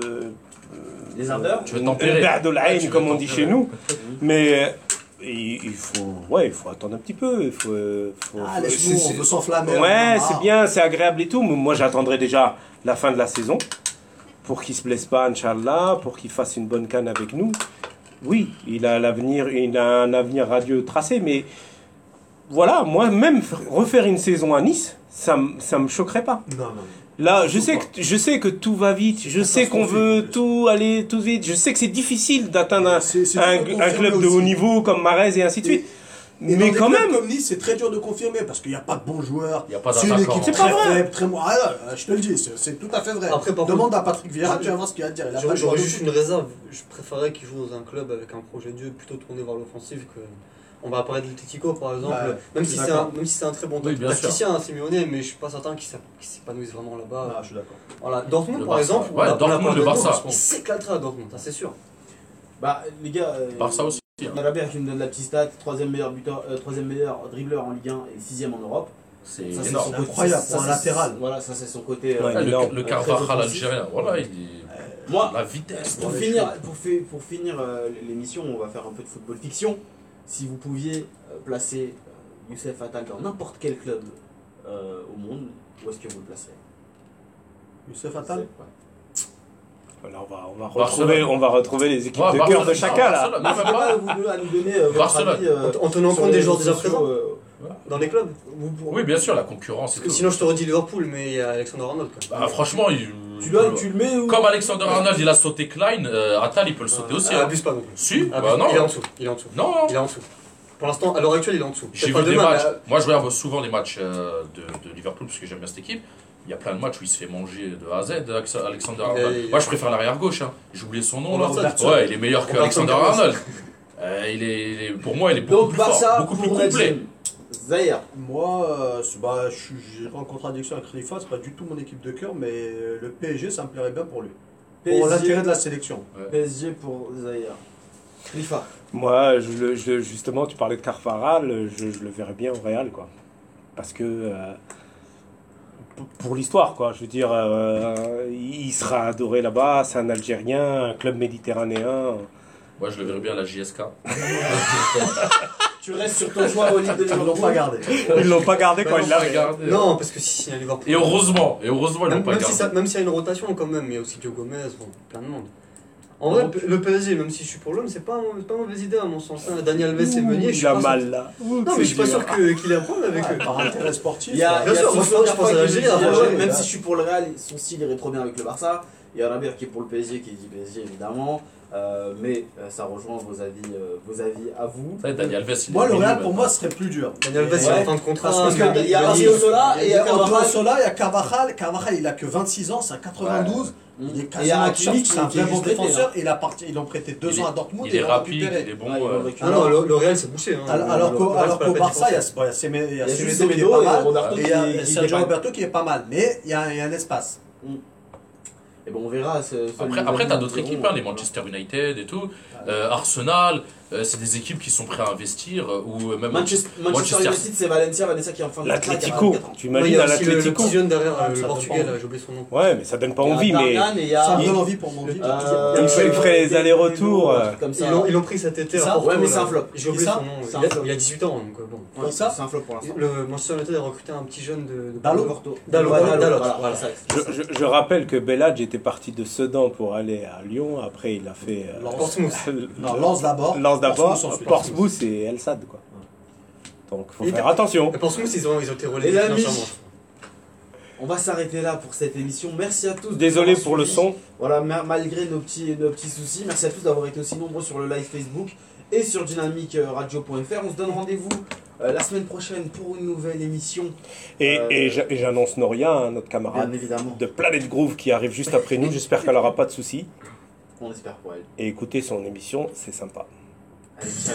Les ardeurs. Tu veux tempérer. de la Ouais, haine, tu veux comme on dit tempérer. chez nous. Mais il faut attendre un petit peu. Ah, laisse-nous, on veut s'enflammer. Ouais, Ah. c'est bien, c'est agréable et tout. Mais moi, j'attendrai déjà la fin de la saison pour qu'il se blesse pas, Inch'Allah, pour qu'il fasse une bonne canne avec nous. Oui, il a un avenir radieux tracé, mais voilà, moi, même refaire une saison à Nice, ça me choquerait pas. Non. Là, je sais que tout va vite, je sais qu'on veut tout aller tout vite, je sais que c'est difficile d'atteindre un club de haut niveau comme Marez et ainsi de suite. Mais Mais dans quand des clubs même, comme Nice, c'est très dur de confirmer parce qu'il n'y a pas de bons joueurs. Il y a pas C'est une d'attaquant. équipe C'est très pas vrai. faible, très je te le dis, c'est tout à fait vrai. Après, par Demande contre, à Patrick Vieira, tu vas voir ce qu'il va te dire. Il a pas de J'aurais joueur juste de une réserve. Je préférerais qu'il joue dans un club avec un projet de jeu plutôt tourné vers l'offensive que. On va parler de l'Atletico par exemple, Ouais, même je si suis c'est d'accord. un très bon Oui, bien sûr. tacticien, hein, Simeone, mais je suis pas certain qu'il s'épanouisse vraiment là-bas. Ah, je suis d'accord. Voilà, Dortmund Le par Barça. exemple, Ouais, on a Dortmund, parlé le de Barça. il s'éclatera à Dortmund, ça c'est sûr. Bah, les gars. Barça aussi. Rabia qui me donne la petite stat, troisième meilleur dribbleur en Ligue 1 et 6ème en Europe. C'est Ça, c'est énorme. son côté- incroyable ça, pour un c'est- latéral. Voilà, ça c'est son côté. Ouais, Le très Carvajal offensif. algérien, voilà, il est. Moi, La vitesse. pour ouais, finir, pour finir l'émission, on va faire un peu de football fiction. Si vous pouviez placer Youssef Attal dans n'importe quel club au monde, où est-ce que vous le placerez? Youssef Attal. Ouais. alors Barcelone. on va retrouver les équipes Ouais, de cœur de Barcelone. chacun là. Barcelone. Non, N'hésitez même pas. pas vous deux à nous donner votre Barcelone. avis, En tenant sur compte les des joueurs réseaux déjà sociaux, présents euh, dans les clubs. Oui, bien sûr, la concurrence. et Parce que tout. sinon je t'aurais dit Liverpool, mais il y a Alexander Arnold. Quoi. Bah, franchement, tu le mets où? comme Alexander Arnold, il a sauté Klein, Attal, il peut le sauter aussi. hein. Abuse pas non plus. Si, Abuse bah pas. non. Il est en dessous. Il est en dessous. Non, Il est en dessous. Pour l'instant, à l'heure actuelle, il est en dessous. j'ai Peut-être vu pas des demain, matchs. mais- Moi, je regarde souvent les matchs de Liverpool parce que j'aime bien cette équipe. Il y a plein de matchs où il se fait manger de A à Z, Alexander Arnold. Moi, je préfère l'arrière gauche. Hein. J'ai oublié son nom là. Robertson. Ouais, il est meilleur que Alexander Arnold. Pour moi, il est beaucoup Donc plus Barça fort, beaucoup plus pour complet. Najim. Zahir. Moi, j'ai en contradiction avec Khalifa, c'est pas du tout mon équipe de cœur, mais le PSG, ça me plairait bien pour lui. Pour l'intérêt de la sélection. PSG pour Zahir. Khalifa. Moi, justement, tu parlais de Carvajal, je le verrais bien au Real, quoi. Parce que pour l'histoire, quoi. Je veux dire, il sera adoré là-bas. C'est un Algérien, un club méditerranéen. Moi, je le verrais bien à la JSK. Tu restes sur ton choix au lieu de Ils l'ont Liverpool. pas gardé. Ils l'ont pas gardé quand ils l'avaient. Non, parce que si à Liverpool. Et heureusement, ils l'ont Même, pas même, gardé. même s'il y a une rotation quand même, il y a aussi Joe Gomez, bon, plein de monde. En vrai, le PSG, même si je suis pour l'homme, c'est pas une mauvaise idée à mon sens. Hein. Daniel Alves est meunier, je suis Il a pas mal sûr... là. Non, mais je suis pas sûr qu'il ait un problème avec eux. Par intérêt sportif. Il y a, Bien il y a sûr, moi, Sofiane je pense à qui l'Algérie, dit, à l'Algérie, même là. si je suis pour le Real, son style irait trop bien avec le Barça. Il y a Rabir qui est pour le PSG, qui dit PSG évidemment. Mais ça rejoint vos avis à vous. Ça, Daniel Alves, il Moi, est le milieu, Real, pour maintenant. moi, serait plus dur. Daniel Alves, il est en fin de contrat. Parce que Il y a Venir. Odriozola et il y a Carvajal, Carvajal. il y a Carvajal. Carvajal, il a que 26 ans, c'est à 92. Il est Et il y a quasiment Hakimi c'est un qui est vrai bon juste prêté, défenseur. Ils l'ont prêté 2 Il ans est- à Dortmund. Il est et l'ont rapide, récupéré. il est bon. Ah, ils vont le Ah récupérer. non, le Real, c'est bouché. Hein. Alors Le Real, c'est pas qu'au la Barça, il y a peine Semedo Il y a qui juste est Semedo pas et mal. Roberto Et il y a qui Sergio dépanne. Roberto qui est pas mal. Mais il y a un espace. Et bon, on verra. Après t'as d'autres équipes, hein, les Manchester United et tout, Arsenal, c'est des équipes qui sont prêtes à investir, ou même Manchester Manchester- United, c'est Valencia qui est en fin de contrat, qui a L'Atlético. 24 ans. Tu Il imagines y a à aussi le l'Atlético. petit jeune derrière, Ah, le ça portugais, dépend. là, j'ai oublié son nom. Ouais, mais ça donne pas Il y a envie, mais. Darmian et il y a- Ça me donne envie pour mon vie. Il ferait les allers-retours. Comme ça. Ils l'ont pris cet été. Ça à Porto, Ouais, mais là. c'est un flop. J'ai oublié C'est son ça nom. C'est un flop. Il a 18 ans, donc bon. Ouais, Comme ça c'est un flop pour l'instant. Le Manchester United a recruté un petit jeune de Dalot. Dalot, Ouais, Dalot, voilà, voilà. ça. Je rappelle que Belhadj était parti de Sedan pour aller à Lyon. Après, il a fait. Portsmouth. Non, Lance d'abord. Lance d'abord, Portsmouth ensuite. Portsmouth et El Sad, quoi. Donc, faut Et- faire attention. Et Portsmouth, ils ont été relégués Les amis, financièrement. on va s'arrêter là pour cette émission. Merci à tous. Désolé d'avoir pour le suivi. son. Voilà, malgré nos petits soucis, merci à tous d'avoir été aussi nombreux sur le live Facebook et sur dynamicradio.fr. On se donne rendez-vous la semaine prochaine pour une nouvelle émission. Et j'annonce Noria, hein, notre camarade Bien évidemment, de Planet Groove qui arrive juste après nous. J'espère qu'elle aura pas de soucis. on espère pour elle. Et écoutez son émission, c'est sympa. Allez, ciao.